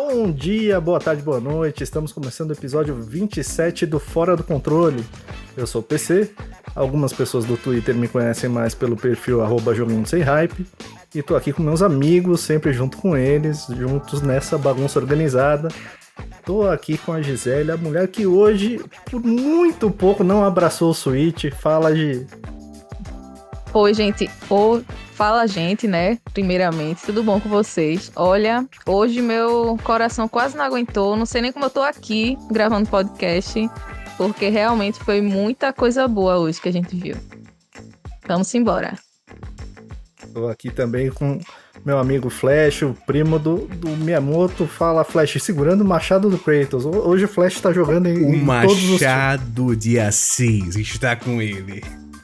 Bom dia, boa tarde, boa noite. Estamos começando o episódio 27 do Fora do Controle. Eu sou o PC. Algumas pessoas do Twitter me conhecem mais pelo perfil @joguinhosemhype. E tô aqui com meus amigos, sempre junto com eles, juntos nessa bagunça organizada. Tô aqui com a Gisele, a mulher que hoje, por muito pouco, não abraçou o Switch. Fala, Gi. Oi, gente. Fala, gente, né? Primeiramente, tudo bom com vocês? Olha, hoje meu coração quase não aguentou. Não sei nem como eu tô aqui gravando podcast, porque realmente foi muita coisa boa hoje que a gente viu. Vamos embora. Tô aqui também com meu amigo Flash, o primo do Miyamoto. Fala, Flash, segurando o machado do Kratos. Hoje o Flash tá jogando em todos os... O machado de Assis está com ele.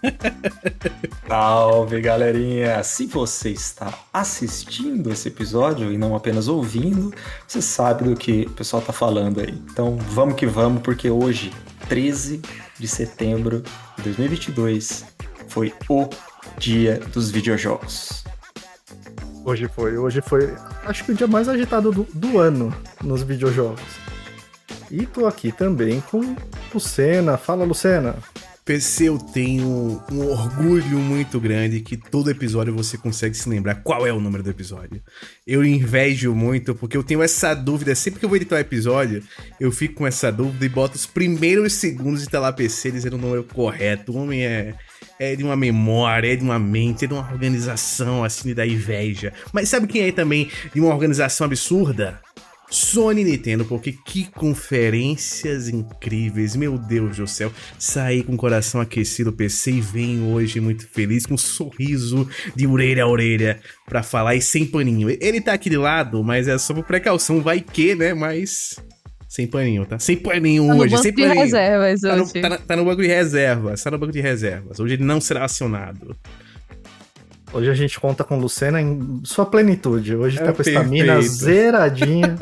Salve, galerinha! Se você está assistindo esse episódio e não apenas ouvindo, você sabe do que o pessoal tá falando aí. Então vamos que vamos, porque hoje, 13 de setembro de 2022, foi o dia dos videojogos. Hoje foi, acho que o dia mais agitado do ano nos videojogos. E tô aqui também com Lucena. Fala, Lucena! PC, eu tenho um orgulho muito grande que todo episódio você consegue se lembrar qual é o número do episódio. Eu invejo muito porque eu tenho essa dúvida. Sempre que eu vou editar um episódio, eu fico com essa dúvida e boto os primeiros segundos de tela PC dizendo o número correto. O homem é de uma memória, é de uma mente, é de uma organização assim, da inveja. Mas sabe quem é também de uma organização absurda? Sony e Nintendo, porque que conferências incríveis, meu Deus do céu. Saí com o coração aquecido, PC, e venho hoje muito feliz, com um sorriso de orelha a orelha pra falar e sem paninho. Ele tá aqui de lado, mas é só por precaução, vai que, né, mas... Sem paninho, tá? Sem paninho Tá hoje, sem paninho. De reservas hoje. Tá no banco de reservas, tá no banco de reservas. Hoje ele não será acionado. Hoje a gente conta com Lucena em sua plenitude. Hoje tá com perfeito. estamina zeradinha.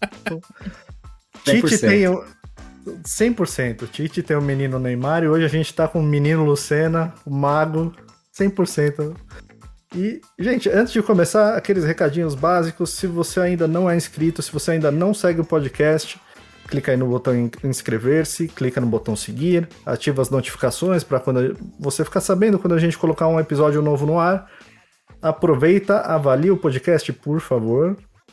Tite tem 100%. Tite tem o menino Neymar e hoje a gente tá com o menino Lucena, o mago, 100%. E, gente, antes de começar, aqueles recadinhos básicos. Se você ainda não é inscrito, se você ainda não segue o podcast, clica aí no botão inscrever-se, clica no botão seguir, ativa as notificações para quando você ficar sabendo quando a gente colocar um episódio novo no ar. Aproveita, avalie o podcast, por favor.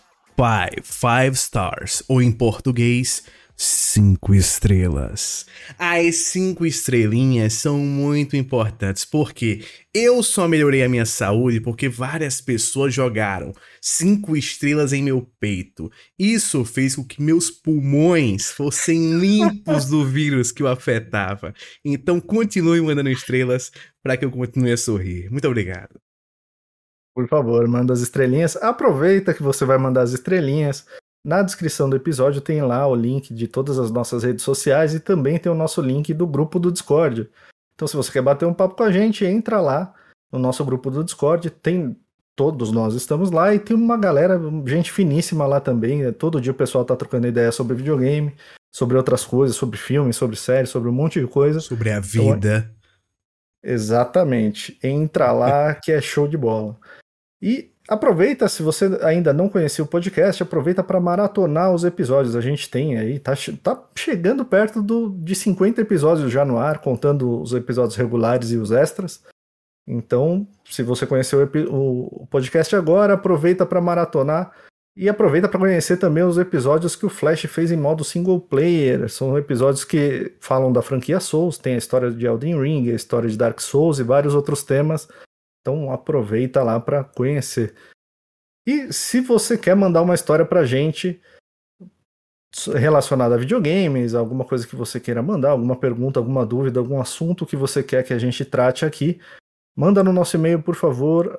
5 stars, ou em português, 5 estrelas. As 5 estrelinhas são muito importantes, porque eu só melhorei a minha saúde porque várias pessoas jogaram 5 estrelas em meu peito. Isso fez com que meus pulmões fossem limpos do vírus que o afetava. Então continue mandando estrelas para que eu continue a sorrir. Muito obrigado. Por favor, manda as estrelinhas. Aproveita que você vai mandar as estrelinhas. Na descrição do episódio tem lá o link de todas as nossas redes sociais e também tem o nosso link do grupo do Discord. Então, se você quer bater um papo com a gente, entra lá no nosso grupo do Discord. Todos nós estamos lá e tem uma galera, gente finíssima lá também. Todo dia o pessoal tá trocando ideia sobre videogame, sobre outras coisas, sobre filmes, sobre séries, sobre um monte de coisa. Sobre a vida. Então, exatamente. Entra lá que é show de bola. E aproveita, se você ainda não conhecia o podcast, aproveita para maratonar os episódios. A gente tem aí, tá chegando perto de 50 episódios já no ar, contando os episódios regulares e os extras. Então, se você conheceu o podcast agora, aproveita para maratonar e aproveita para conhecer também os episódios que o Flash fez em modo single player. São episódios que falam da franquia Souls, tem a história de Elden Ring, a história de Dark Souls e vários outros temas. Então aproveita lá para conhecer. E se você quer mandar uma história pra gente relacionada a videogames, alguma coisa que você queira mandar, alguma pergunta, alguma dúvida, algum assunto que você quer que a gente trate aqui, manda no nosso e-mail, por favor,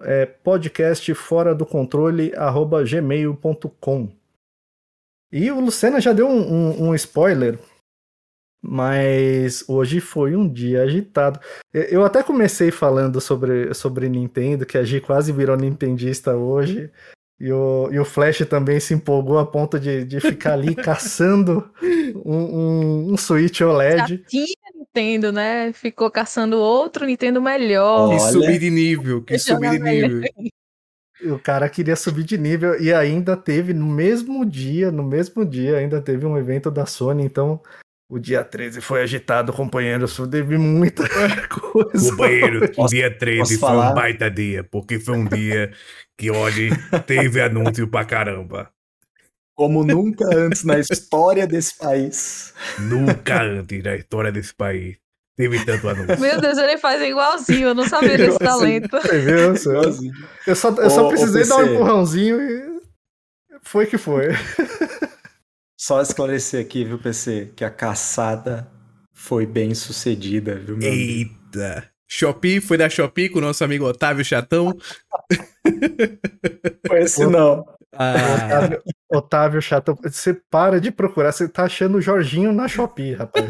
podcastforadocontrole@gmail.com. E o Lucena já deu um spoiler, mas hoje foi um dia agitado. Eu até comecei falando sobre Nintendo, que a Gi quase virou nintendista hoje. E o Flash também se empolgou a ponto de ficar ali caçando um Switch OLED. Já tinha Nintendo, né? Ficou caçando outro Nintendo melhor. Que Olha. subir de nível, que subir de nível. O cara queria subir de nível e ainda teve no mesmo dia, ainda teve um evento da Sony, então o dia 13 foi agitado, companheiro, só teve muita coisa. Companheiro, o dia 13 posso foi falar? um baita dia, porque foi um dia que, olha, teve anúncio pra caramba. Como nunca antes na história desse país. Nunca antes na história desse país teve tanto anúncio. Meu Deus, ele faz igualzinho, eu não sabia desse Igualzinho. talento. Você viu? Igualzinho. Eu só Ô, precisei dar um PC. empurrãozinho e foi que foi. Só esclarecer aqui, viu, PC, que a caçada foi bem sucedida, viu, meu amigo? Eita. Shopee, foi da Shopee com o nosso amigo Otávio Chatão. Foi esse não. Ah, Otávio Chato, você para de procurar, você tá achando o Jorginho na Shopee, rapaz.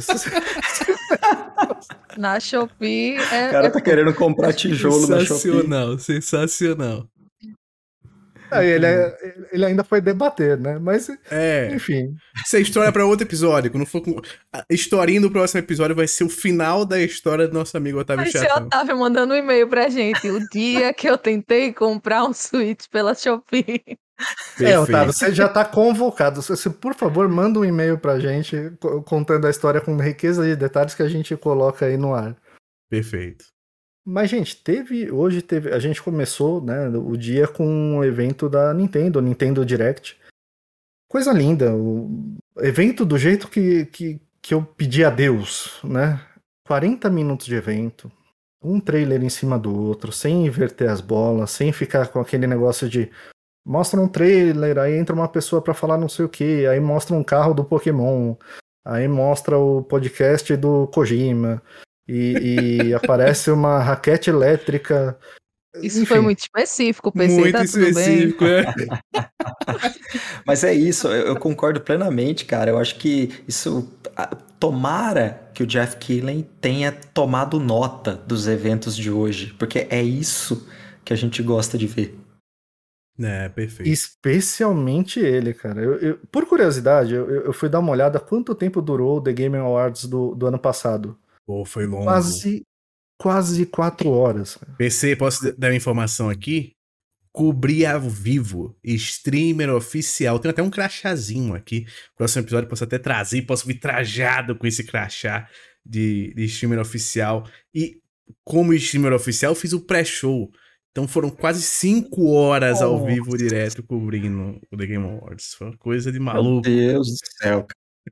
Na Shopee O cara tá querendo comprar tijolo na Shopee. sensacional, sensacional. Aí ele ainda foi debater, né? Mas, É, enfim. isso é história pra outro episódio. Quando for com... A historinha do próximo episódio vai ser o final da história do nosso amigo Otávio Vai ser Chatão. Otávio mandando um e-mail pra gente. O dia que eu tentei comprar um Switch pela Shopee. Otávio, você já tá convocado. Você, por favor, manda um e-mail pra gente contando a história com riqueza de detalhes que a gente coloca aí no ar. Perfeito. Mas, gente, hoje a gente começou, né, o dia com um evento da Nintendo, o Nintendo Direct. Coisa linda, o evento do jeito que eu pedi a Deus, né? 40 minutos de evento, um trailer em cima do outro, sem inverter as bolas, sem ficar com aquele negócio de mostra um trailer, aí entra uma pessoa pra falar não sei o que, aí mostra um carro do Pokémon, aí mostra o podcast do Kojima, e aparece uma raquete elétrica. Isso Enfim. foi muito específico, PC, Muito tá tudo bem? específico, é. Mas é isso, eu concordo plenamente, cara. Eu acho que isso. Tomara que o Jeff Keighley tenha tomado nota dos eventos de hoje, porque é isso que a gente gosta de ver. É, perfeito. Especialmente ele, cara. Por curiosidade, eu fui dar uma olhada quanto tempo durou o The Game Awards do ano passado. Pô, foi longo. Quase 4 horas. PC, posso dar uma informação aqui? Cobrir ao vivo, streamer oficial. Tem até um crachazinho aqui. Próximo episódio posso até trazer, posso vir trajado com esse crachá de streamer oficial. E como streamer oficial, eu fiz o pré-show. Então foram quase 5 horas ao vivo direto cobrindo o The Game Awards. Foi uma coisa de maluco. Meu Deus do céu.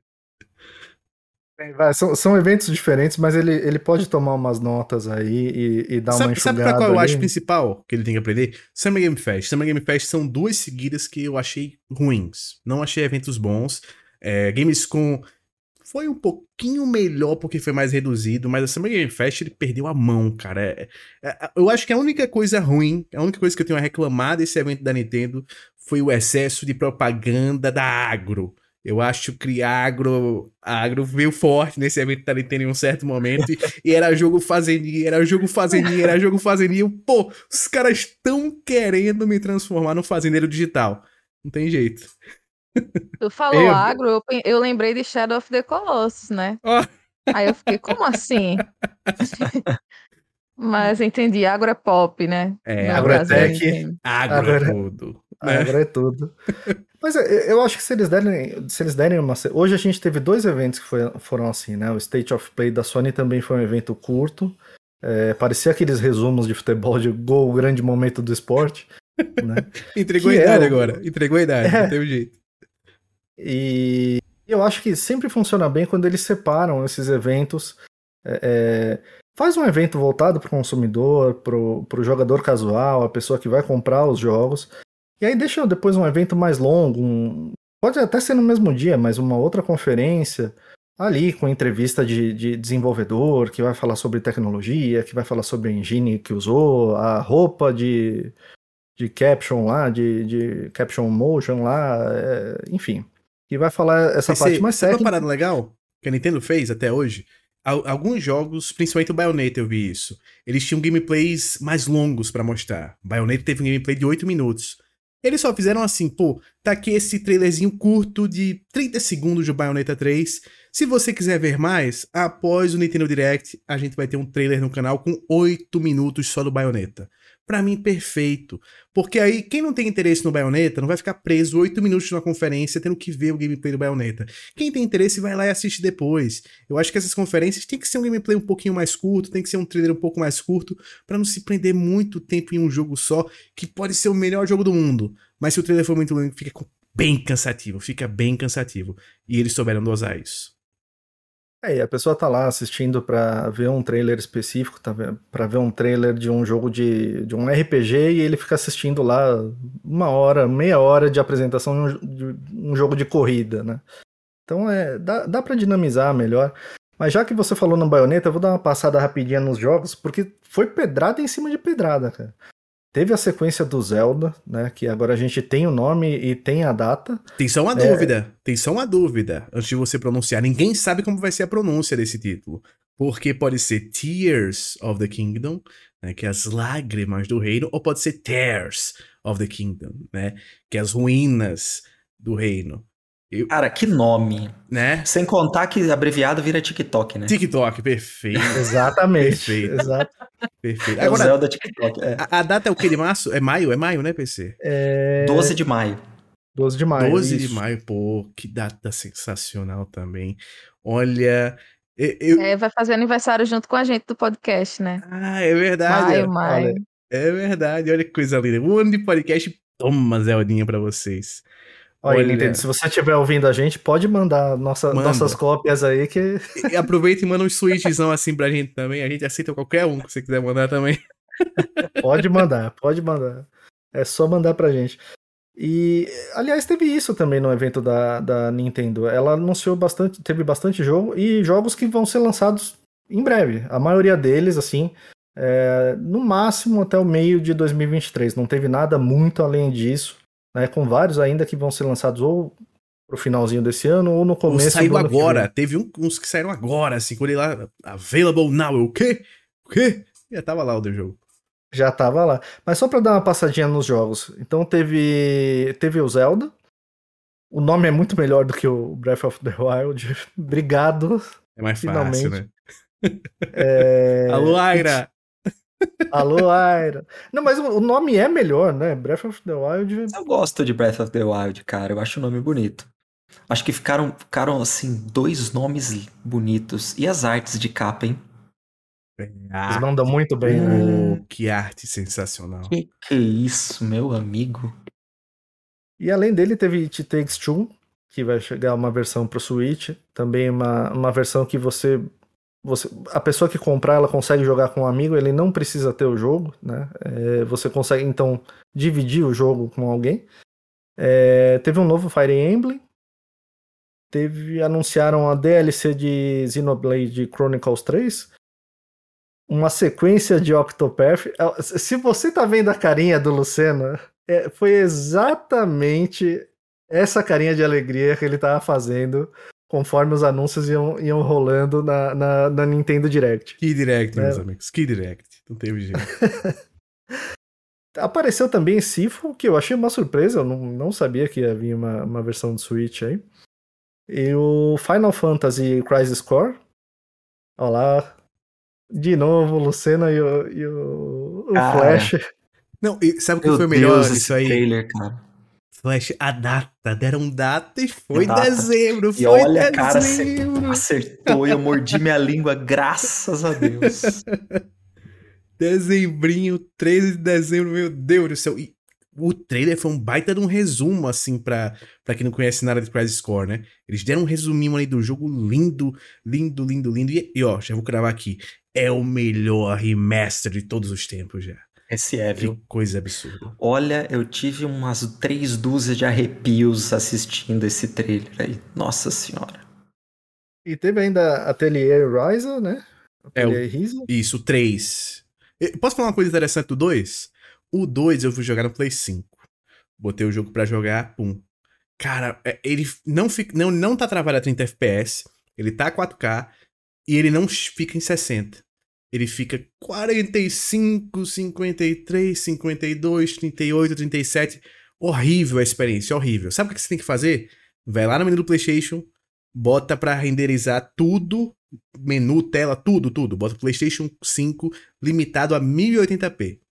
São eventos diferentes, mas ele pode tomar umas notas aí e dar uma enxugada. Sabe pra qual eu ali? acho principal que ele tem que aprender? Summer Game Fest. Summer Game Fest são 2 seguidas que eu achei ruins. Não achei eventos bons. Gamescom foi um pouquinho melhor porque foi mais reduzido, mas a Summer Game Fest ele perdeu a mão, cara. Eu acho que a única coisa ruim, a única coisa que eu tenho a reclamar desse evento da Nintendo foi o excesso de propaganda da Agro. Eu acho que a Agro veio forte nesse evento da Nintendo em um certo momento e era jogo fazendinha. Pô, os caras estão querendo me transformar num fazendeiro digital. Não tem jeito. Tu falou agro, eu lembrei de Shadow of the Colossus, né? Ó. Aí eu fiquei, como assim? Mas entendi, agro é pop, né? É, No agro é caso da tech. Nintendo. Agro é tudo. Né? Agro é tudo. Mas eu acho que se eles derem uma... Hoje a gente teve 2 eventos que foram assim, né? O State of Play da Sony também foi um evento curto. Parecia aqueles resumos de futebol de gol, o grande momento do esporte. Né? Entregou a idade agora. Entregou a idade, não teve jeito. E eu acho que sempre funciona bem quando eles separam esses eventos. Faz um evento voltado para o consumidor, para o jogador casual, a pessoa que vai comprar os jogos. E aí deixa depois um evento mais longo, pode até ser no mesmo dia, mas uma outra conferência ali com entrevista de desenvolvedor que vai falar sobre tecnologia, que vai falar sobre a engine que usou, a roupa de caption lá, de caption motion lá, enfim. Que vai falar essa parte mais Sabe uma técnica. parada legal que a Nintendo fez até hoje? Alguns jogos, principalmente o Bayonetta, eu vi isso. Eles tinham gameplays mais longos pra mostrar. Bayonetta teve um gameplay de 8 minutos. Eles só fizeram assim, pô, tá aqui esse trailerzinho curto de 30 segundos de Bayonetta 3. Se você quiser ver mais, após o Nintendo Direct, a gente vai ter um trailer no canal com 8 minutos só do Bayonetta. pra mim, perfeito. Porque aí, quem não tem interesse no Bayonetta não vai ficar preso 8 minutos na conferência tendo que ver o gameplay do Bayonetta. Quem tem interesse vai lá e assiste depois. Eu acho que essas conferências tem que ser um gameplay um pouquinho mais curto, tem que ser um trailer um pouco mais curto, pra não se prender muito tempo em um jogo só, que pode ser o melhor jogo do mundo. Mas se o trailer for muito longo, fica bem cansativo. E eles souberam dosar isso. E a pessoa tá lá assistindo pra ver um trailer específico, pra ver um trailer de um jogo de um RPG, e ele fica assistindo lá 1 hora, meia hora de apresentação de um jogo de corrida, né? Então dá pra dinamizar melhor. Mas já que você falou no Bayonetta, eu vou dar uma passada rapidinha nos jogos, porque foi pedrada em cima de pedrada, cara. Teve a sequência do Zelda, né? Que agora a gente tem o nome e tem a data. Tem só uma dúvida antes de você pronunciar. Ninguém sabe como vai ser a pronúncia desse título. Porque pode ser Tears of the Kingdom, né, que é as lágrimas do reino, ou pode ser Tears of the Kingdom, né, que é as ruínas do reino. Cara, que nome. Né? Sem contar que abreviado vira TikTok, né? TikTok, perfeito. Exatamente. Perfeito. Exato. Perfeito. Agora, o Zelda TikTok. A data é o que de março? É maio, né, PC? 12 de maio. 12 de maio. 12 de maio, pô, que data sensacional também. Olha. Vai fazer aniversário junto com a gente do podcast, né? Ah, é verdade. Maio. É verdade, olha que coisa linda. Um ano de podcast, toma Zeldinha pra vocês. Olha, Nintendo, se você estiver ouvindo a gente, pode mandar nossas cópias aí que... E aproveita e manda um switchzão assim pra gente também. A gente aceita qualquer um que você quiser mandar também. Pode mandar. É só mandar pra gente. E, aliás, teve isso também no evento da Nintendo. Ela anunciou teve bastante jogo e jogos que vão ser lançados em breve. A maioria deles, assim, no máximo até o meio de 2023. Não teve nada muito além disso. Né, com vários ainda que vão ser lançados ou pro finalzinho desse ano ou no começo saiu do ano agora. Teve uns que saíram agora, assim, quando ele lá, available now. O quê? Já tava lá o jogo. Já tava lá. Mas só pra dar uma passadinha nos jogos. Então teve o Zelda. O nome é muito melhor do que o Breath of the Wild. Obrigado. É mais finalmente. Fácil, né? Alô, Aira! Alô, Aira. Não, mas o nome é melhor, né? Breath of the Wild. Eu gosto de Breath of the Wild, cara. Eu acho o nome bonito. Acho que ficaram assim, 2 nomes bonitos. E as artes de capa, hein? Eles mandam muito bem, né? Que arte sensacional. Que é isso, meu amigo. E além dele, teve It Takes Two, que vai chegar uma versão pro Switch. Também uma versão que a pessoa que comprar, ela consegue jogar com um amigo, ele não precisa ter o jogo, né? Você consegue, então, dividir o jogo com alguém. Teve um novo Fire Emblem. Anunciaram a DLC de Xenoblade Chronicles 3. Uma sequência de Octopath. Se você tá vendo a carinha do Lucena, foi exatamente essa carinha de alegria que ele tava fazendo conforme os anúncios iam rolando na Nintendo Direct. Que Direct, meus amigos. Que Direct. Não teve jeito. Apareceu também Sifu, que eu achei uma surpresa. Eu não sabia que ia vir uma versão de Switch aí. E o Final Fantasy Crisis Core. Olha lá. De novo, o Lucena e o Flash. Não, sabe o que foi melhor isso aí? Trailer, cara. Flash, a data, deram data e foi dezembro, e olha, cara, você acertou e eu mordi minha língua, graças a Deus. Dezembrinho, 13 de dezembro, meu Deus do céu. E o trailer foi um baita de um resumo, assim, pra quem não conhece nada de Crisis Core, né? Eles deram um resuminho aí do jogo lindo. E ó, já vou cravar aqui. É o melhor remaster de todos os tempos já. Esse viu? Que coisa absurda. Olha, eu tive umas 3 dúzias de arrepios assistindo esse trailer aí. Nossa senhora. E teve ainda Atelier Ryza, né? Atelier Ryza. Isso, o 3. Posso falar uma coisa interessante do 2? O 2 eu fui jogar no Play 5. Botei o jogo pra jogar, pum. Cara, ele não tá travado a 30 FPS, ele tá a 4K e ele não fica em 60. Ele fica 45, 53, 52, 38, 37. Horrível a experiência, horrível. Sabe o que você tem que fazer? Vai lá no menu do PlayStation, bota pra renderizar tudo, menu, tela, tudo. Bota o PlayStation 5 limitado a 1080p.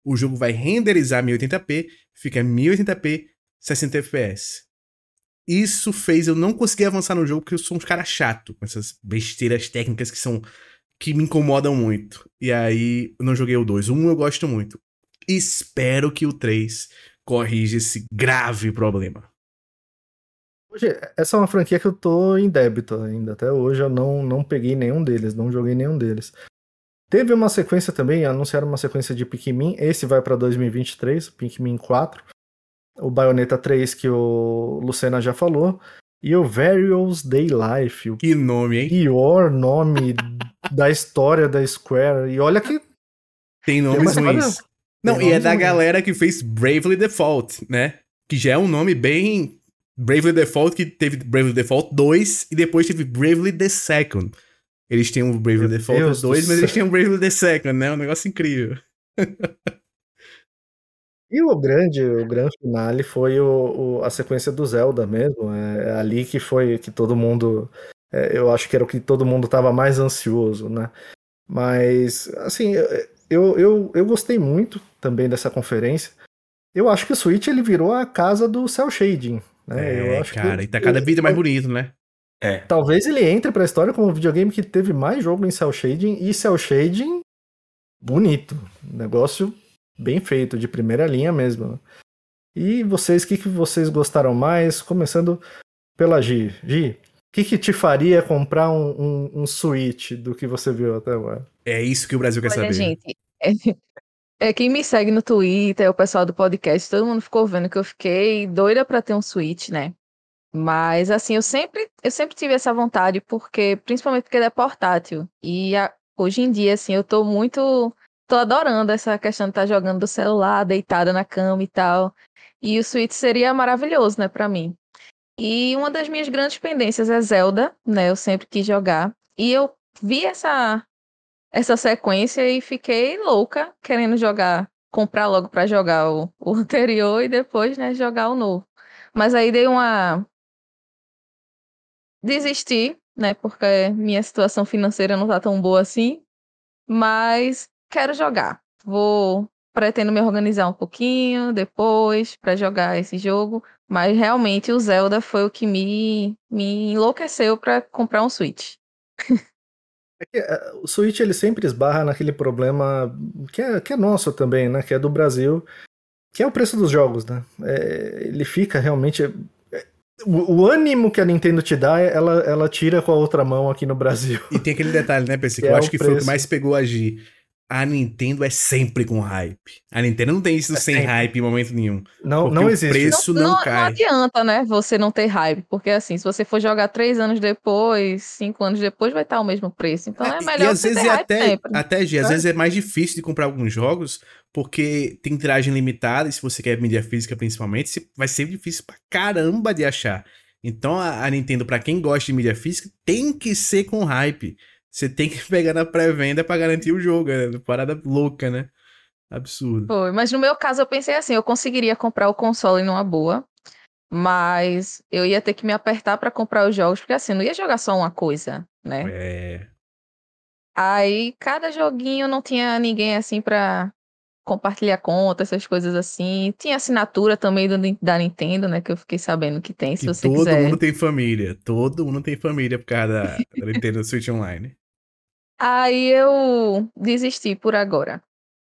o jogo vai renderizar 1080p, fica 1080p, 60 FPS. Isso fez eu não conseguir avançar no jogo porque eu sou um cara chato, com essas besteiras técnicas que me incomodam muito. E aí, eu não joguei o 2. O 1 eu gosto muito. Espero que o 3 corrija esse grave problema. Hoje, essa é uma franquia que eu tô em débito ainda. Até hoje eu não peguei nenhum deles, não joguei nenhum deles. Teve uma sequência também, anunciaram uma sequência de Pikmin. Esse vai pra 2023, Pikmin 4. O Bayonetta 3, que o Lucena já falou. E o Various Day Life, o Que nome, hein? pior nome da história da Square. E olha que Tem uma nomes história- ruins. Não, tem e é nomes da ruins. galera que fez Bravely Default, né? Que já é um nome bem... Bravely Default, que teve Bravely Default 2 e depois teve Bravely the Second. Eles têm o Bravely Meu Default Deus 2, do mas eles céu. têm o Bravely the Second, né? Um negócio incrível. E o grande finale foi a sequência do Zelda mesmo. É ali que foi que todo mundo. Eu acho que era o que todo mundo estava mais ansioso, né? Mas, assim, eu gostei muito também dessa conferência. Eu acho que o Switch ele virou a casa do cel shading, né? Eu acho Cara, e que tá cada vídeo mais bonito, né? É. talvez ele entre para a história como o videogame que teve mais jogo em cel shading e cel shading bonito, negócio bem feito, de primeira linha mesmo, né? E vocês, o que vocês gostaram mais? Começando pela Gi. Gi, o que te faria comprar um Switch do que você viu até agora? É isso que o Brasil quer Olha, saber. gente, quem me segue no Twitter, o pessoal do podcast, todo mundo ficou vendo que eu fiquei doida pra ter um Switch, né? Mas, assim, eu sempre tive essa vontade, principalmente porque ele é portátil. E hoje em dia, assim, tô adorando essa questão de estar jogando do celular, deitada na cama e tal. E o Switch seria maravilhoso, né, pra mim. E uma das minhas grandes pendências é Zelda, né? Eu sempre quis jogar. E eu vi essa sequência e fiquei louca querendo comprar logo pra jogar o anterior e depois, né, jogar o novo. Mas aí desisti, né, porque minha situação financeira não tá tão boa assim, mas quero jogar. Pretendo me organizar um pouquinho depois pra jogar esse jogo, mas realmente o Zelda foi o que me enlouqueceu pra comprar um Switch. O Switch ele sempre esbarra naquele problema que é nosso também, né? Que é do Brasil, que é o preço dos jogos, né? Ele fica realmente. O ânimo que a Nintendo te dá, ela tira com a outra mão aqui no Brasil. E tem aquele detalhe, né, PC, que Que eu é acho o que foi o que preço. mais pegou a Gi. A Nintendo é sempre com hype. A Nintendo não tem isso sem sempre. hype em momento nenhum. Não, Porque não o existe. preço não cai. adianta, né, você não ter hype, porque assim, se você for jogar 3 anos depois, 5 anos depois, vai estar o mesmo preço. Então é E melhor às você ter vezes hype sempre. Gi, às vezes é mais difícil de comprar alguns jogos, porque tem tiragem limitada, e se você quer mídia física principalmente, vai ser difícil pra caramba de achar. Então a Nintendo, pra quem gosta de mídia física, tem que ser com hype. Você tem que pegar na pré-venda pra garantir o jogo, né? Parada louca, né? Absurdo. Foi, mas no meu caso eu pensei assim, eu conseguiria comprar o console numa boa, mas eu ia ter que me apertar pra comprar os jogos, porque assim, eu não ia jogar só uma coisa, né? É. Aí cada joguinho não tinha ninguém assim pra compartilhar conta, essas coisas assim. Tinha assinatura também da Nintendo, né? Que eu fiquei sabendo que tem, se Que você todo quiser. mundo tem família. Todo mundo tem família por causa da Nintendo Switch Online. Aí eu desisti por agora.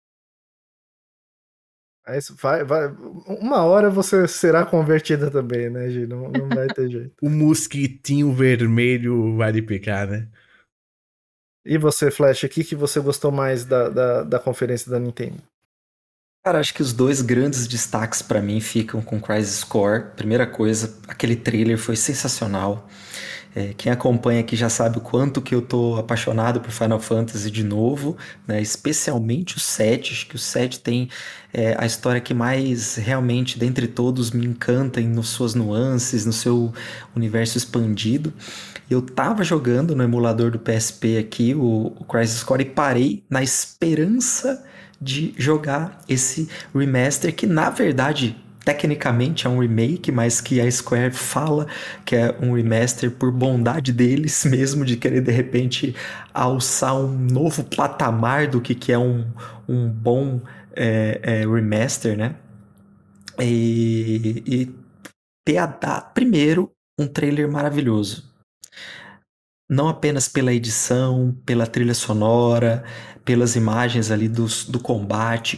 Aí uma hora você será convertida também, né, Gi? Não vai ter jeito. O mosquitinho vermelho vai lhe picar, né? E você, Flash, o que você gostou mais da conferência da Nintendo? Cara, acho que os dois grandes destaques pra mim ficam com Crisis Core. Primeira coisa, aquele trailer foi sensacional. Quem acompanha aqui já sabe o quanto que eu tô apaixonado por Final Fantasy de novo, né? Especialmente o 7. Acho que o 7 tem a história que mais realmente, dentre todos, me encanta nas suas nuances, no seu universo expandido. Eu tava jogando no emulador do PSP aqui, o Crisis Core, e parei na esperança de jogar esse remaster que, na verdade, tecnicamente é um remake, mas que a Square fala que é um remaster por bondade deles mesmo, de querer de repente alçar um novo patamar do que é um bom remaster, né? E ter primeiro um trailer maravilhoso. Não apenas pela edição, pela trilha sonora, pelas imagens ali do combate,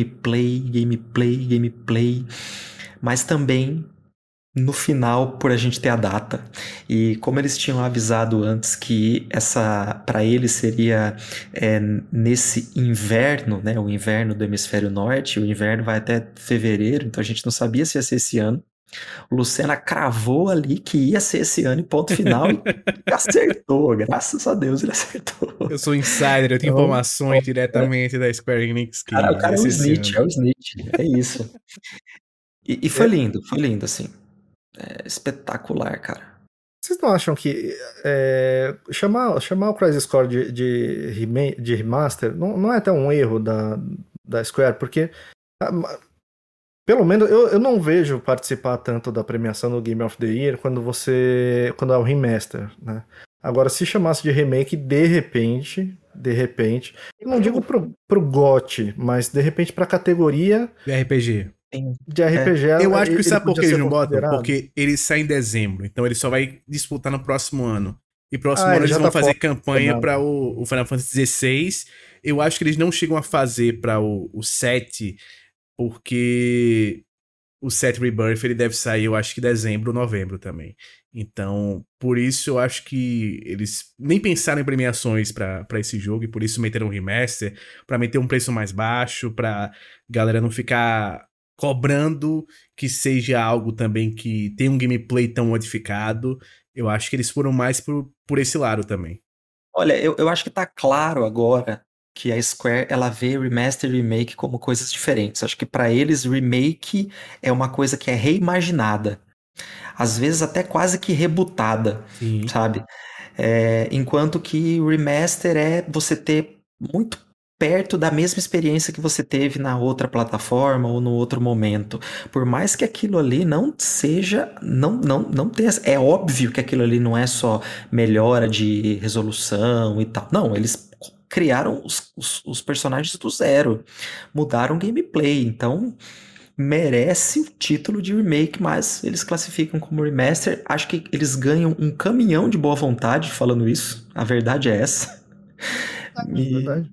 gameplay, mas também no final por a gente ter a data. E como eles tinham avisado antes que essa para eles seria nesse inverno, né, o inverno do hemisfério norte, o inverno vai até fevereiro, então a gente não sabia se ia ser esse ano. O Lucena cravou ali que ia ser esse ano e ponto final e acertou, graças a Deus ele acertou. Eu sou insider, eu tenho informações diretamente da Square Enix que o cara é o esse Snitch, ano. é isso. E foi lindo, assim. Espetacular, cara. Vocês não acham que chamar o Crisis Core de remaster não é até um erro da Square? Porque pelo menos eu não vejo participar tanto da premiação do Game of the Year quando é o remaster, né? Agora, se chamasse de remake, de repente, eu não digo pro GOT, mas de repente pra categoria De RPG. de RPG. Eu acho que sabe por que eles não botam? considerado. Porque ele sai em dezembro, então ele só vai disputar no próximo ano. E próximo ano ele eles já vão tá fazer fora, campanha não. para o Final Fantasy XVI. Eu acho que eles não chegam a fazer para o 7, porque o 7 Rebirth ele deve sair, eu acho que dezembro ou novembro também. Então, por isso eu acho que eles nem pensaram em premiações para esse jogo e por isso meteram um remaster, para meter um preço mais baixo, pra galera não ficar cobrando que seja algo também que tenha um gameplay tão modificado. Eu acho que eles foram mais por esse lado também. Olha, eu acho que tá claro agora que a Square ela vê remaster e remake como coisas diferentes. Acho que pra eles remake é uma coisa que é reimaginada, às vezes até quase que rebutada, Sim. sabe? Enquanto que remaster é você ter muito perto da mesma experiência que você teve na outra plataforma ou no outro momento. Por mais que aquilo ali não seja, não tenha, é óbvio que aquilo ali não é só melhora de resolução e tal. Não, eles criaram os personagens do zero, mudaram o gameplay, então merece o título de remake, mas eles classificam como remaster. Acho que eles ganham um caminhão de boa vontade falando isso. A verdade é essa. Verdade.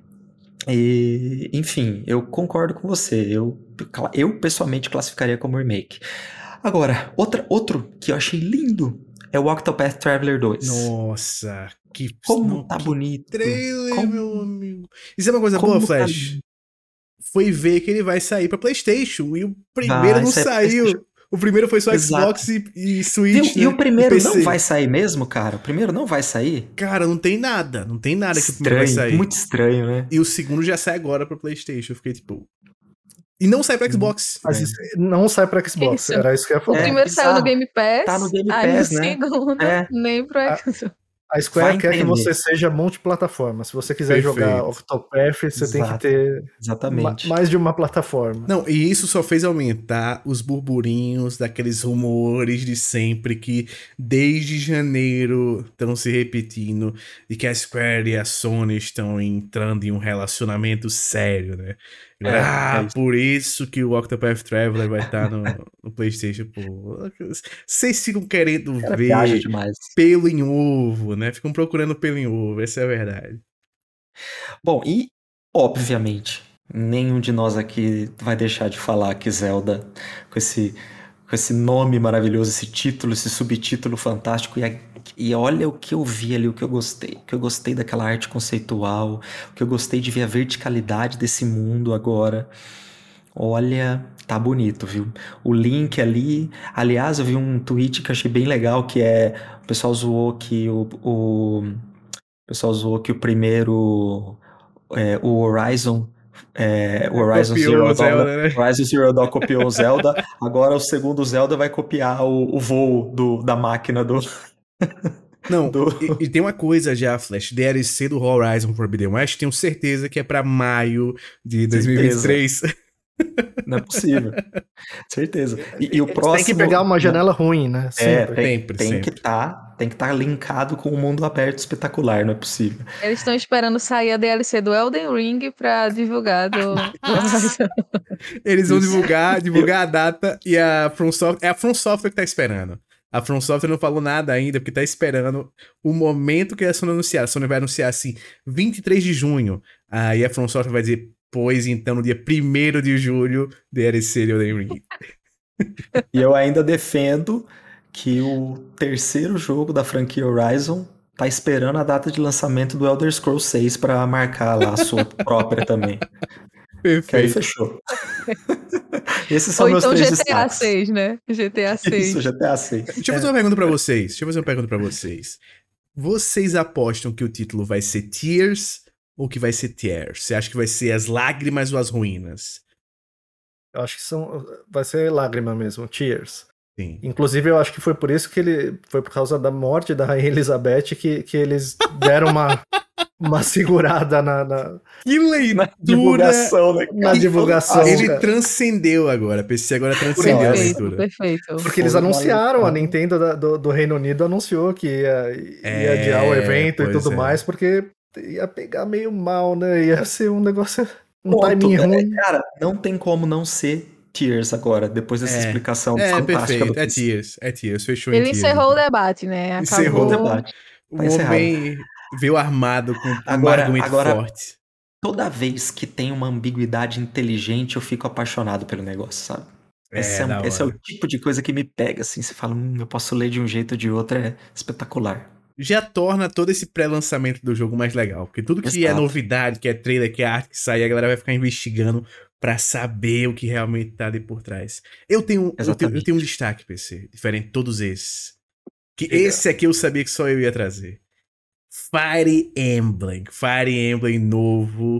Enfim, eu concordo com você. Eu pessoalmente classificaria como remake. Agora, outro que eu achei lindo é o Octopath Traveler 2. Nossa, Como tá bonito. Trailer, meu amigo. Isso é uma coisa boa, Flash? Foi ver que ele vai sair pra PlayStation e o primeiro não saiu. O primeiro foi só Xbox e Switch. E o primeiro não vai sair mesmo, cara? O primeiro não vai sair? Cara, não tem nada. Não tem nada que o primeiro vai sair. Muito estranho, né? E o segundo já sai agora pra PlayStation. Eu fiquei tipo. E não sai pra Xbox. Mas não sai pra Xbox. Isso. Era isso que eu ia falar. O primeiro saiu no Game Pass. Tá no Game aí Pass, o né? segundo nem pro Xbox. A Square quer que você seja multiplataforma. Se você quiser jogar Octopath, você tem que ter mais de uma plataforma. Não, e isso só fez aumentar os burburinhos daqueles rumores de sempre que desde janeiro estão se repetindo e que a Square e a Sony estão entrando em um relacionamento sério, né? Por isso que o Octopath Traveler vai estar no PlayStation. Pô, vocês ficam querendo ver pelo em ovo, né? Ficam procurando pelo em ovo, essa é a verdade. Bom, e obviamente, nenhum de nós aqui vai deixar de falar que Zelda, com esse nome maravilhoso, esse título, esse subtítulo fantástico, e olha o que eu vi ali, o que eu gostei daquela arte conceitual, o que eu gostei de ver a verticalidade desse mundo agora. Olha, tá bonito, viu? O Link ali, aliás, eu vi um tweet que eu achei bem legal, que o pessoal zoou que o pessoal zoou que o primeiro, o Horizon Zero Dawn, né? Horizon Zero Dawn copiou o Zelda, agora o segundo Zelda vai copiar o voo da máquina do... Não, e tem uma coisa já, Flash, DLC do Horizon Forbidden West, tenho certeza que é pra maio de 2023. Não é possível. Certeza. E o Eles próximo... têm que pegar uma janela ruim, né? Sempre. Tem que estar linkado com o mundo aberto espetacular, não é possível. Eles estão esperando sair a DLC do Elden Ring pra divulgar do Horizon. Eles vão Isso. divulgar a data e a From Software... É a From Software que tá esperando. A From Software não falou nada ainda, porque tá esperando o momento que a Sony anunciar. A Sony vai anunciar, assim, 23 de junho. Aí a From Software vai dizer, pois então, no dia 1º de julho, DLC de Elden Ring. E eu ainda defendo que o terceiro jogo da franquia Horizon tá esperando a data de lançamento do Elder Scrolls 6 pra marcar lá a sua própria também. Que aí Perfeito. fechou. Esses são Ou meus então três GTA destaques. 6, né? GTA 6. Isso, GTA 6. Deixa eu fazer uma pergunta pra vocês. Vocês apostam que o título vai ser Tears ou que vai ser Tears? Você acha que vai ser as lágrimas ou as ruínas? Eu acho que vai ser lágrima mesmo, Tears. Sim. Inclusive, eu acho que foi por isso que foi por causa da morte da Rainha Elizabeth que eles deram uma segurada na Que leitura! Divulgação, né? na divulgação. Ele cara. transcendeu agora. A PC agora transcendeu a Perfeito, leitura. perfeito. Porque eles Foi uma anunciaram, a loucura. Nintendo do Reino Unido anunciou que ia adiar o evento e pois tudo é. mais, porque ia pegar meio mal, né? Ia ser um negócio, um Ponto. timing ruim. Cara, não tem como não ser Tears agora, depois dessa explicação fantástica perfeito. do PC. É Tears. Fechou em Ele Tears. encerrou o então. debate, né? Encerrou o Acabou. debate. O Tá encerrado. homem veio armado com um Agora- argumento agora- forte. Toda vez que tem uma ambiguidade inteligente, eu fico apaixonado pelo negócio, sabe? Esse da é o hora. tipo de coisa que me pega, assim. Você fala, eu posso ler de um jeito ou de outro, é espetacular. Já torna todo esse pré-lançamento do jogo mais legal. Porque tudo que é Exato. novidade, que é trailer, que é arte que sai, a galera vai ficar investigando pra saber o que realmente tá ali por trás. Eu tenho um destaque, PC, diferente de todos esses. Que Diga. esse aqui eu sabia que só eu ia trazer. Fire Emblem novo.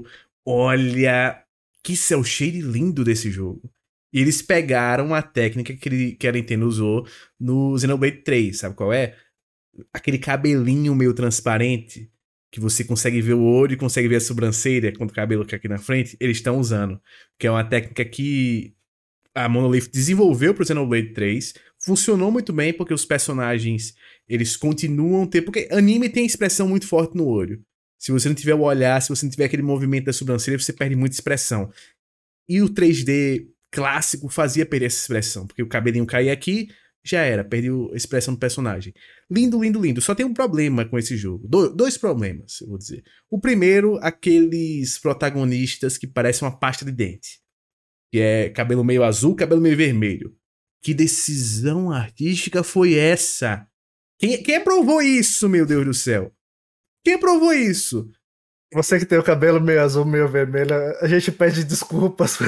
Olha, que cel shade lindo desse jogo. E eles pegaram a técnica que a Nintendo usou no Xenoblade 3, sabe qual é? Aquele cabelinho meio transparente, que você consegue ver o olho e consegue ver a sobrancelha quando o cabelo fica aqui na frente, eles estão usando. Que é uma técnica que a Monolith desenvolveu pro Xenoblade 3. Funcionou muito bem porque os personagens, eles continuam a ter... Porque anime tem expressão muito forte no olho. Se você não tiver o olhar, se você não tiver aquele movimento da sobrancelha, você perde muita expressão. E o 3D clássico fazia perder essa expressão, porque o cabelinho caía aqui, já era, perdeu a expressão do personagem. Lindo, lindo, lindo. Só tem um problema com esse jogo. Dois problemas, eu vou dizer. O primeiro, aqueles protagonistas que parecem uma pasta de dente. Que é cabelo meio azul, cabelo meio vermelho. Que decisão artística foi essa? Quem aprovou isso, meu Deus do céu? Quem aprovou isso? Você que tem o cabelo meio azul, meio vermelho, a gente pede desculpas.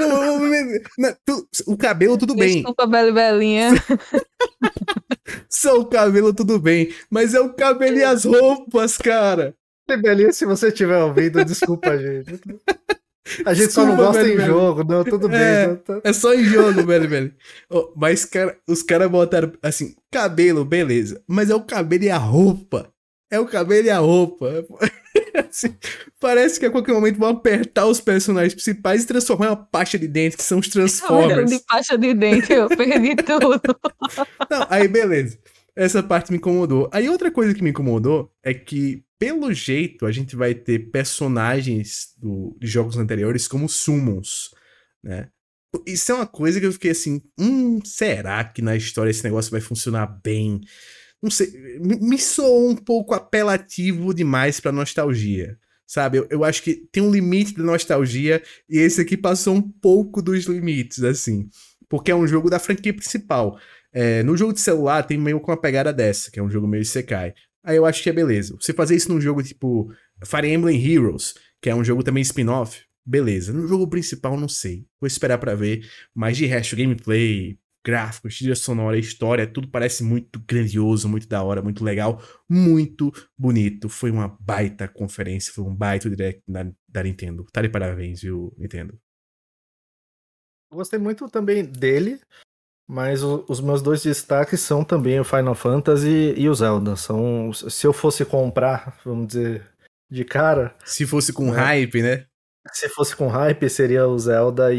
O cabelo tudo bem. Desculpa, Bela Belinha. Só o cabelo tudo bem. Mas é o cabelo e as roupas, cara. Belinha, se você estiver ouvindo, desculpa a gente. A gente só não Desculpa, gosta velho, em velho. jogo, não, tudo bem. É só em jogo, velho. Oh, mas os caras botaram assim, cabelo, beleza. Mas é o cabelo e a roupa. É o cabelo e a roupa. Assim, parece que a qualquer momento vão apertar os personagens principais e transformar em uma pasta de dente, que são os Transformers. De pasta de dente, eu perdi tudo. Não, aí beleza. Essa parte me incomodou. Aí outra coisa que me incomodou é que, pelo jeito, a gente vai ter personagens de jogos anteriores como summons, né? Isso é uma coisa que eu fiquei assim, será que na história esse negócio vai funcionar bem? Não sei, me soou um pouco apelativo demais pra nostalgia, sabe? Eu acho que tem um limite da nostalgia e esse aqui passou um pouco dos limites, assim. Porque é um jogo da franquia principal. No jogo de celular tem meio com uma pegada dessa, que é um jogo meio Isekai. Aí eu acho que é beleza. Você fazer isso num jogo tipo Fire Emblem Heroes, que é um jogo também spin-off, beleza. No jogo principal, não sei. Vou esperar pra ver. Mas de resto, gameplay, gráficos, trilha sonora, história, tudo parece muito grandioso, muito da hora, muito legal, muito bonito. Foi uma baita conferência, foi um baita direct da Nintendo. Tá de parabéns, viu, Nintendo? Gostei muito também dele, mas os meus dois destaques são também o Final Fantasy e o Zelda. Se eu fosse comprar, vamos dizer, de cara... Se fosse com hype, né? Se fosse com hype, seria o Zelda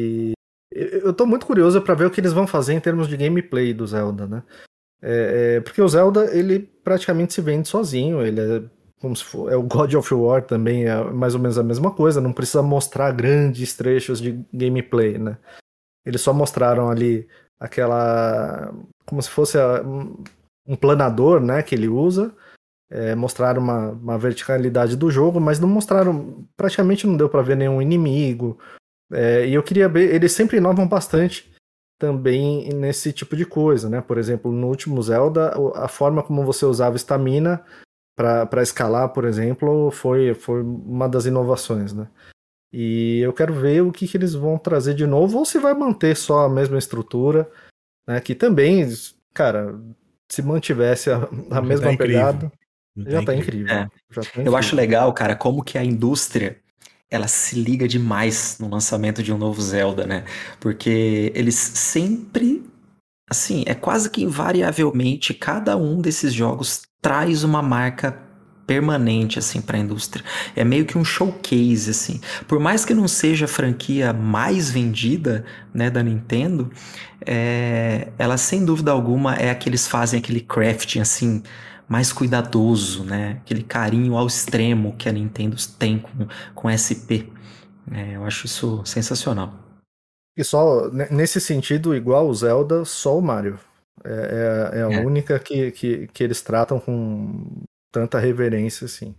eu tô muito curioso pra ver o que eles vão fazer em termos de gameplay do Zelda, né? Porque o Zelda, ele praticamente se vende sozinho, ele é como se for, é o God of War também, é mais ou menos a mesma coisa, não precisa mostrar grandes trechos de gameplay, né? Eles só mostraram ali aquela, como se fosse um planador, né, que ele usa, mostraram uma verticalidade do jogo, mas não mostraram, praticamente não deu pra ver nenhum inimigo, e eu queria ver, eles sempre inovam bastante também nesse tipo de coisa, né? Por exemplo, no último Zelda, a forma como você usava estamina para escalar, por exemplo, foi uma das inovações, né? E eu quero ver o que eles vão trazer de novo, ou se vai manter só a mesma estrutura, né? Que também, cara, se mantivesse a mesma pegada, já tá incrível. Já tá Eu acho incrível. legal, cara, como que a indústria ela se liga demais no lançamento de um novo Zelda, né? Porque eles sempre, assim, é quase que invariavelmente cada um desses jogos traz uma marca permanente assim para a indústria. É meio que um showcase assim. Por mais que não seja a franquia mais vendida, né, da Nintendo, ela sem dúvida alguma é a que eles fazem aquele crafting assim mais cuidadoso, né? Aquele carinho ao extremo que a Nintendo tem com SP. Eu acho isso sensacional. E só, nesse sentido, igual o Zelda, só o Mario. É a É. única que eles tratam com tanta reverência, assim.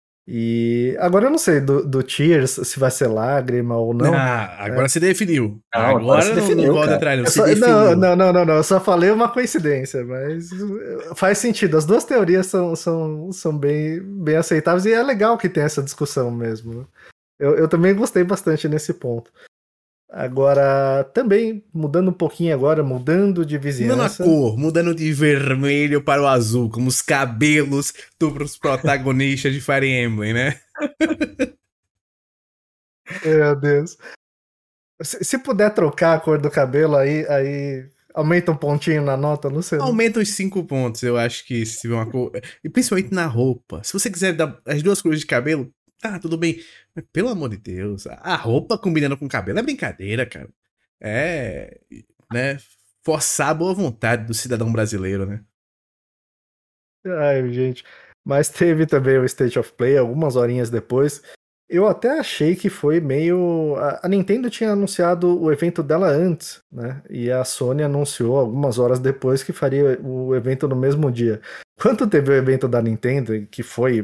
E agora eu não sei do Tears, se vai ser lágrima ou não. Ah, agora você definiu. Não, agora se Agora não definiu, volta cara. atrás, não. Eu Você só, definiu. não. Eu só falei uma coincidência, mas faz sentido. As duas teorias são bem aceitáveis e é legal que tem essa discussão mesmo, né? Eu também gostei bastante nesse ponto. Agora, também, mudando um pouquinho agora, mudando de Mudando a vizinhança. cor, mudando de vermelho para o azul, como os cabelos dos protagonistas de Fire Emblem, né? Meu Deus. Se puder trocar a cor do cabelo, aí aumenta um pontinho na nota, não sei. Aumenta os 5 pontos, eu acho que se tiver uma cor. E principalmente na roupa. Se você quiser dar as duas cores de cabelo, tá, tudo bem. Mas pelo amor de Deus, a roupa combinando com o cabelo é brincadeira, cara. É. Né? Forçar a boa vontade do cidadão brasileiro, né? Ai, gente. Mas teve também o State of Play algumas horinhas depois. Eu até achei que foi meio. A Nintendo tinha anunciado o evento dela antes, né? E a Sony anunciou algumas horas depois que faria o evento no mesmo dia. Quando teve o evento da Nintendo, que foi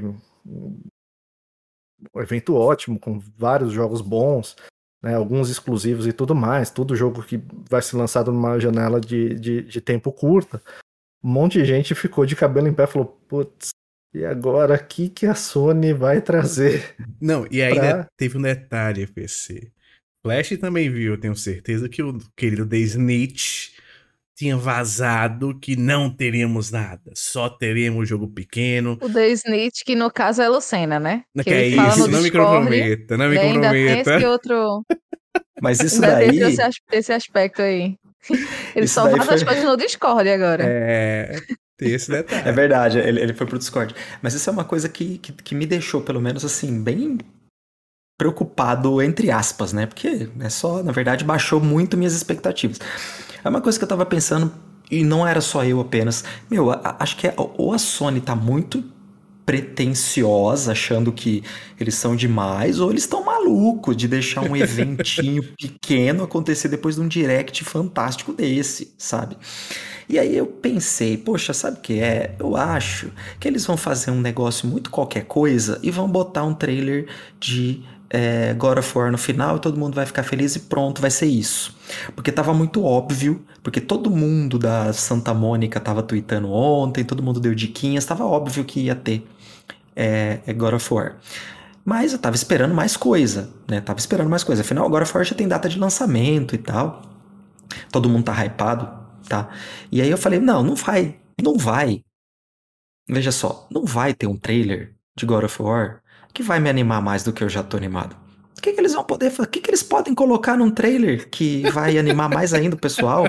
um evento ótimo, com vários jogos bons, né? Alguns exclusivos e tudo mais, todo jogo que vai ser lançado numa janela de tempo curta. Um monte de gente ficou de cabelo em pé e falou: putz, e agora o que a Sony vai trazer? Não, e ainda teve um detalhe, PC. Flash também viu, eu tenho certeza que o querido The Snitch tinha vazado que não teríamos nada, só teríamos jogo pequeno. O The Snitch, que no caso é Lucena, né? Não Que que é ele fala no isso, não me Discord. comprometa, não me E ainda tem comprometa. esse outro. Mas isso Ainda daí, tem esse aspecto aí. Ele isso só daí vaza foi. as coisas no Discord agora. Tem esse detalhe. É verdade, ele foi pro Discord. Mas isso é uma coisa que me deixou, pelo menos assim, bem preocupado, entre aspas, né? Porque é só, na verdade, baixou muito minhas expectativas. É uma coisa que eu tava pensando, e não era só eu apenas. Meu, acho que ou a Sony tá muito pretensiosa, achando que eles são demais, ou eles estão malucos de deixar um eventinho pequeno acontecer depois de um direct fantástico desse, sabe? E aí eu pensei, poxa, sabe o que é? Eu acho que eles vão fazer um negócio muito qualquer coisa e vão botar um trailer de God of War no final e todo mundo vai ficar feliz e pronto, vai ser isso. Porque tava muito óbvio, porque todo mundo da Santa Mônica tava tweetando ontem, todo mundo deu diquinhas, tava óbvio que ia ter God of War. Mas eu tava esperando mais coisa, né? Tava esperando mais coisa. Afinal, God of War já tem data de lançamento e tal. Todo mundo tá hypado, tá? E aí eu falei, não vai. Veja só, não vai ter um trailer de God of War que vai me animar mais do que eu já tô animado. O que eles vão poder fazer? O que eles podem colocar num trailer que vai animar mais ainda o pessoal?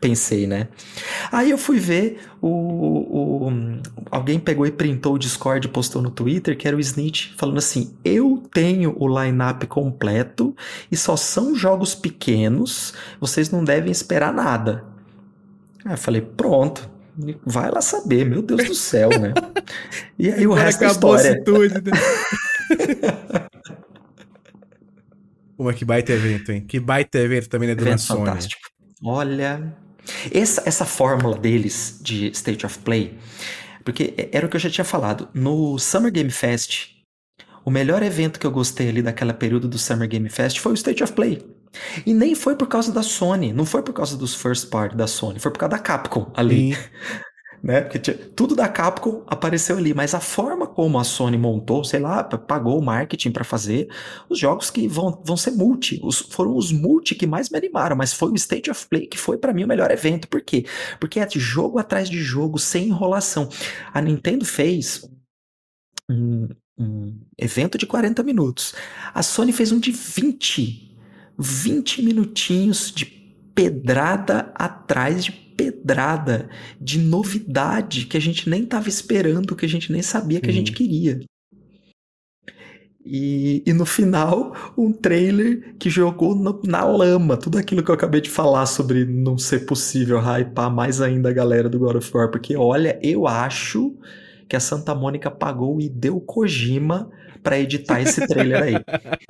pensei, né? Aí eu fui ver, alguém pegou e printou o Discord e postou no Twitter, que era o Snitch, falando assim, eu tenho o line-up completo e só são jogos pequenos, vocês não devem esperar nada. Aí eu falei, pronto, vai lá saber, meu Deus do céu, né? E aí o resto da história. Tudo, né? Pô, mas que baita evento, hein? Que baita evento também, né, Dona Sony. Fantástico. Olha, essa fórmula deles de State of Play, porque era o que eu já tinha falado, no Summer Game Fest, o melhor evento que eu gostei ali daquela período do Summer Game Fest foi o State of Play. E nem foi por causa da Sony, não foi por causa dos first party da Sony, foi por causa da Capcom ali. Né? Porque tudo da Capcom apareceu ali, mas a forma como a Sony montou, sei lá, pagou o marketing para fazer os jogos que vão ser multi, foram os multi que mais me animaram, mas foi o State of Play que foi para mim o melhor evento. Por quê? Porque é jogo atrás de jogo, sem enrolação. A Nintendo fez um evento de 40 minutos. A Sony fez um de 20 minutinhos de pedrada atrás de pedrada, de novidade que a gente nem estava esperando, que a gente nem sabia que a gente queria. E no final, um trailer que jogou na lama tudo aquilo que eu acabei de falar sobre não ser possível hypar mais ainda a galera do God of War, porque olha, eu acho que a Santa Mônica pagou e deu Kojima pra editar esse trailer aí.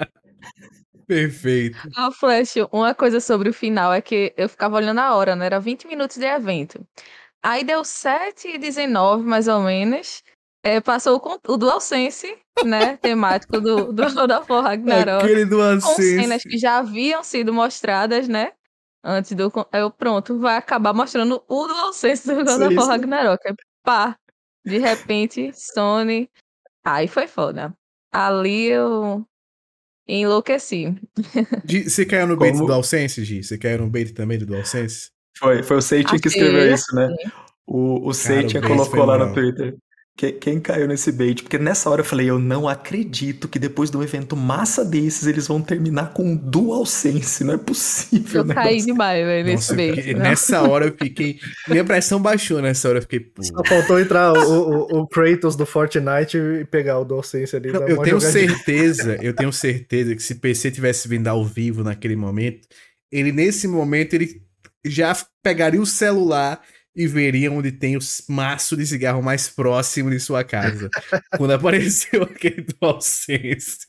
Perfeito. Flash, uma coisa sobre o final é que eu ficava olhando a hora, né? Era 20 minutos de evento. Aí deu 7h19, mais ou menos. Passou o DualSense, né? Temático do God of War Ragnarok. Aquele DualSense. Com cenas que já haviam sido mostradas, né? Antes do... pronto, vai acabar mostrando o DualSense do God of War Ragnarok. Pá! De repente, Sony... Aí foi foda. Ali eu... enlouqueci. Você caiu no bait do DualSense, Gi? Você caiu no bait também do DualSense? Foi o Seitin que escreveu isso, né? O Seitin colocou lá no Twitter. Quem caiu nesse bait? Porque nessa hora eu falei, eu não acredito que depois de um evento massa desses, eles vão terminar com um DualSense. Não é possível, eu caí demais, velho, nesse bait. Nessa hora eu fiquei... Minha pressão baixou nessa hora, eu fiquei... Pô. Só faltou entrar o Kratos do Fortnite e pegar o DualSense ali. Não, eu tenho certeza que se PC tivesse vindo ao vivo naquele momento, nesse momento, ele já pegaria o celular e veria onde tem o maço de cigarro mais próximo de sua casa. Quando apareceu aquele DualSense.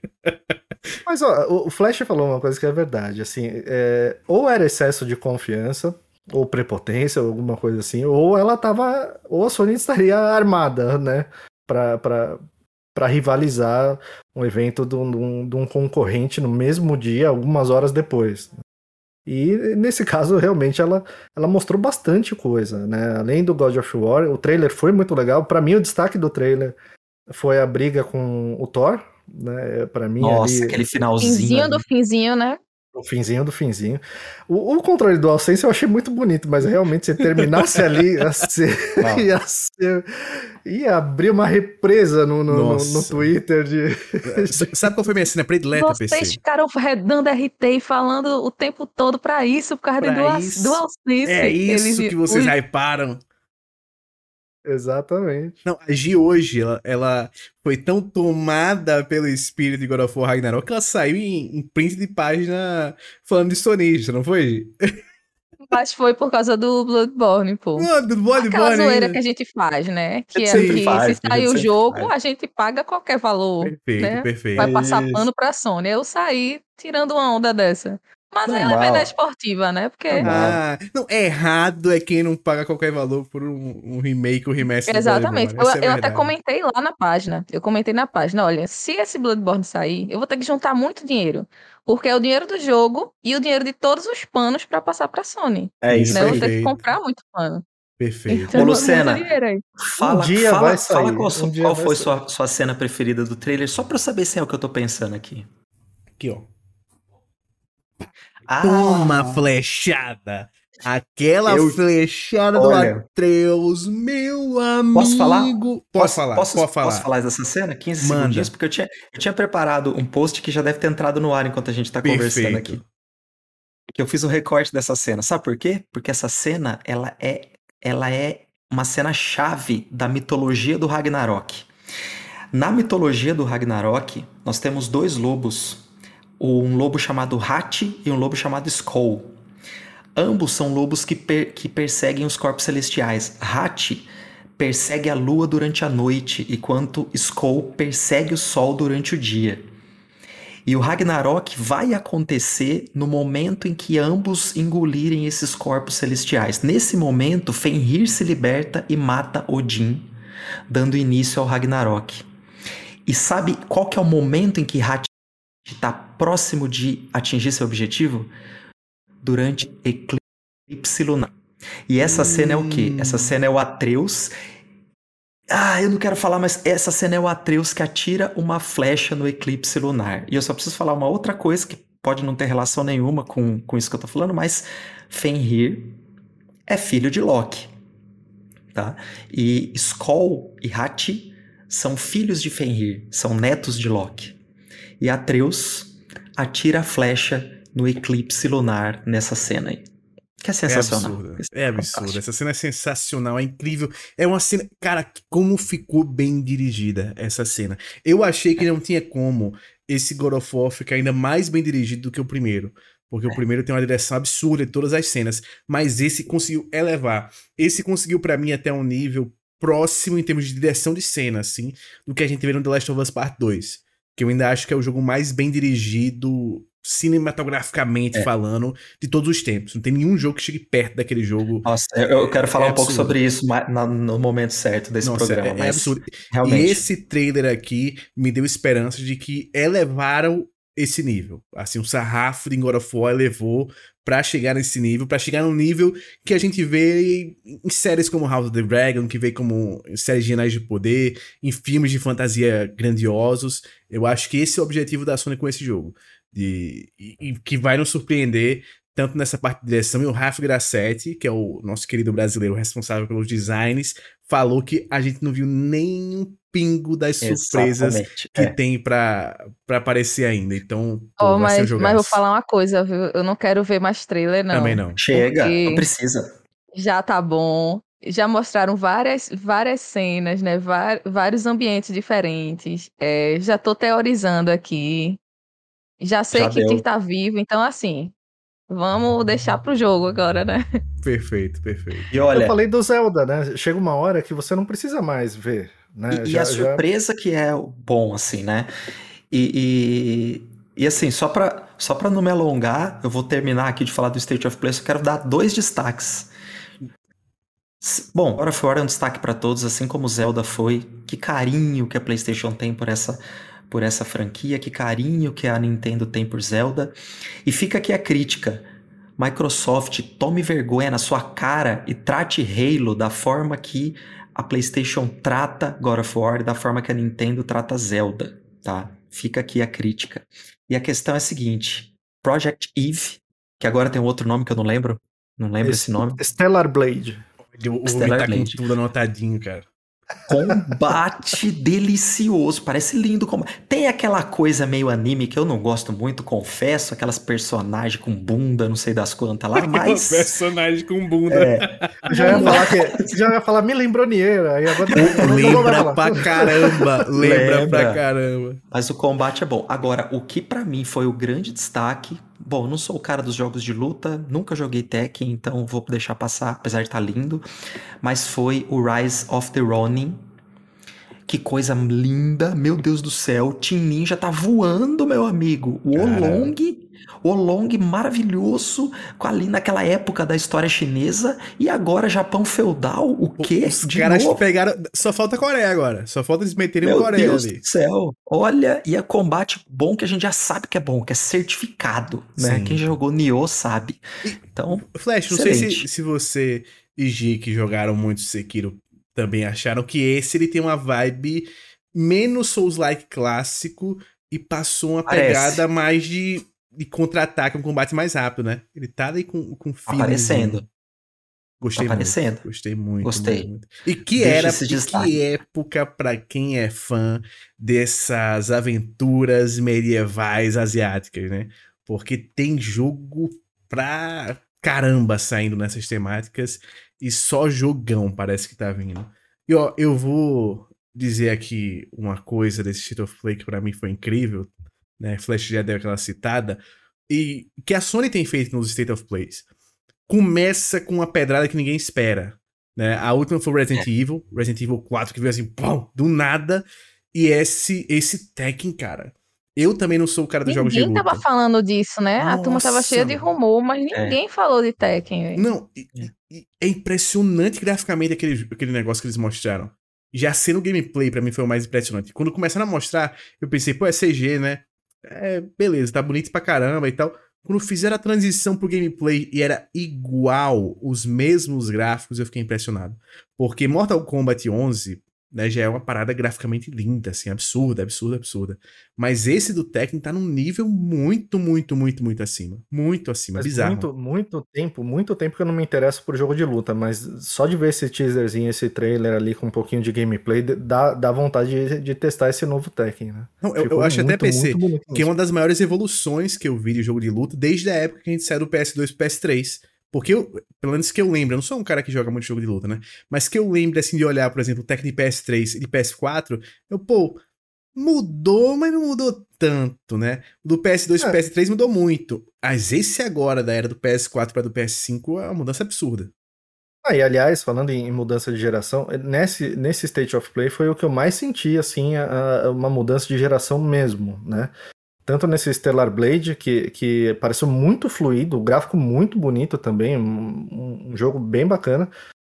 Mas ó, o Flash falou uma coisa que é verdade, assim, ou era excesso de confiança, ou prepotência, ou alguma coisa assim, ou a Sony estaria armada, né, pra rivalizar um evento de um concorrente no mesmo dia, algumas horas depois. E nesse caso, realmente, ela mostrou bastante coisa, né? Além do God of War, o trailer foi muito legal. Pra mim, o destaque do trailer foi a briga com o Thor, né? Pra mim, nossa, ali, aquele finalzinho. Finzinho do finzinho, né? O finzinho do finzinho. O controle do DualSense eu achei muito bonito, mas realmente se terminasse ali, ia abrir uma represa no Twitter de... Sabe qual foi minha cena predileta, PC? Vocês ficaram dando RT e falando o tempo todo pra isso, por causa de DualSense. É isso que vocês hyparam. Exatamente. Não, a Gi hoje, ela foi tão tomada pelo espírito de God of War Ragnarok que ela saiu em print de página falando de sonista, não foi, Gi? Mas foi por causa do Bloodborne, pô. Aquela zoeira que a gente faz, né? Que é que se sair o jogo, a gente paga qualquer valor. Perfeito. Vai passar pano pra Sony. Eu saí tirando uma onda dessa. Mas ela é da esportiva, né? Porque... não, errado é quem não paga qualquer valor por um remake ou remaster. Exatamente. Eu até comentei lá na página. Eu comentei na página, olha, se esse Bloodborne sair, eu vou ter que juntar muito dinheiro. Porque é o dinheiro do jogo e o dinheiro de todos os panos pra passar pra Sony. É isso, né? Eu vou ter que comprar muito pano. Perfeito. Então, ô, Lucena, fala qual foi sua cena preferida do trailer, só pra eu saber se é o que eu tô pensando aqui. Aqui, ó. Toma, flechada! Aquela flechada do Atreus, meu amigo. Posso falar? Pode falar. Posso falar dessa cena? 15 segundinhos, porque eu tinha preparado um post que já deve ter entrado no ar enquanto a gente tá conversando aqui. que eu fiz o recorte dessa cena. Sabe por quê? Porque essa cena, ela é uma cena chave da mitologia do Ragnarok. Na mitologia do Ragnarok, nós temos dois lobos. Um lobo chamado Hati e um lobo chamado Skoll. Ambos são lobos que perseguem os corpos celestiais. Hati persegue a lua durante a noite, enquanto Skoll persegue o sol durante o dia. E o Ragnarok vai acontecer no momento em que ambos engolirem esses corpos celestiais. Nesse momento, Fenrir se liberta e mata Odin, dando início ao Ragnarok. E sabe qual que é o momento em que Hati está próximo de atingir seu objetivo? Durante eclipse lunar. E essa cena é o quê? Essa cena é o Atreus. Eu não quero falar, mas essa cena é o Atreus que atira uma flecha no eclipse lunar. E eu só preciso falar uma outra coisa que pode não ter relação nenhuma com isso que eu tô falando, mas Fenrir é filho de Loki, tá? E Skoll e Hati são filhos de Fenrir, são netos de Loki. E Atreus atira a flecha no eclipse lunar nessa cena aí. Que é sensacional. É absurdo. Essa cena é sensacional, é incrível. É uma cena... Cara, como ficou bem dirigida essa cena. Eu achei que não tinha como esse God of War ficar ainda mais bem dirigido do que o primeiro. Porque o primeiro tem uma direção absurda em todas as cenas. Mas esse conseguiu elevar. Esse conseguiu, pra mim, até um nível próximo em termos de direção de cena, assim, do que a gente vê no The Last of Us Part 2. Que eu ainda acho que é o jogo mais bem dirigido... cinematograficamente falando, de todos os tempos. Não tem nenhum jogo que chegue perto daquele jogo. Nossa, eu quero falar um pouco sobre isso no momento certo desse programa. É absurdo. Realmente. E esse trailer aqui me deu esperança de que elevaram esse nível. Assim, o sarrafo de God of War elevou pra chegar nesse nível, pra chegar num nível que a gente vê em séries como House of the Dragon, que vê como em séries de Anéis de Poder, em filmes de fantasia grandiosos. Eu acho que esse é o objetivo da Sony com esse jogo. E que vai nos surpreender tanto nessa parte de direção. E o Rafa Grassetti, que é o nosso querido brasileiro responsável pelos designs, falou que a gente não viu nem pingo das surpresas que tem pra aparecer ainda. Então, vai ser um jogaço. Mas vou falar uma coisa, viu? Eu não quero ver mais trailer, não. Também não. Chega, não precisa. Já tá bom. Já mostraram várias cenas, né? Vários ambientes diferentes. Já tô teorizando aqui. Já sei que Tyr tá vivo, então assim, vamos deixar pro jogo agora, né? Perfeito. E olha, eu falei do Zelda, né? Chega uma hora que você não precisa mais ver, né? E a surpresa que é bom, assim, né? E assim, só pra não me alongar, eu vou terminar aqui de falar do State of Play, eu quero dar 2 destaques. Bom, God of War é um destaque pra todos, assim como Zelda foi. Que carinho que a PlayStation tem por essa franquia, que carinho que a Nintendo tem por Zelda. E fica aqui a crítica. Microsoft, tome vergonha na sua cara e trate Halo da forma que a PlayStation trata God of War e da forma que a Nintendo trata Zelda, tá? Fica aqui a crítica. E a questão é a seguinte, Project Eve, que agora tem um outro nome que eu não lembro esse nome. Stellar Blade. O Stellar tá Blade. Com tudo anotadinho, cara. Combate delicioso, parece lindo. Tem aquela coisa meio anime que eu não gosto muito, confesso, aquelas personagens com bunda, não sei das quantas lá, mas... personagem com bunda. Já ia falar, me lembrou Nier, aí agora... Lembra pra caramba. Mas o combate é bom. Agora, o que pra mim foi o grande destaque... Bom, eu não sou o cara dos jogos de luta, nunca joguei Tekken, então vou deixar passar, apesar de estar lindo. Mas foi o Rise of the Ronin. Que coisa linda, meu Deus do céu. Team Ninja tá voando, meu amigo. O Olong maravilhoso, ali naquela época da história chinesa. E agora Japão feudal, o quê? Os caras pegaram... Só falta a Coreia agora. Só falta eles meterem o Coreia Deus ali. Do céu. Olha, e é combate bom que a gente já sabe que é bom, que é certificado, né? Quem jogou Nioh sabe. Então, Flash, não sei se você e G, que jogaram muito Sekiro, também acharam que esse ele tem uma vibe menos Souls-like clássico e passou uma pegada mais de contra-ataque, um combate mais rápido, né? Ele tá aí com feeling. Aparecendo. Gostei muito. Gostei muito. Gostei. Muito. E que época pra quem é fã dessas aventuras medievais asiáticas, né? Porque tem jogo pra caramba saindo nessas temáticas e só jogão parece que tá vindo. E ó, eu vou dizer aqui uma coisa desse State of Play que pra mim foi incrível, né? Flash já deu aquela citada, e que a Sony tem feito nos State of Plays. Começa com uma pedrada que ninguém espera, né? A última foi Resident Evil 4, que veio assim, pum, do nada, e esse Tekken, cara. Eu também não sou o cara dos jogos de luta. Ninguém tava falando disso, né? A turma tava cheia de rumor, mas ninguém falou de Tekken, velho. Não, é impressionante graficamente aquele negócio que eles mostraram. Já sendo gameplay, pra mim, foi o mais impressionante. Quando começaram a mostrar, eu pensei, pô, é CG, né? Beleza, tá bonito pra caramba e tal. Quando fizeram a transição pro gameplay e era igual, os mesmos gráficos, eu fiquei impressionado. Porque Mortal Kombat 11, né, já é uma parada graficamente linda, assim, absurda. Mas esse do Tekken tá num nível muito acima. Muito acima, Mas bizarro. muito tempo que eu não me interesso por jogo de luta, mas só de ver esse teaserzinho, esse trailer ali com um pouquinho de gameplay, dá vontade de testar esse novo Tekken, né? Não, eu acho até PC que é uma das maiores evoluções que eu vi de jogo de luta desde a época que a gente saiu do PS2 pro PS3. Porque, pelo menos que eu lembro, eu não sou um cara que joga muito jogo de luta, né? Mas que eu lembro, assim, de olhar, por exemplo, o Tekken de PS3 e de PS4, mudou, mas não mudou tanto, né? Do PS2 pro PS3 mudou muito. Mas esse agora, da era do PS4 para do PS5, é uma mudança absurda. E aliás, falando em mudança de geração, nesse State of Play foi o que eu mais senti, assim, uma mudança de geração mesmo, né? Tanto nesse Stellar Blade, que pareceu muito fluido, o gráfico muito bonito também, um jogo bem bacana.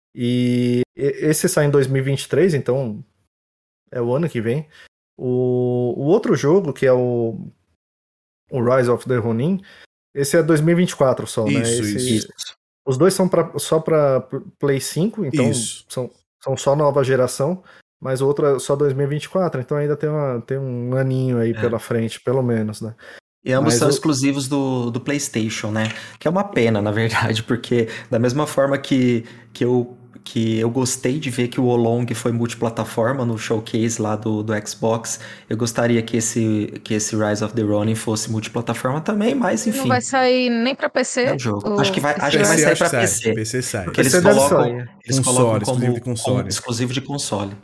E esse sai em 2023, então é o ano que vem. O outro jogo, que é o Rise of the Ronin, esse é 2024 só, né? Isso. Os dois são só para Play 5, então são só nova geração. Mas o outro é só 2024, então ainda tem um aninho aí pela frente, pelo menos, né? E ambos são exclusivos do PlayStation, né? Que é uma pena, na verdade, porque da mesma forma que eu gostei de ver que o Olong foi multiplataforma no showcase lá do Xbox, eu gostaria que esse Rise of the Ronin fosse multiplataforma também, mas enfim. Não vai sair nem pra PC? É o jogo. Acho que vai sair pra PC. PC sai. Porque eles colocam como exclusivo de console.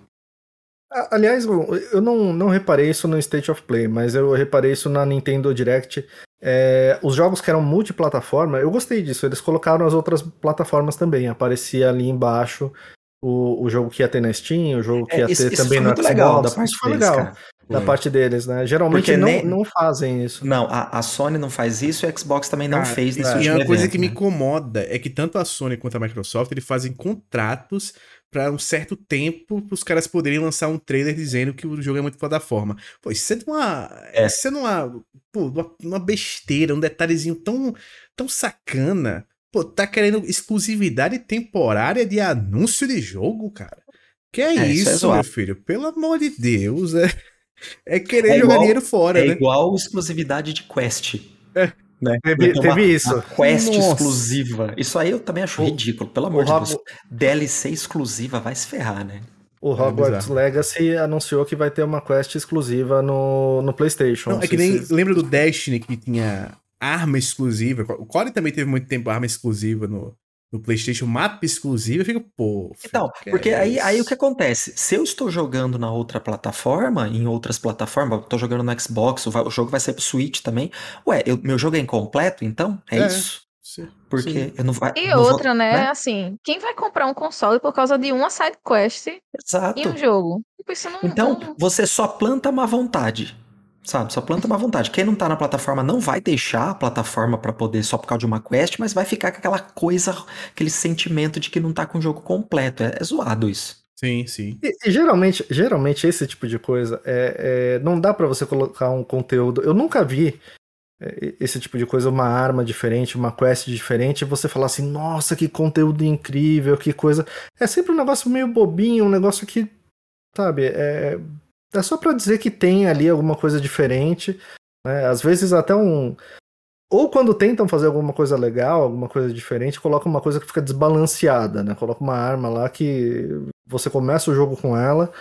Aliás, eu não reparei isso no State of Play, mas eu reparei isso na Nintendo Direct. Os jogos que eram multiplataforma, eu gostei disso. Eles colocaram as outras plataformas também. Aparecia ali embaixo o jogo que ia ter na Steam, o jogo que ia ter também no Xbox. Legal da parte isso foi deles, legal cara. da parte deles, né? Geralmente não fazem isso. Não, a Sony não faz isso e a Xbox também não fez nesse último evento. E uma coisa que me incomoda é que tanto a Sony quanto a Microsoft eles fazem contratos para um certo tempo para os caras poderem lançar um trailer dizendo que o jogo é multiplataforma. Pô, isso é uma besteira, um detalhezinho tão sacana. Pô, tá querendo exclusividade temporária de anúncio de jogo, cara? Que isso, meu filho? Pelo amor de Deus, é querer jogar dinheiro fora, né? É igual exclusividade de Quest. Né? Teve isso. Uma Quest exclusiva. Isso aí eu também acho ridículo, pelo amor de Deus. DLC exclusiva, vai se ferrar, né? O Hogwarts Legacy anunciou que vai ter uma quest exclusiva no PlayStation. Não, é que nem lembra do Destiny que tinha arma exclusiva. O Core também teve muito tempo arma exclusiva no PlayStation, mapa exclusivo. Eu fico, pô. Então, porque aí o que acontece? Se eu estou jogando na outra plataforma, em outras plataformas, eu tô jogando no Xbox, o jogo vai sair pro Switch também. Ué, meu jogo é incompleto, então? É isso? Sim, porque eu não vai. E outra, né? Assim, quem vai comprar um console por causa de uma side quest em um jogo? Então, você só planta má vontade. Sabe, só planta má vontade. Quem não tá na plataforma não vai deixar a plataforma pra poder só por causa de uma quest, mas vai ficar com aquela coisa, aquele sentimento de que não tá com o jogo completo. É zoado isso. Sim. E geralmente esse tipo de coisa não dá pra você colocar um conteúdo. Eu nunca vi esse tipo de coisa, uma arma diferente, uma quest diferente, e você falar assim, nossa, que conteúdo incrível, que coisa. É sempre um negócio meio bobinho, um negócio que, sabe, é só pra dizer que tem ali alguma coisa diferente, né? Às vezes até ou quando tentam fazer alguma coisa legal, alguma coisa diferente, coloca uma coisa que fica desbalanceada, né? Coloca uma arma lá que você começa o jogo com ela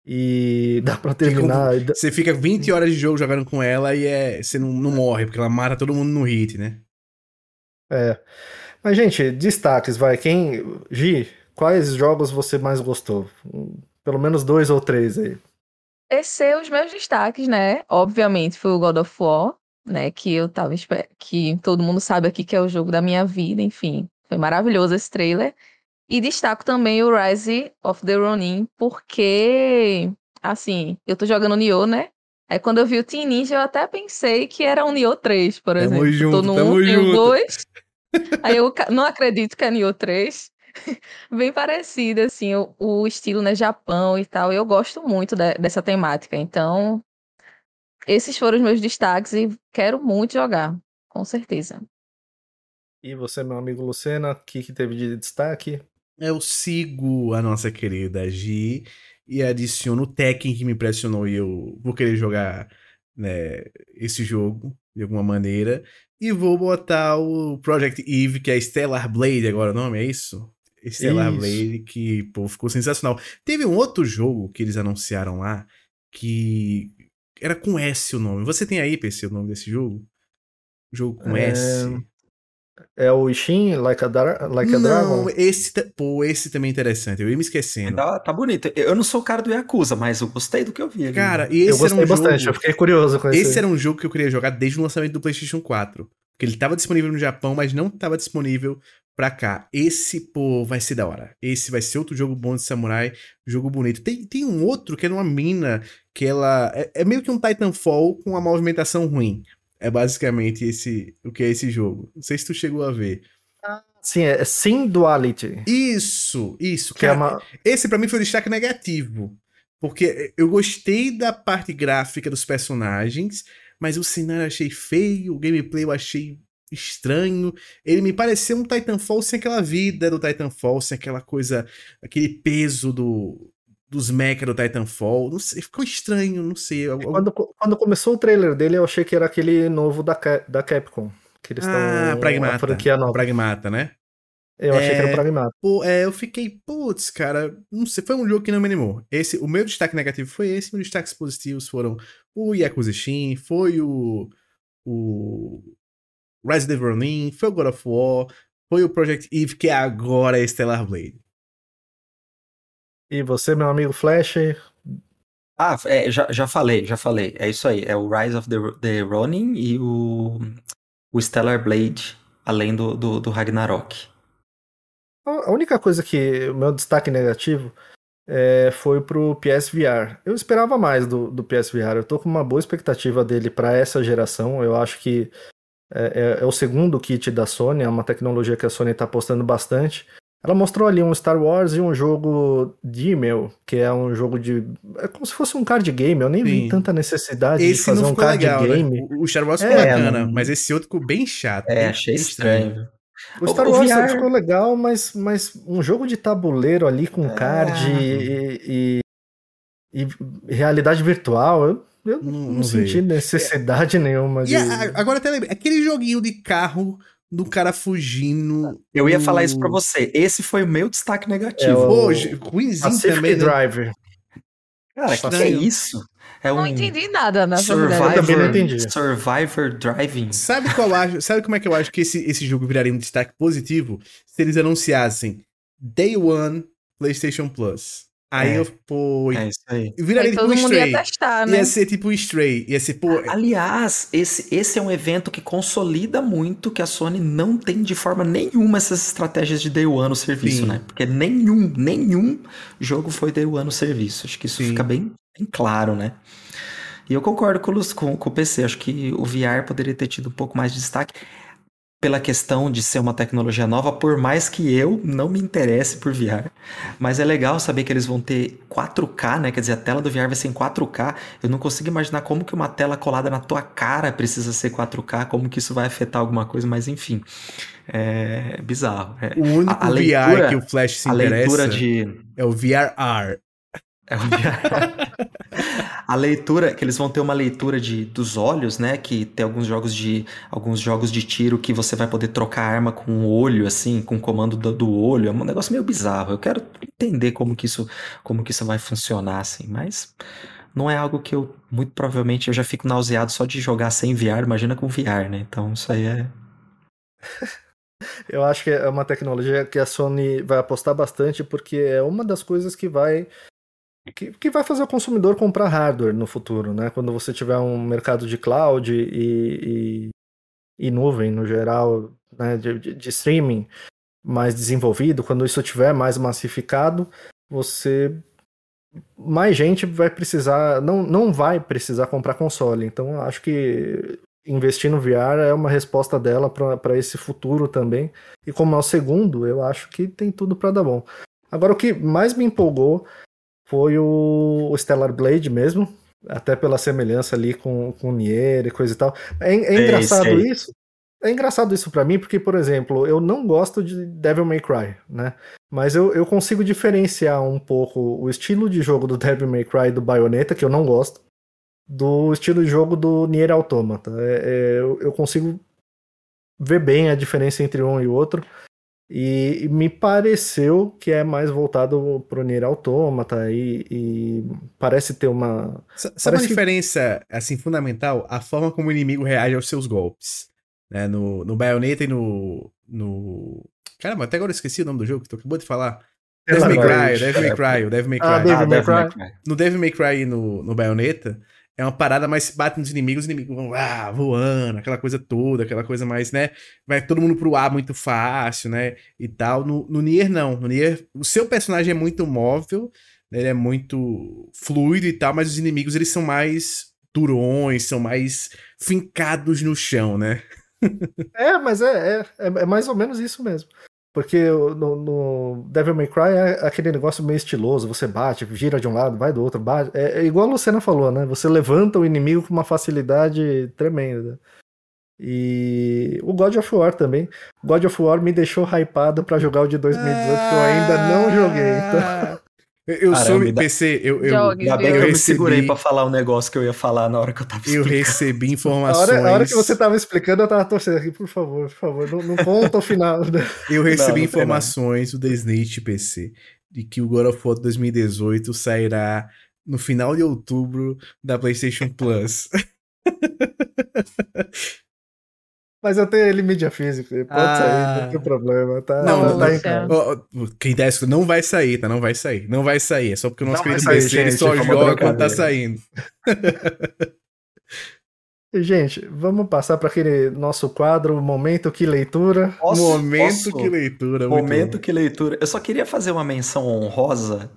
e dá pra terminar. Você fica 20 horas de jogo jogando com ela e você não morre, porque ela mata todo mundo no hit, né? É. Mas, gente, destaques, vai. Gi, quais jogos você mais gostou? Pelo menos 2 ou 3 aí. Esses são os meus destaques, né? Obviamente foi o God of War, né? Que eu tava que todo mundo sabe aqui que é o jogo da minha vida, enfim. Foi maravilhoso esse trailer. E destaco também o Rise of the Ronin, porque, assim, eu tô jogando Nioh, né? Aí quando eu vi o Team Ninja, eu até pensei que era um Nioh 3, por Tamo exemplo. Eu tô junto, no 1, tamo tenho o junto. 2, aí eu não acredito que é Nioh 3. Bem parecido, assim, o estilo, né, Japão e tal. Eu gosto muito dessa temática. Então, esses foram os meus destaques e quero muito jogar, com certeza. E você, meu amigo Lucena, o que teve de destaque? Eu sigo a nossa querida Gi e adiciono o Tekken que me impressionou e eu vou querer jogar, né, esse jogo de alguma maneira. E vou botar o Project Eve, que é Stellar Blade agora o nome, é isso? Stellar Isso. Blade, que, pô, ficou sensacional. Teve um outro jogo que eles anunciaram lá, que era com S o nome. Você tem aí, PC, o nome desse jogo? Jogo com É, S. é o Ishin, Like a Não, Dragon? esse também é interessante. Eu ia me esquecendo. Tá bonito. Eu não sou o cara do Yakuza, mas eu gostei do que eu vi ali. Cara, e Eu esse era um gostei bastante, eu jogo. fiquei curioso com esse Esse aí. era um jogo que eu queria jogar desde o lançamento do PlayStation 4. Porque ele tava disponível no Japão, mas não tava disponível pra cá. Esse, pô, vai ser da hora. Esse vai ser outro jogo bom de samurai, jogo bonito. Tem um outro que é numa mina, que ela. É meio que um Titanfall com uma movimentação ruim. É basicamente o que é esse jogo. Não sei se tu chegou a ver. Sim, é Sim Duality, Isso, que é cara. uma... Esse pra mim foi o destaque negativo. Porque eu gostei da parte gráfica dos personagens, mas o cenário eu achei feio, o gameplay eu achei estranho. Ele me pareceu um Titanfall sem aquela vida do Titanfall, sem aquela coisa, aquele peso dos mecha do Titanfall. Não sei, ficou estranho, não sei. Quando começou o trailer dele, eu achei que era aquele novo da Capcom, que eles Ah, estão... a Pragmata. franquia O nova. Pragmata, né? Eu achei que era o É, Pragmata. pô, eu fiquei, putz, cara, não sei, foi um jogo que não me animou. O meu destaque negativo foi esse, meus destaques positivos foram o Yakuza Shin, foi o Resident Evil Ronin, foi o God of War, foi o Project Eve, que agora é Stellar Blade. E você, meu amigo Flash, Já falei. É isso aí. É o Rise of the Ronin e o Stellar Blade, além do Ragnarok. a única coisa que o meu destaque negativo foi pro PSVR. Eu esperava mais do PSVR. Eu tô com uma boa expectativa dele para essa geração. Eu acho que é o segundo kit da Sony, é uma tecnologia que a Sony está apostando bastante. Ela mostrou ali um Star Wars e um jogo de e-mail, que é um jogo de. É como se fosse um card game. Eu nem vi Sim. tanta necessidade de Esse não fazer um ficou card legal, né? game. O Star Wars ficou bacana, Não. mas esse outro ficou bem chato, Achei bem estranho. estranho. O Star O Wars VR. ficou legal, mas um jogo de tabuleiro ali com card e realidade virtual, eu Não, não não senti veio. necessidade nenhuma E de. agora até lembrei, aquele joguinho de carro do cara fugindo Eu ia falar isso pra no. você. Esse foi o meu destaque É negativo. Pô, o ruinzinho Pacific também, né? Drive. Cara, que é Estranho. isso? É Não um entendi nada, na Eu verdade. também não Survivor, entendi. Survivor Driving. Sabe como é que eu acho que esse jogo viraria um destaque positivo? Se eles anunciassem Day One PlayStation Plus. Aí É, eu, pô, é isso aí. viraria Aí tipo um todo mundo ia Stray. testar, Ia né? ser tipo um Stray. Ia ser, pô, Aliás, esse é um evento que consolida muito que a Sony não tem de forma nenhuma essas estratégias de Day One no serviço, né? sim, Porque nenhum jogo foi Day One no serviço. Acho que isso fica sim. bem claro, né? E eu concordo com o PC. Acho que o VR poderia ter tido um pouco mais de destaque pela questão de ser uma tecnologia nova, por mais que eu não me interesse por VR. Mas é legal saber que eles vão ter 4K, né? Quer dizer, a tela do VR vai ser em 4K. Eu não consigo imaginar como que uma tela colada na tua cara precisa ser 4K, como que isso vai afetar alguma coisa, mas enfim. É bizarro. O único A VR que o leitura, Flash se a leitura interessa de... é o VRR. É um a leitura, que eles vão ter uma leitura dos olhos, né? Que tem alguns jogos de tiro que você vai poder trocar arma com o olho, assim, com o comando do olho. É um negócio meio bizarro. Eu quero entender como que isso vai funcionar, assim, mas não é algo que muito provavelmente, eu já fico nauseado só de jogar sem VR, imagina com VR, né? Então isso aí é. Eu acho que é uma tecnologia que a Sony vai apostar bastante, porque é uma das coisas que vai fazer o consumidor comprar hardware no futuro, né? Quando você tiver um mercado de cloud e nuvem no geral, né? De streaming mais desenvolvido, quando isso tiver mais massificado, mais gente vai precisar, não vai precisar comprar console. Então, eu acho que investir no VR é uma resposta dela para esse futuro também. E como é o segundo, eu acho que tem tudo para dar bom. Agora, o que mais me empolgou foi o Stellar Blade mesmo, até pela semelhança ali com o Nier e coisa e tal. É engraçado isso. É engraçado isso pra mim, porque, por exemplo, eu não gosto de Devil May Cry, né? Mas eu consigo diferenciar um pouco o estilo de jogo do Devil May Cry e do Bayonetta, que eu não gosto, do estilo de jogo do Nier Automata. Eu consigo ver bem a diferença entre um e o outro. E me pareceu que é mais voltado pro Nier Automata e parece ter uma... Sabe uma diferença, assim, fundamental? A forma como o inimigo reage aos seus golpes. Né? No Bayonetta e no... Caramba, até agora eu esqueci o nome do jogo que tu acabou de falar. Devil May Cry. No Devil May Cry e no Bayonetta, é uma parada mais se bate nos inimigos, os inimigos vão voando, aquela coisa toda, aquela coisa mais, né? Vai todo mundo pro ar muito fácil, né? E tal. No Nier, não. No Nier, o seu personagem é muito móvel, né? Ele é muito fluido e tal, mas os inimigos, eles são mais durões, são mais fincados no chão, né? Mas é mais ou menos isso mesmo. Porque no Devil May Cry é aquele negócio meio estiloso, você bate, gira de um lado, vai do outro, bate. É igual a Luciana falou, né? Você levanta o inimigo com uma facilidade tremenda. E o God of War também. O God of War me deixou hypado pra jogar o de 2018, que eu ainda não joguei. Então... Eu sou PC, ainda bem que eu me segurei pra falar um negócio que eu ia falar na hora que eu tava explicando. Eu recebi informações. A hora que você tava explicando, eu tava torcendo aqui, por favor, não conta o final. Eu recebi informações do The Snake PC de que o God of War 2018 sairá no final de outubro da PlayStation Plus. Mas eu tenho ele mídia física, pode sair, não tem problema, tá? Quem desse não vai sair, tá? Não vai sair. É só porque o nosso querido PC ele só gente, joga quando tá saindo. Gente, vamos passar para aquele nosso quadro, Momento que Leitura. Momento que Leitura. Eu só queria fazer uma menção honrosa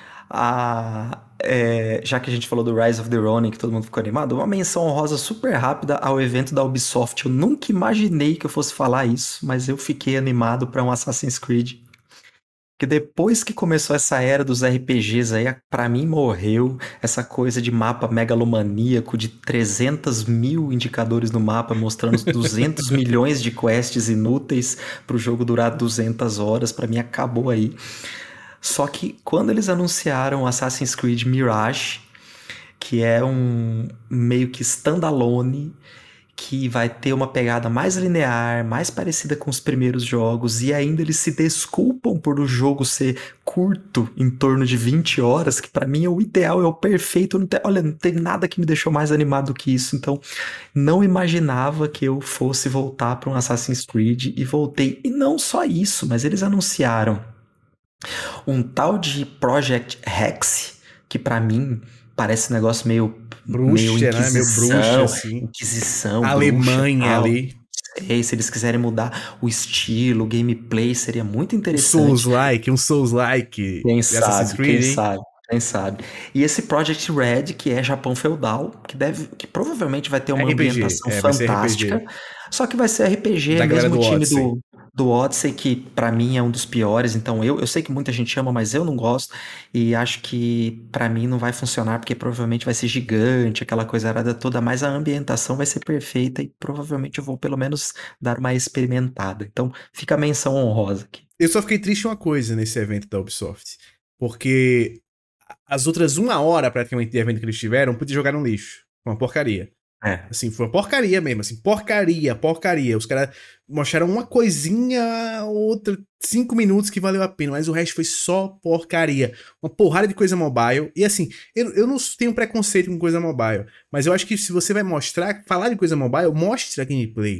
já que a gente falou do Rise of the Ronin, que todo mundo ficou animado, uma menção honrosa super rápida ao evento da Ubisoft. Eu nunca imaginei que eu fosse falar isso, mas eu fiquei animado para um Assassin's Creed. Porque depois que começou essa era dos RPGs aí, pra mim morreu essa coisa de mapa megalomaníaco de 300 mil indicadores no mapa, mostrando 200 milhões de quests inúteis pro jogo durar 200 horas. Pra mim acabou aí. Só que quando eles anunciaram Assassin's Creed Mirage, que é um meio que standalone, que vai ter uma pegada mais linear, mais parecida com os primeiros jogos, e ainda eles se desculpam por o jogo ser curto, em torno de 20 horas, que pra mim é o ideal, é o perfeito. Olha, não tem nada que me deixou mais animado que isso, então não imaginava que eu fosse voltar para um Assassin's Creed, e voltei. E não só isso, mas eles anunciaram um tal de Project Hex, que pra mim parece um negócio meio bruxa, né? Meio bruxa, assim. Inquisição, Alemanha bruxa, ali. Se eles quiserem mudar o estilo, o gameplay, seria muito interessante. Um Souls-like. Quem sabe. E esse Project Red, que é Japão feudal, que provavelmente vai ter uma ambientação fantástica. Só que vai ser RPG, da mesmo time Odyssey. do Odyssey, que pra mim é um dos piores. Então eu sei que muita gente ama, mas eu não gosto. E acho que pra mim não vai funcionar, porque provavelmente vai ser gigante, aquela coisa arada toda. Mas a ambientação vai ser perfeita e provavelmente eu vou pelo menos dar uma experimentada. Então fica a menção honrosa aqui. Eu só fiquei triste uma coisa nesse evento da Ubisoft. Porque as outras 1 hora praticamente de evento que eles tiveram, podia jogar no lixo. Uma porcaria. Assim, foi uma porcaria mesmo, assim, porcaria. Os caras mostraram uma coisinha, outra, 5 minutos que valeu a pena, mas o resto foi só porcaria. Uma porrada de coisa mobile. E assim, eu não tenho preconceito com coisa mobile, mas eu acho que se você vai falar de coisa mobile, mostre a gameplay.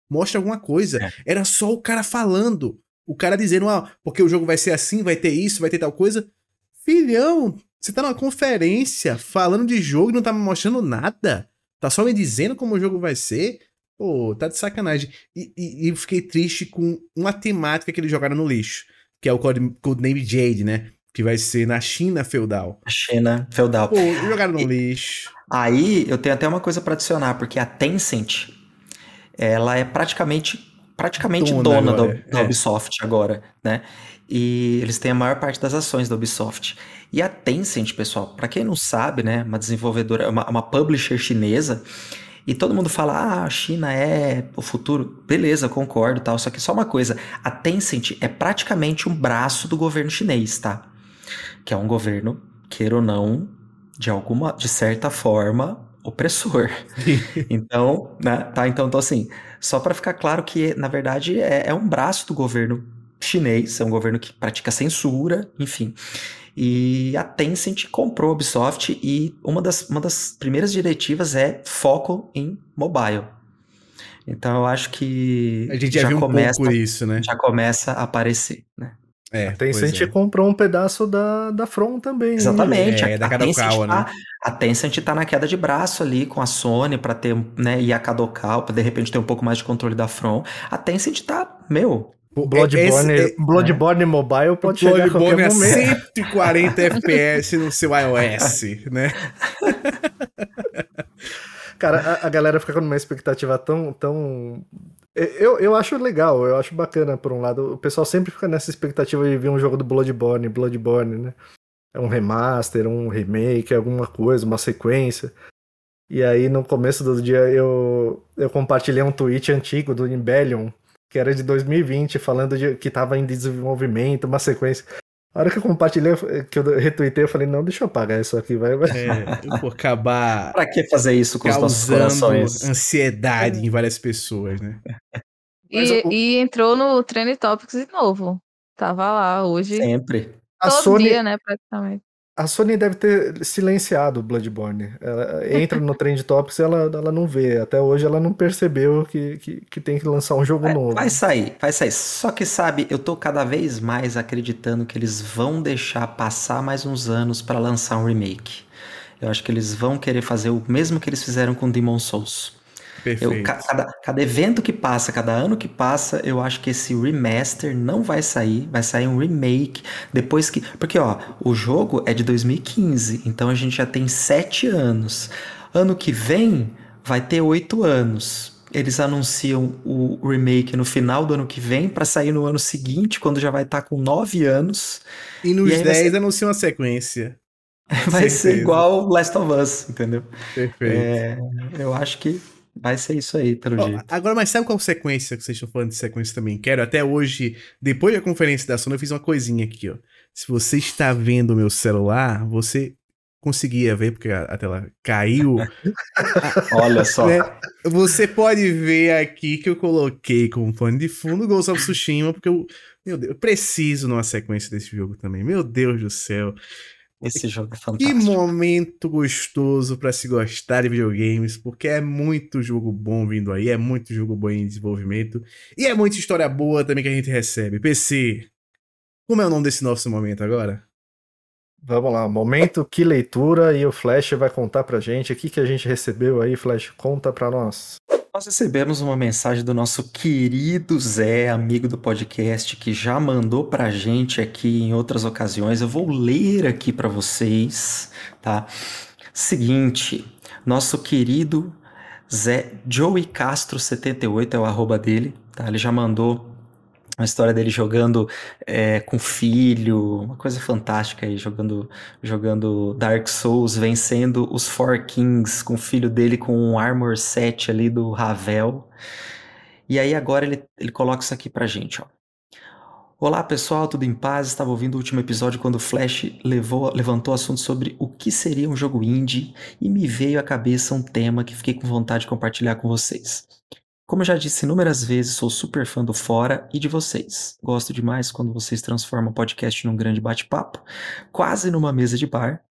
mostra alguma coisa. É. Era só o cara falando. O cara dizendo, porque o jogo vai ser assim, vai ter isso, vai ter tal coisa. Filhão, você tá numa conferência falando de jogo e não tá me mostrando nada. Tá só me dizendo como o jogo vai ser. Pô, tá de sacanagem. E eu fiquei triste com uma temática que eles jogaram no lixo, que é o Codename Jade, né? Que vai ser na China feudal. A China feudal. Pô, jogaram no lixo. Aí eu tenho até uma coisa pra adicionar, porque a Tencent, ela é praticamente dona da Ubisoft agora, né? E eles têm a maior parte das ações da Ubisoft. E a Tencent, pessoal, pra quem não sabe, né? Uma desenvolvedora, uma publisher chinesa. E todo mundo fala, a China é o futuro. Beleza, concordo, tal. Só que só uma coisa, a Tencent é praticamente um braço do governo chinês, tá? Que é um governo, queira ou não, de certa forma, opressor. Então, né, tá? Então, assim, só para ficar claro que, na verdade, é um braço do governo chinês, é um governo que pratica censura, enfim. E a Tencent comprou a Ubisoft e uma das primeiras diretivas é foco em mobile. Então, eu acho que a gente já viu um pouco isso, né? Já começa a aparecer, né? A Tencent comprou um pedaço da From também. Exatamente. Da Kadokawa, né? A Tencent tá na queda de braço ali com a Sony pra ter, né, e a Kadokawa pra de repente ter um pouco mais de controle da From. A Tencent tá, Bloodborne Mobile pode chegar a qualquer momento. 140 FPS no seu iOS, né? Cara, a galera fica com uma expectativa tão... Eu acho legal, eu acho bacana por um lado. O pessoal sempre fica nessa expectativa de ver um jogo do Bloodborne, né? É um remaster, um remake, alguma coisa, uma sequência. E aí no começo do dia eu compartilhei um tweet antigo do Imbellion, que era de 2020, falando que tava em desenvolvimento, uma sequência. A hora que eu compartilhei, que eu retuitei, eu falei, não, deixa eu apagar isso aqui, vai. Eu vou acabar... Pra que fazer isso com os nossos corações? Ansiedade em várias pessoas, né? E entrou no Trend Topics de novo. Tava lá hoje. Sempre. Todo dia, né, praticamente. A Sony deve ter silenciado o Bloodborne. Ela entra no Trend Topics e ela não vê. Até hoje ela não percebeu que tem que lançar um jogo novo. Vai sair. Só que, sabe, eu tô cada vez mais acreditando que eles vão deixar passar mais uns anos pra lançar um remake. Eu acho que eles vão querer fazer o mesmo que eles fizeram com Demon's Souls. Perfeito. Cada evento que passa, cada ano que passa, eu acho que esse remaster não vai sair um remake, depois que... Porque, o jogo é de 2015, então a gente já tem 7 anos. Ano que vem vai ter 8 anos. Eles anunciam o remake no final do ano que vem, pra sair no ano seguinte, quando já vai estar com 9 anos. E nos 10 anunciam uma sequência. Vai ser igual Last of Us, entendeu? Perfeito. Eu acho que vai ser isso aí, pelo jeito. Agora, mas sabe qual sequência que vocês estão falando de sequência também? Quero até hoje, depois da conferência da Sony, eu fiz uma coisinha aqui, ó. Se você está vendo o meu celular, você conseguia ver, porque a tela caiu. Olha só. Né? Você pode ver aqui que eu coloquei como pano de fundo Ghost of Tsushima, porque meu Deus, eu preciso numa sequência desse jogo também. Meu Deus do céu. Esse jogo é fantástico. Que momento gostoso pra se gostar de videogames, porque é muito jogo bom vindo aí, é muito jogo bom em desenvolvimento, e é muita história boa também que a gente recebe. PC, como é o nome desse nosso momento agora? Vamos lá, momento que leitura, e o Flash vai contar pra gente o que a gente recebeu aí. Flash, conta pra nós. Nós recebemos uma mensagem do nosso querido Zé, amigo do podcast, que já mandou pra gente aqui em outras ocasiões. Eu vou ler aqui pra vocês, tá? Seguinte, nosso querido Zé, Joey Castro 78 é o arroba dele, tá? Ele já mandou uma história dele jogando com o filho, uma coisa fantástica aí, jogando Dark Souls, vencendo os Four Kings com o filho dele com um Armor 7 ali do Ravel. E aí agora ele coloca isso aqui pra gente, ó. Olá pessoal, tudo em paz? Estava ouvindo o último episódio quando o Flash levantou o assunto sobre o que seria um jogo indie e me veio à cabeça um tema que fiquei com vontade de compartilhar com vocês. Como eu já disse inúmeras vezes, sou super fã do Fora e de vocês. Gosto demais quando vocês transformam o podcast num grande bate-papo, quase numa mesa de bar.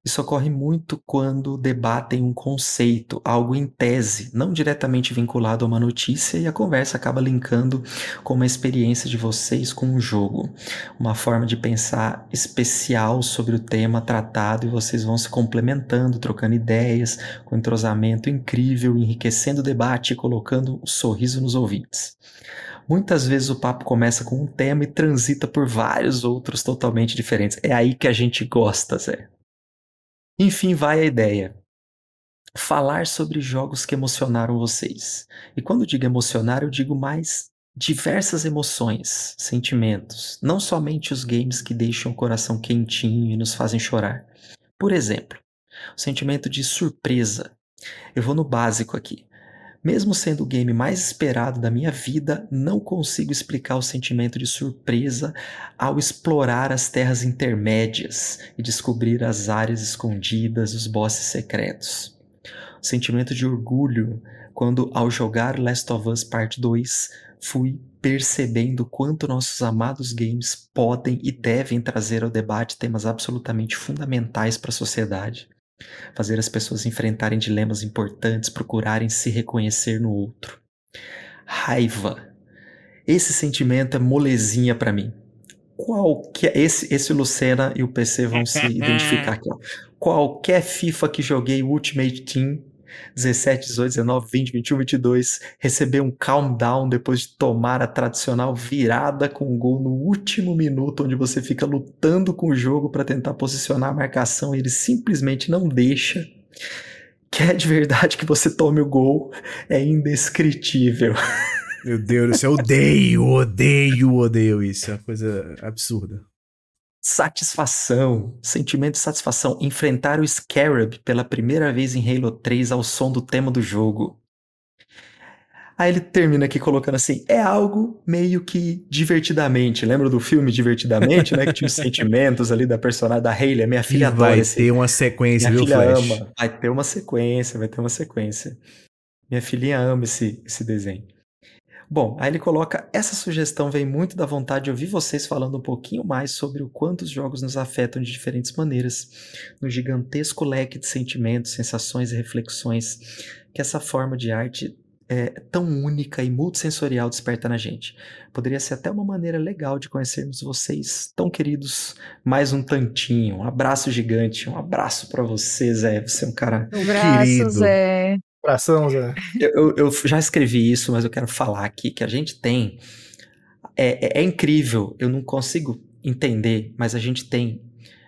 Isso ocorre muito quando debatem um conceito, algo em tese, não diretamente vinculado a uma notícia, e a conversa acaba linkando com uma experiência de vocês com um jogo. Uma forma de pensar especial sobre o tema tratado, e vocês vão se complementando, trocando ideias, com um entrosamento incrível, enriquecendo o debate e colocando um sorriso nos ouvintes. Muitas vezes o papo começa com um tema e transita por vários outros totalmente diferentes. É aí que a gente gosta, Zé. Enfim, vai a ideia. Falar sobre jogos que emocionaram vocês. E quando digo emocionar, eu digo mais diversas emoções, sentimentos. Não somente os games que deixam o coração quentinho e nos fazem chorar. Por exemplo, o sentimento de surpresa. Eu vou no básico aqui. Mesmo sendo o game mais esperado da minha vida, não consigo explicar o sentimento de surpresa ao explorar as terras intermédias e descobrir as áreas escondidas, os bosses secretos. O sentimento de orgulho quando, ao jogar Last of Us Part 2, fui percebendo quanto nossos amados games podem e devem trazer ao debate temas absolutamente fundamentais para a sociedade. Fazer as pessoas enfrentarem dilemas importantes, procurarem se reconhecer no outro. Raiva. Esse sentimento é molezinha pra mim. Esse Lucena e o PC vão se identificar aqui, ó. Qualquer FIFA que joguei Ultimate Team 17, 18, 19, 20, 21, 22 recebeu um calm down depois de tomar a tradicional virada com um gol no último minuto, onde você fica lutando com o jogo para tentar posicionar a marcação e ele simplesmente não deixa. Quer de verdade que você tome o gol, é indescritível. Meu Deus do céu, odeio isso. É uma coisa absurda. Satisfação, sentimento de satisfação. Enfrentar o Scarab pela primeira vez em Halo 3 ao som do tema do jogo. Aí ele termina aqui colocando assim, é algo meio que divertidamente. Lembra do filme Divertidamente, né? Que tinha os sentimentos ali da personagem da Hayley. Minha filha adora esse... Vai ter uma sequência, Minha viu, filha Flash? ama. Vai ter uma sequência. Minha filhinha ama esse desenho. Bom, aí ele coloca, essa sugestão vem muito da vontade de ouvir vocês falando um pouquinho mais sobre o quanto os jogos nos afetam de diferentes maneiras, no gigantesco leque de sentimentos, sensações e reflexões que essa forma de arte tão única e multissensorial desperta na gente. Poderia ser até uma maneira legal de conhecermos vocês, tão queridos, mais um tantinho. Um abraço gigante, um abraço pra você, Zé. Você é um cara Abraço, Zé. Abração, Zé. Eu já escrevi isso, mas eu quero falar aqui que a gente tem... É incrível, eu não consigo entender, mas a gente tem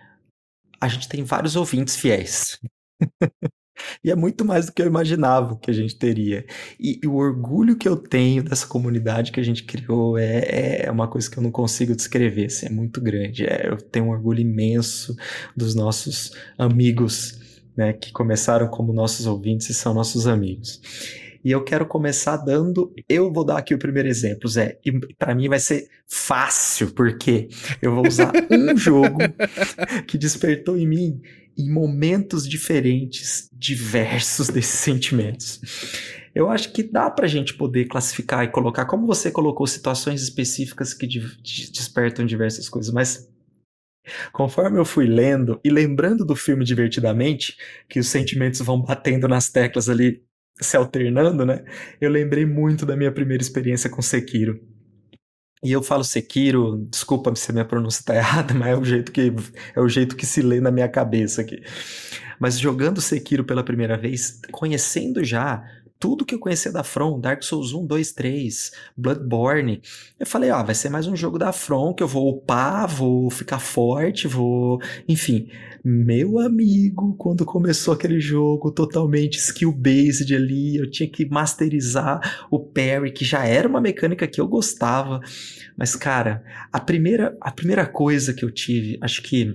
vários ouvintes fiéis. E é muito mais do que eu imaginava que a gente teria. E o orgulho que eu tenho dessa comunidade que a gente criou é uma coisa que eu não consigo descrever, assim, é muito grande. Eu tenho um orgulho imenso dos nossos amigos, né, que começaram como nossos ouvintes e são nossos amigos. E eu quero começar eu vou dar aqui o primeiro exemplo, Zé, e para mim vai ser fácil, porque eu vou usar um jogo que despertou em mim, em momentos diferentes, diversos desses sentimentos. Eu acho que dá pra gente poder classificar e colocar, como você colocou, situações específicas que despertam diversas coisas, mas conforme eu fui lendo e lembrando do filme Divertidamente, que os sentimentos vão batendo nas teclas ali, se alternando, né? Eu lembrei muito da minha primeira experiência com Sekiro. E eu falo Sekiro, desculpa se a minha pronúncia tá errada, mas é o jeito que se lê na minha cabeça aqui. Mas jogando Sekiro pela primeira vez, conhecendo já tudo que eu conhecia da From, Dark Souls 1, 2, 3, Bloodborne, eu falei, vai ser mais um jogo da From que eu vou upar, vou ficar forte, enfim, meu amigo, quando começou aquele jogo totalmente skill-based ali, eu tinha que masterizar o parry, que já era uma mecânica que eu gostava, mas cara, a primeira coisa que eu tive, acho que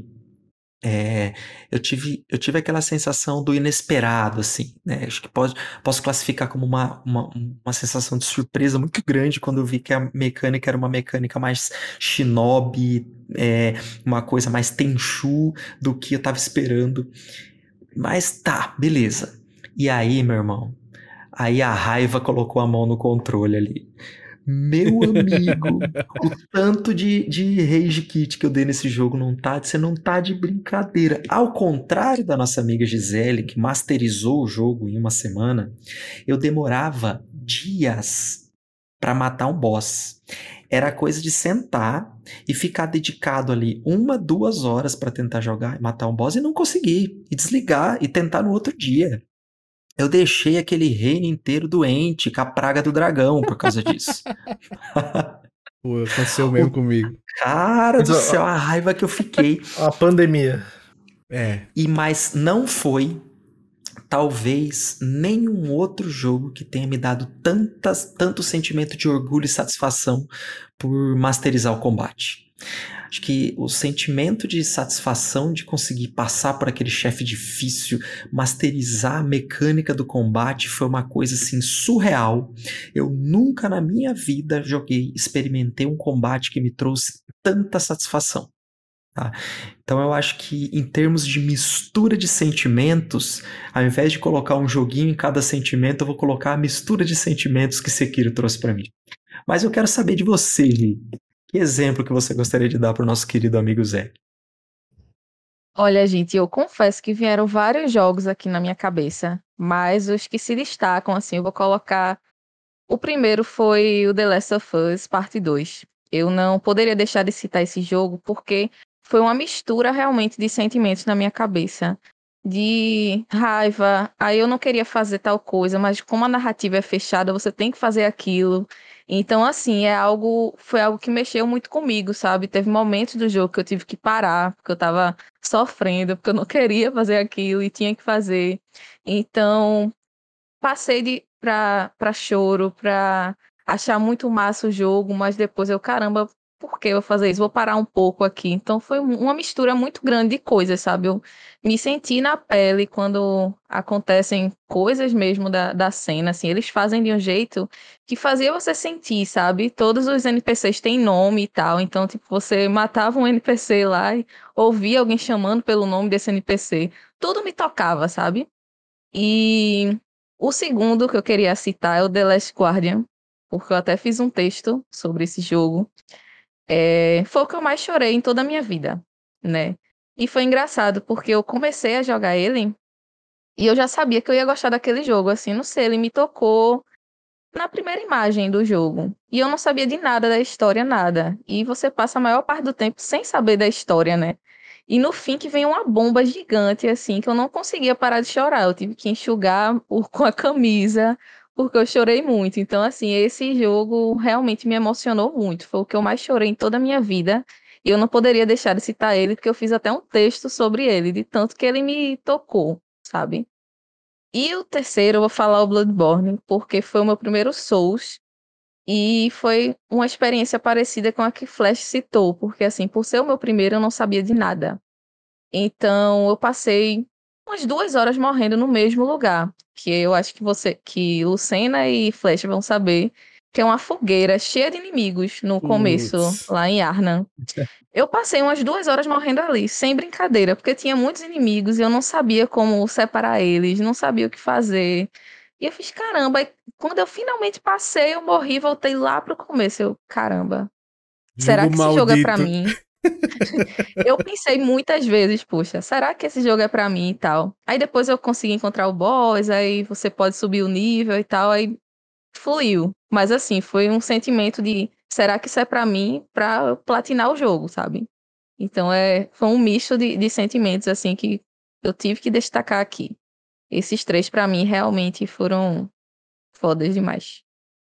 eu tive aquela sensação do inesperado, assim, né? Acho que posso classificar como uma sensação de surpresa muito grande quando eu vi que a mecânica era uma mecânica mais shinobi, uma coisa mais Tenchu do que eu tava esperando. Mas tá, beleza. E aí, meu irmão, aí a raiva colocou a mão no controle ali. Meu amigo, o tanto de rage kit que eu dei nesse jogo você não tá de brincadeira. Ao contrário da nossa amiga Gisele, que masterizou o jogo em uma semana, eu demorava dias para matar um boss. Era coisa de sentar e ficar dedicado ali 1, 2 horas para tentar jogar e matar um boss e não conseguir. E desligar e tentar no outro dia. Eu deixei aquele reino inteiro doente, com a praga do dragão por causa disso. Pô, aconteceu mesmo comigo. Cara do céu, a raiva que eu fiquei. A pandemia. Mas não foi, talvez, nenhum outro jogo que tenha me dado tanto sentimento de orgulho e satisfação por masterizar o combate. Acho que o sentimento de satisfação de conseguir passar por aquele chefe difícil, masterizar a mecânica do combate foi uma coisa assim surreal. Eu nunca na minha vida experimentei um combate que me trouxe tanta satisfação. Tá? Então eu acho que em termos de mistura de sentimentos, ao invés de colocar um joguinho em cada sentimento, eu vou colocar a mistura de sentimentos que Sekiro trouxe para mim. Mas eu quero saber de você, Ri. Que exemplo que você gostaria de dar para o nosso querido amigo Zé? Olha, gente, eu confesso que vieram vários jogos aqui na minha cabeça, mas os que se destacam, assim, eu vou colocar. O primeiro foi o The Last of Us Parte 2. Eu não poderia deixar de citar esse jogo porque foi uma mistura realmente de sentimentos na minha cabeça. De raiva, aí eu não queria fazer tal coisa, mas como a narrativa é fechada, você tem que fazer aquilo. Então, assim, foi algo que mexeu muito comigo, sabe? Teve momentos do jogo que eu tive que parar, porque eu tava sofrendo, porque eu não queria fazer aquilo e tinha que fazer. Então, passei pra choro, pra achar muito massa o jogo, mas depois caramba, por que eu vou fazer isso? Vou parar um pouco aqui. Então foi uma mistura muito grande de coisas, sabe? Eu me senti na pele quando acontecem coisas mesmo da cena, assim, eles fazem de um jeito que fazia você sentir, sabe? Todos os NPCs têm nome e tal, então, tipo, você matava um NPC lá e ouvia alguém chamando pelo nome desse NPC. Tudo me tocava, sabe? E o segundo que eu queria citar é o The Last Guardian, porque eu até fiz um texto sobre esse jogo. Foi o que eu mais chorei em toda a minha vida, né? E foi engraçado, porque eu comecei a jogar ele e eu já sabia que eu ia gostar daquele jogo, assim, não sei, ele me tocou na primeira imagem do jogo. E eu não sabia de nada da história, nada. E você passa a maior parte do tempo sem saber da história, né? E no fim que vem uma bomba gigante, assim, que eu não conseguia parar de chorar. Eu tive que enxugar com a camisa, porque eu chorei muito. Então, assim, esse jogo realmente me emocionou muito. Foi o que eu mais chorei em toda a minha vida. E eu não poderia deixar de citar ele, porque eu fiz até um texto sobre ele, de tanto que ele me tocou, sabe? E o terceiro, eu vou falar o Bloodborne, porque foi o meu primeiro Souls. E foi uma experiência parecida com a que Flash citou, porque assim, por ser o meu primeiro, eu não sabia de nada. Então, eu passei umas 2 horas morrendo no mesmo lugar, que eu acho que Lucena e Flash vão saber, que é uma fogueira cheia de inimigos no começo, Putz. lá em Arnhem. Eu passei umas 2 horas morrendo ali, sem brincadeira, porque tinha muitos inimigos e eu não sabia como separar eles, não sabia o que fazer. E eu fiz, caramba, e quando eu finalmente passei, eu morri e voltei lá pro começo. Eu, caramba, será Jogo que esse jogo é pra maldito. mim? Eu pensei muitas vezes, poxa, será que esse jogo é pra mim e tal? Aí depois eu consegui encontrar o boss, aí você pode subir o nível e tal, aí fluiu. Mas assim, foi um sentimento de, será que isso é pra mim pra eu platinar o jogo, sabe? Então foi um misto de sentimentos assim que eu tive que destacar aqui. Esses três pra mim realmente foram fodas demais.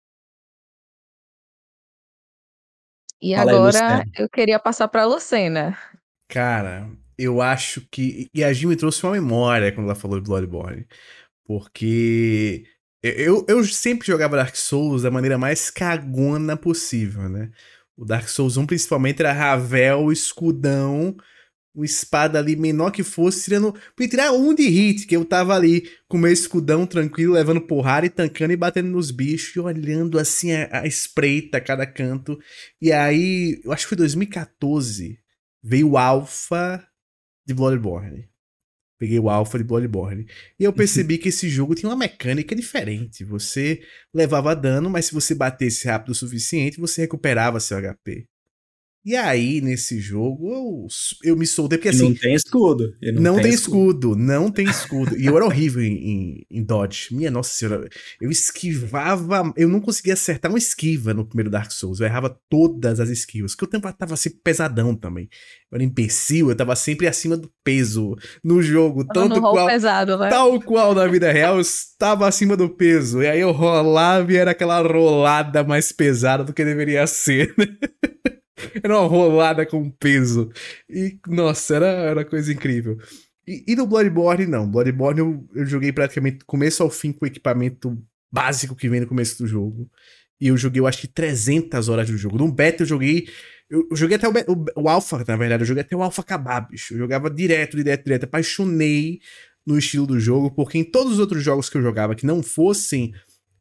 E Fala aí, agora Luciano. eu queria passar pra Lucena. Cara, eu acho que. E a Gil me trouxe uma memória quando ela falou de Bloodborne. Porque eu sempre jogava Dark Souls da maneira mais cagona possível, né? O Dark Souls 1 principalmente era Ravel, escudão, uma espada ali menor que fosse, tirando. Podia tirar um de hit, que eu tava ali com meu escudão tranquilo, levando porrada e tancando e batendo nos bichos, e olhando assim a espreita a cada canto. E aí, eu acho que foi 2014, veio o Alpha de Bloodborne. Peguei o Alpha de Bloodborne. E eu percebi que esse jogo tinha uma mecânica diferente. Você levava dano, mas se você batesse rápido o suficiente, você recuperava seu HP. E aí, nesse jogo, eu me soltei, porque assim... Não tem escudo. Não tem escudo, não tem escudo. E eu era horrível em dodge. Minha nossa senhora, eu esquivava... Eu não conseguia acertar uma esquiva no primeiro Dark Souls. Eu errava todas as esquivas, porque o tempo tava sempre pesadão também. Eu era imbecil, eu tava sempre acima do peso no jogo. Tanto qual, pesado, né? tal qual na vida real, eu estava acima do peso. E aí eu rolava e era aquela rolada mais pesada do que deveria ser, né? Era uma rolada com peso. E, nossa, era coisa incrível. E no Bloodborne, não. Bloodborne eu joguei praticamente do começo ao fim com o equipamento básico que vem no começo do jogo. E eu joguei, eu acho que 300 horas do jogo. No beta eu joguei... Eu joguei até o Alpha, na verdade. Eu joguei até o Alpha acabar, bicho. Eu jogava direto. Apaixonei no estilo do jogo, porque em todos os outros jogos que eu jogava que não fossem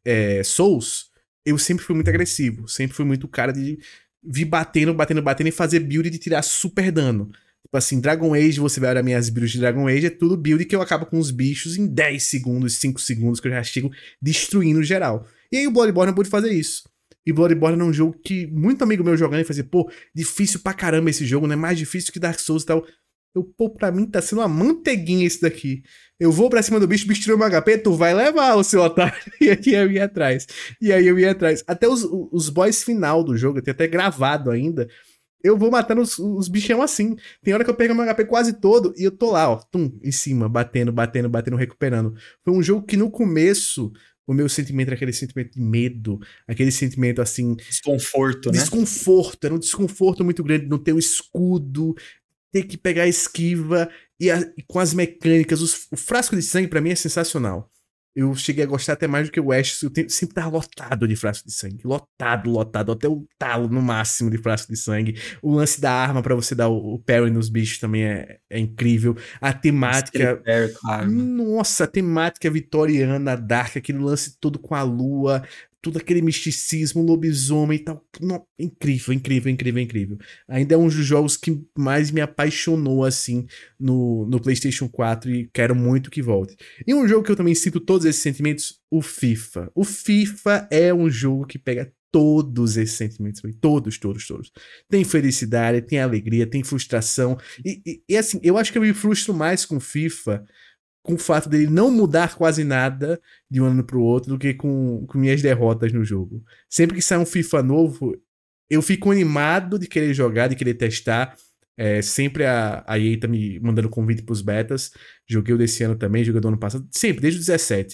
Souls, eu sempre fui muito agressivo. Sempre fui muito cara de... vir batendo e fazer build de tirar super dano. Tipo assim, Dragon Age, você vai olhar minhas builds de Dragon Age, é tudo build que eu acabo com os bichos em 10 segundos, 5 segundos, que eu já chego destruindo geral. E aí o Bloodborne pôde fazer isso. E Bloodborne é um jogo que muito amigo meu jogando e fazia, pô, difícil pra caramba esse jogo, né? Mais difícil que Dark Souls e tal. Pra mim tá sendo uma manteiguinha esse daqui. Eu vou pra cima do bicho, o bicho tirou meu HP, tu vai levar o seu otário. E aqui eu ia atrás. E aí eu ia atrás. Até os boss final do jogo, eu tenho até gravado ainda. Eu vou matando os bichão assim. Tem hora que eu pego meu HP quase todo e eu tô lá, ó, em cima, batendo, recuperando. Foi um jogo que no começo, o meu sentimento era aquele sentimento de medo, aquele sentimento assim... Desconforto, né? Desconforto, era um desconforto muito grande, não ter o escudo... ter que pegar a esquiva e com as mecânicas. O frasco de sangue pra mim é sensacional. Eu cheguei a gostar até mais do que o Ash. Eu sempre tava lotado de frasco de sangue. Lotado. Até o talo no máximo de frasco de sangue. O lance da arma pra você dar o parry nos bichos também é incrível. A temática... Nossa, a temática vitoriana, dark, aquele lance todo com a lua... Todo aquele misticismo, lobisomem e tal. Incrível. Ainda é um dos jogos que mais me apaixonou, assim, no PlayStation 4 e quero muito que volte. E um jogo que eu também sinto todos esses sentimentos, o FIFA. O FIFA é um jogo que pega todos esses sentimentos. Todos. Tem felicidade, tem alegria, tem frustração. E assim, eu acho que eu me frustro mais com FIFA... com o fato dele não mudar quase nada de um ano pro outro do que com minhas derrotas no jogo. Sempre que sai um FIFA novo, eu fico animado de querer jogar, de querer testar. Sempre a EA tá me mandando convite pros betas. Joguei o desse ano também, joguei do ano passado. Sempre, desde o 17.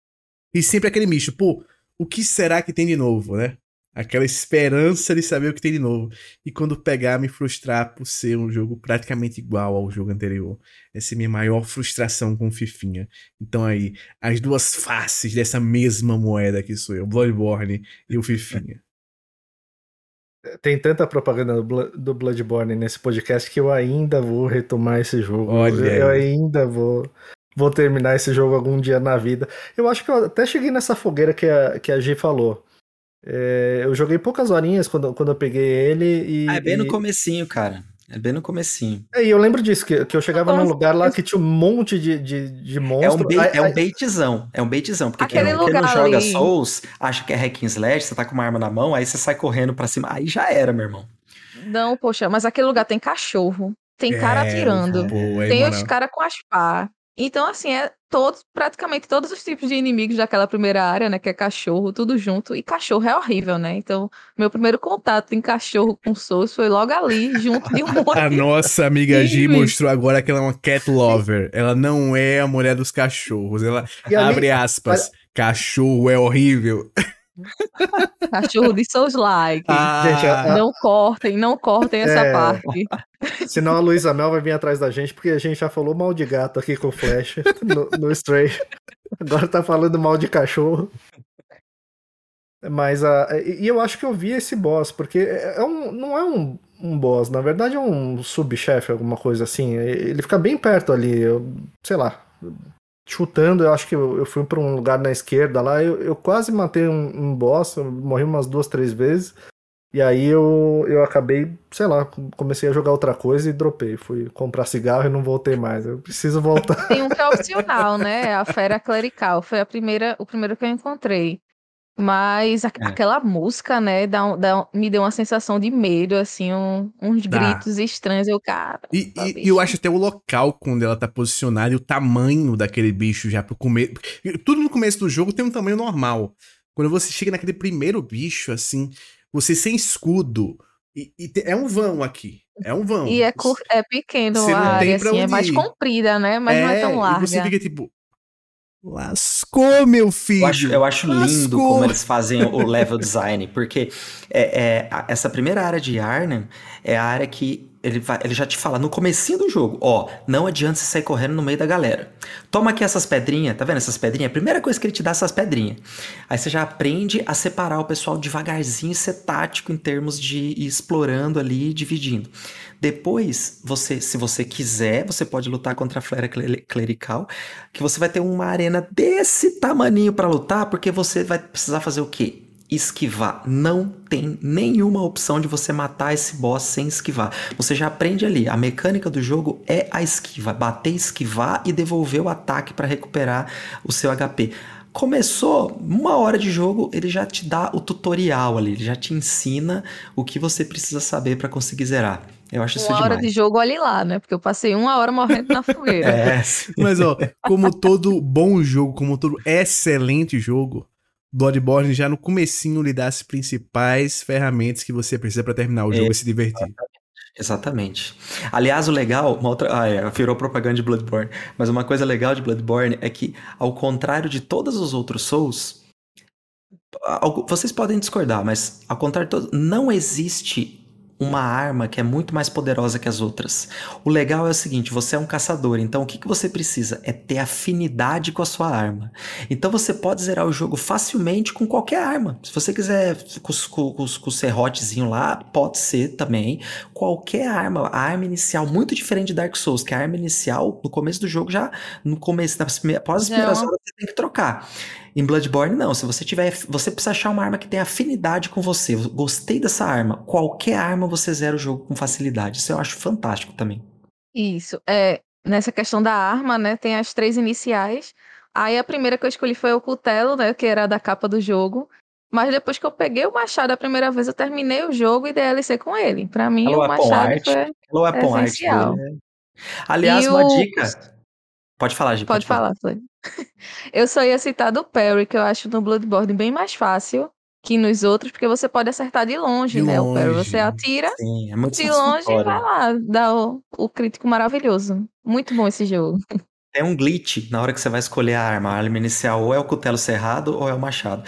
E sempre aquele misto, pô, o que será que tem de novo, né? Aquela esperança de saber o que tem de novo. E quando pegar, me frustrar por ser um jogo praticamente igual ao jogo anterior. Essa é a minha maior frustração com o Fifinha. Então aí, as duas faces dessa mesma moeda que sou eu, Bloodborne e o Fifinha. Tem tanta propaganda do Bloodborne nesse podcast que eu ainda vou retomar esse jogo. Eu ainda vou terminar esse jogo algum dia na vida. Eu acho que eu até cheguei nessa fogueira que a Gi falou. Eu joguei poucas horinhas quando eu peguei ele e... é bem no comecinho, cara. É bem no comecinho. E eu lembro disso, que eu chegava num lugar lá que tinha um monte de monstros. É um baitzão. É um baitzão. Porque quem não joga Souls, acha que é hack and slash, você tá com uma arma na mão, aí você sai correndo pra cima. Aí já era, meu irmão. Não, poxa, mas aquele lugar tem cachorro. Tem cara atirando. Tem os caras com as pá. Então, assim, praticamente todos os tipos de inimigos daquela primeira área, né? Que é cachorro, tudo junto. E cachorro é horrível, né? Então, meu primeiro contato em cachorro com Souls foi logo ali, junto de um monte. A nossa amiga Gi mostrou agora que ela é uma cat lover. Ela não é a mulher dos cachorros. Ela abre aspas. Cachorro é horrível. Cachorro de Souls-like. Gente, não cortem essa parte. Senão a Luísa Mel vai vir atrás da gente, porque a gente já falou mal de gato aqui com o Flash no Stray. Agora tá falando mal de cachorro. Mas e eu acho que eu vi esse boss, porque não é um boss, na verdade é um subchefe, alguma coisa assim. Ele fica bem perto ali, sei lá, chutando, eu acho que eu fui pra um lugar na esquerda lá, eu quase matei um boss, eu morri umas 2, 3 vezes. E aí eu acabei, sei lá, comecei a jogar outra coisa e dropei. Fui comprar cigarro e não voltei mais. Eu preciso voltar. Tem um que é opcional, né? A Fera Clerical. Foi o primeiro que eu encontrei. Mas É. aquela música, né, me deu uma sensação de medo, assim, uns Dá. gritos estranhos. Eu, E eu bicho. acho até o local quando ela tá posicionada e o tamanho daquele bicho já pro começo. Tudo no começo do jogo tem um tamanho normal. Quando você chega naquele primeiro bicho, assim, você sem escudo. É um vão aqui. É um vão. E é pequeno Você a não área, tem pra assim, é onde mais ir. comprida, né? Mas não é tão E você larga. fica tipo. Lascou, meu filho! Eu acho lindo como Lascou! eles fazem o level design, porque essa primeira área de Arnhem é a área que ele já te fala no comecinho do jogo, ó, não adianta você sair correndo no meio da galera. Toma aqui essas pedrinhas, tá vendo essas pedrinhas? A primeira coisa que ele te dá é essas pedrinhas. Aí você já aprende a separar o pessoal devagarzinho e ser tático em termos de ir explorando ali e dividindo. Depois, se você quiser, você pode lutar contra a Flera Clerical, que você vai ter uma arena desse tamaninho para lutar, porque você vai precisar fazer o quê? Esquivar. Não tem nenhuma opção de você matar esse boss sem esquivar. Você já aprende ali. A mecânica do jogo é a esquiva. Bater, esquivar e devolver o ataque para recuperar o seu HP. Começou 1 hora de jogo, ele já te dá o tutorial ali, ele já te ensina o que você precisa saber para conseguir zerar. Eu acho isso 1 hora de demais. jogo, olhe lá, né? Porque eu passei 1 hora morrendo na fogueira. É, sim. Mas, ó, como todo bom jogo, como todo excelente jogo, Bloodborne já no comecinho lhe dá as principais ferramentas que você precisa pra terminar o jogo e se divertir. Exatamente. Aliás, o legal, virou propaganda de Bloodborne, mas uma coisa legal de Bloodborne é que, ao contrário de todos os outros Souls, vocês podem discordar, mas ao contrário de todos, não existe uma arma que é muito mais poderosa que as outras. O legal é o seguinte, você é um caçador, então o que você precisa é ter afinidade com a sua arma. Então você pode zerar o jogo facilmente com qualquer arma. Se você quiser com o serrotezinho lá, pode ser também. Qualquer arma, a arma inicial, muito diferente de Dark Souls, que a arma inicial, no começo do jogo, já no começo, após as Já é primeiras uma... horas, você tem que trocar. Em Bloodborne, não. Se você tiver. Você precisa achar uma arma que tenha afinidade com você. Eu gostei dessa arma. Qualquer arma você zera o jogo com facilidade. Isso eu acho fantástico também. Isso. Nessa questão da arma, né? Tem as 3 iniciais. Aí a primeira que eu escolhi foi o cutelo, né? Que era da capa do jogo. Mas depois que eu peguei o machado a primeira vez, eu terminei o jogo e DLC com ele. Pra mim, Hello o Weapon machado Art. foi Hello Weapon Art dele. essencial. Aliás, E uma o... dica. Pode falar, Gi, pode Pode falar. falar, Flávio. Eu só ia citar do parry, que eu acho no Bloodborne bem mais fácil que nos outros, porque você pode acertar de De longe, né? O parry você longe. atira Sim, é muito de longe e vai satisfatório. lá, dá o crítico maravilhoso. Muito bom esse jogo. É um glitch na hora que você vai escolher a arma inicial, ou é o cutelo cerrado ou é o machado.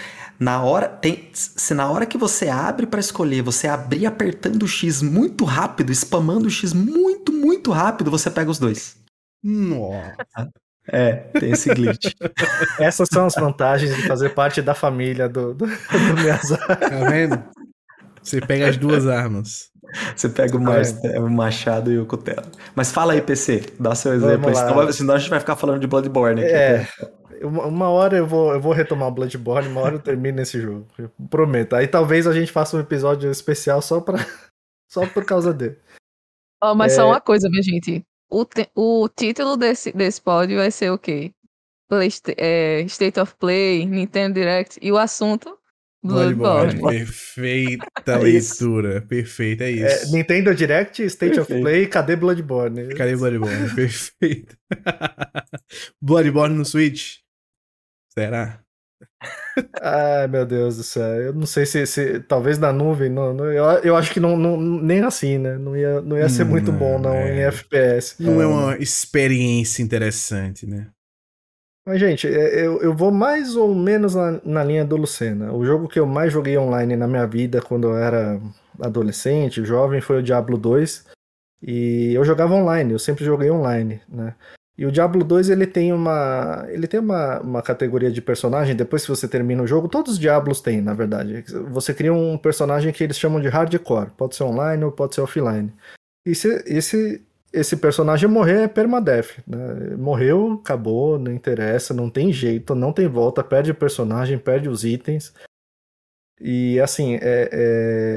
Se na hora que você abre para escolher, você abrir apertando o X muito rápido, spamando o X muito, muito rápido, você pega os dois. Nossa. Tem esse glitch. Essas são as vantagens de fazer parte da família do Miyazaki. Tá vendo? Você pega as duas armas. Você pega Tá vendo? o machado e o cutelo. Mas fala aí, PC, dá seu exemplo Vamos aí, lá. senão a gente vai ficar falando de Bloodborne aqui É, até. uma hora eu vou retomar o Bloodborne, uma hora eu termino esse jogo. Eu prometo. Aí talvez a gente faça um episódio especial só por causa dele. Ó, mas só uma coisa, minha gente. O título desse pod vai ser o quê? State of Play, Nintendo Direct e o assunto Bloodborne. Bloodborne. Perfeita É isso. leitura. Perfeita, é isso. Nintendo Direct, State of Perfeito. Play, cadê Bloodborne? Cadê Bloodborne? Perfeito. Bloodborne no Switch? Será? Ai, meu Deus do céu. Eu não sei se talvez na nuvem, eu acho que nem assim, né? Não ia ser muito bom, não, em FPS. Não é uma experiência interessante, né? Mas, gente, eu vou mais ou menos na linha do Lucena. O jogo que eu mais joguei online na minha vida quando eu era adolescente, jovem, foi o Diablo 2. E eu jogava online, eu sempre joguei online, né? E o Diablo 2 ele tem uma categoria de personagem, depois que você termina o jogo, todos os Diablos têm, na verdade. Você cria um personagem que eles chamam de hardcore, pode ser online ou pode ser offline. E se esse personagem morrer é permadeath, né? Morreu, acabou, não interessa, não tem jeito, não tem volta, perde o personagem, perde os itens. E assim,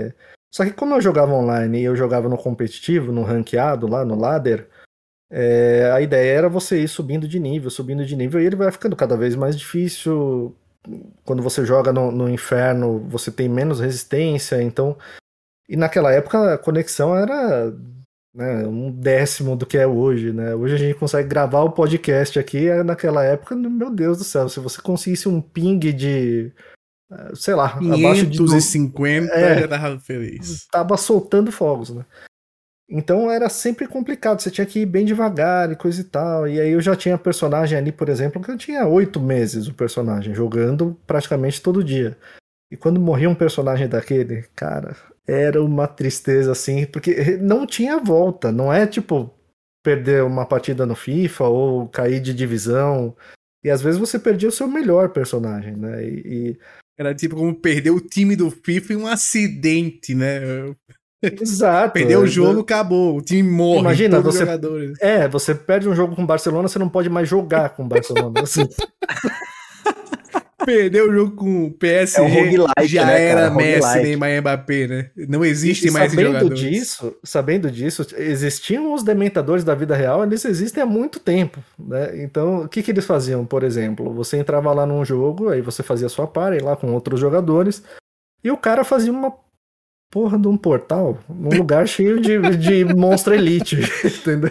Só que como eu jogava online e eu jogava no competitivo, no ranqueado, lá no ladder, a ideia era você ir subindo de nível, e ele vai ficando cada vez mais difícil. Quando você joga no inferno, você tem menos resistência, então... E naquela época a conexão era, né, 1/10 do que é hoje, né? Hoje a gente consegue gravar o podcast aqui, naquela época, meu Deus do céu, se você conseguisse um ping de, sei lá, abaixo de... 550 já tava feliz. Tava soltando fogos, né? Então era sempre complicado, você tinha que ir bem devagar e coisa e tal. E aí eu já tinha personagem ali, por exemplo, que eu tinha 8 meses o personagem, jogando praticamente todo dia. E quando morria um personagem daquele, cara, era uma tristeza assim, porque não tinha volta. Não é tipo perder uma partida no FIFA ou cair de divisão. E às vezes você perdia o seu melhor personagem, né? Era tipo como perder o time do FIFA em um acidente, né? Exato. Perdeu o jogo, acabou. O time morre. Imagina, todos os jogadores. você perde um jogo com o Barcelona, você não pode mais jogar com o Barcelona. Assim. Perdeu o jogo com o PSG, É um roguelike, já né, era cara? Messi, Roguelike. Neymar e Mbappé, né? Não existem mais esses jogadores. Sabendo disso, existiam os dementadores da vida real, eles existem há muito tempo, né? Então, o que eles faziam, por exemplo? Você entrava lá num jogo, aí você fazia sua party lá com outros jogadores, e o cara fazia uma porra de um portal num lugar cheio de Monstro Elite, entendeu?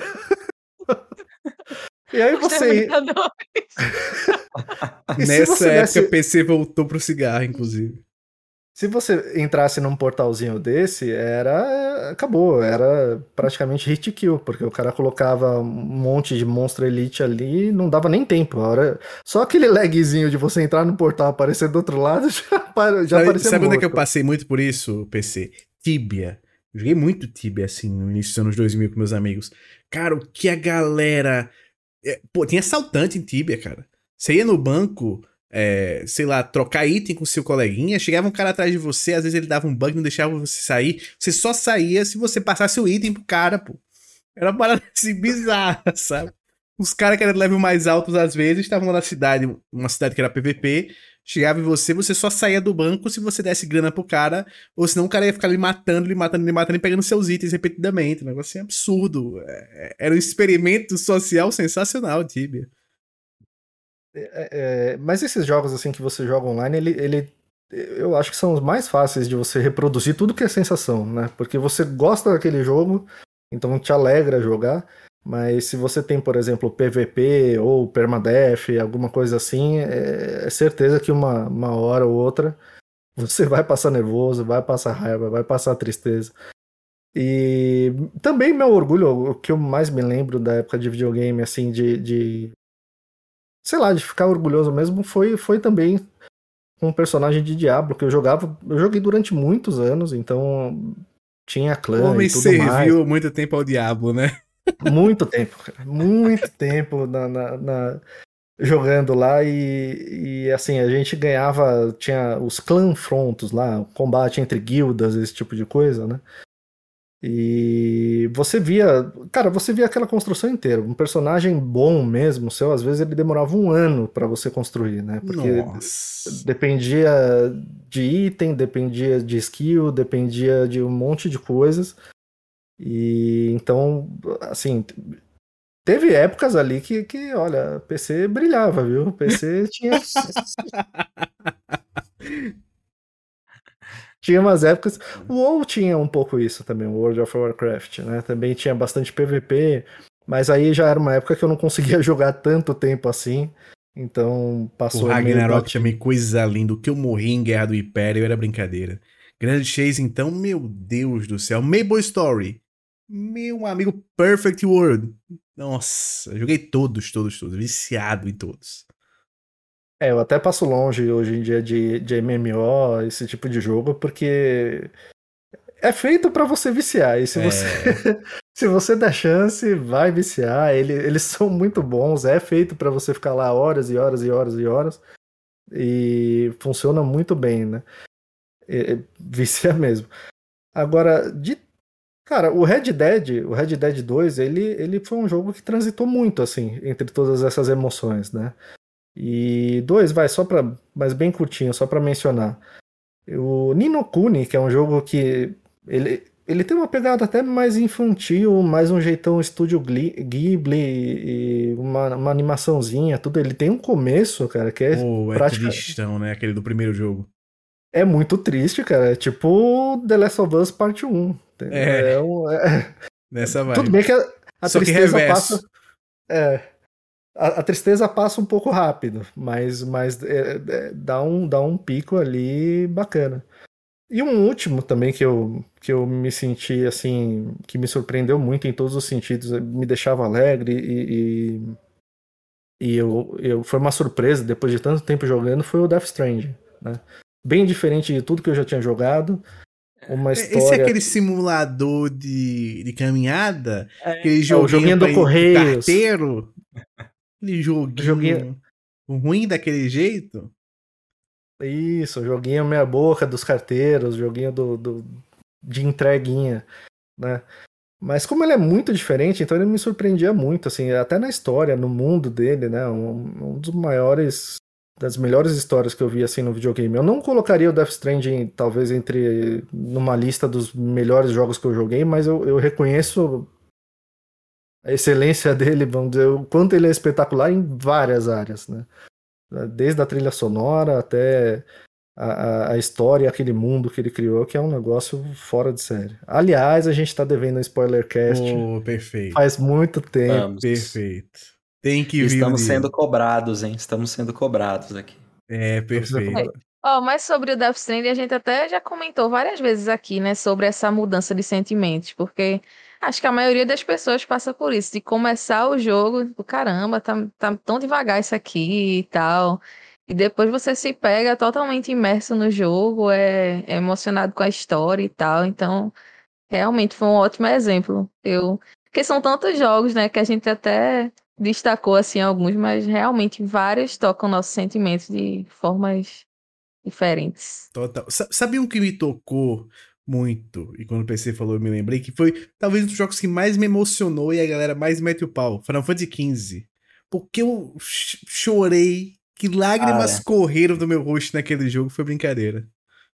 E aí você... Nessa época, PC voltou pro cigarro, inclusive. Se você entrasse num portalzinho desse, acabou, era praticamente hit kill, porque o cara colocava um monte de monstro elite ali e não dava nem tempo. Só aquele lagzinho de você entrar no portal e aparecer do outro lado já aparecia Sabe morto. onde é que eu passei muito por isso, PC? Tibia. Eu joguei muito Tibia, assim, no início dos anos 2000 com meus amigos. Cara, o que a galera... Pô, tinha assaltante em Tibia, cara. Você ia no banco... sei lá, trocar item com seu coleguinha, chegava um cara atrás de você, às vezes ele dava um bug, não deixava você sair, você só saía se você passasse o item pro cara, pô. Era uma parada assim bizarra, sabe? Os caras que eram de level mais altos às vezes estavam lá na cidade, uma cidade que era PVP, chegava em você só saía do banco se você desse grana pro cara, ou senão o cara ia ficar lhe matando e pegando seus itens repetidamente, um negócio assim absurdo. Era um experimento social sensacional, Tibia. Mas esses jogos assim que você joga online, eu acho que são os mais fáceis de você reproduzir tudo que é sensação, né? Porque você gosta daquele jogo, então te alegra jogar. Mas se você tem, por exemplo, PVP ou Permadeath, alguma coisa assim, é certeza que uma hora ou outra você vai passar nervoso, vai passar raiva, vai passar tristeza. E também meu orgulho, o que eu mais me lembro da época de videogame, assim, sei lá, de ficar orgulhoso mesmo, foi também com um personagem de Diablo que eu joguei durante muitos anos, então tinha O clã homem e tudo mais. serviu muito tempo ao diabo, né? Muito tempo, cara, muito tempo jogando lá e assim, a gente ganhava, tinha os confrontos lá, combate entre guildas, esse tipo de coisa, né? E você via aquela construção inteira. Um personagem bom mesmo, seu, às vezes ele demorava 1 ano pra você construir, né? Porque Nossa. dependia de item, dependia de skill, dependia de um monte de coisas. E então, assim, teve épocas ali que olha, PC brilhava, viu? PC tinha. Tinha umas épocas. O WoW tinha um pouco isso também, o World of Warcraft, né? Também tinha bastante PVP, mas aí já era uma época que eu não conseguia jogar tanto tempo assim, então O passou meio Ragnarok batido. também, coisa linda. O que eu morri em Guerra do Império era brincadeira. Grande Chase, então, meu Deus do céu. Maple Story. Meu amigo Perfect World. Nossa, joguei todos. Viciado em todos. Eu até passo longe hoje em dia de MMO, esse tipo de jogo, porque é feito pra você viciar. E se você se você der chance, vai viciar. Eles são muito bons, é feito pra você ficar lá horas e horas e horas e horas. E funciona muito bem, né? Vicia mesmo. Agora, cara, o Red Dead 2, ele foi um jogo que transitou muito, assim, entre todas essas emoções, né? E mas bem curtinho, só pra mencionar. O Ni no Kuni, que é um jogo que Ele tem uma pegada até mais infantil, mais um jeitão estúdio Ghibli e uma animaçãozinha, tudo. Ele tem um começo, cara, que é Pô, é prática. tristão, né? Aquele do primeiro jogo. É muito triste, cara. É tipo The Last of Us Parte 1. Entendeu? É, nessa Tudo vibe. bem que a Só que tristeza passa. reverso. É, a tristeza passa um pouco rápido, mas dá um pico ali bacana. E um último também que eu me senti assim, que me surpreendeu muito em todos os sentidos, me deixava alegre e foi uma surpresa depois de tanto tempo jogando, foi o Death Stranding, né? Bem diferente de tudo que eu já tinha jogado, uma Esse é história. aquele simulador de caminhada? Aquele É o joguinho joguinho pra do ir pro Correios, carteiro? Aquele o joguinho, joguinho ruim daquele jeito? isso, o joguinho meia boca dos carteiros, joguinho de entreguinha, né? Mas como ele é muito diferente, então ele me surpreendia muito, assim, até na história, no mundo dele, né? Um dos maiores, das melhores histórias que eu vi, assim, no videogame. Eu não colocaria o Death Stranding, talvez, numa lista dos melhores jogos que eu joguei, mas eu reconheço a excelência dele, vamos dizer, o quanto ele é espetacular em várias áreas, né? Desde a trilha sonora até a história, aquele mundo que ele criou, que é um negócio fora de série. Aliás, a gente tá devendo um spoilercast Pô, perfeito. faz muito tempo. Vamos. Perfeito. Tem que E vir o estamos sendo dia. cobrados, hein? Estamos sendo cobrados aqui. É, perfeito. Ó, mas sobre o Death Stranding, a gente até já comentou várias vezes aqui, né, sobre essa mudança de sentimentos, porque acho que a maioria das pessoas passa por isso, de começar o jogo, tipo, caramba, tá tão devagar isso aqui e tal, e depois você se pega totalmente imerso no jogo, é emocionado com a história e tal, então realmente foi um ótimo exemplo. Porque são tantos jogos, né, que a gente até destacou assim alguns, mas realmente vários tocam nossos sentimentos de formas diferentes. Total. Sabe um que me tocou muito? E quando o PC falou, eu me lembrei que foi talvez um dos jogos que mais me emocionou e a galera mais mete o pau. Final Fantasy XV. Porque eu chorei, que lágrimas Cara, correram do meu rosto naquele jogo, foi brincadeira.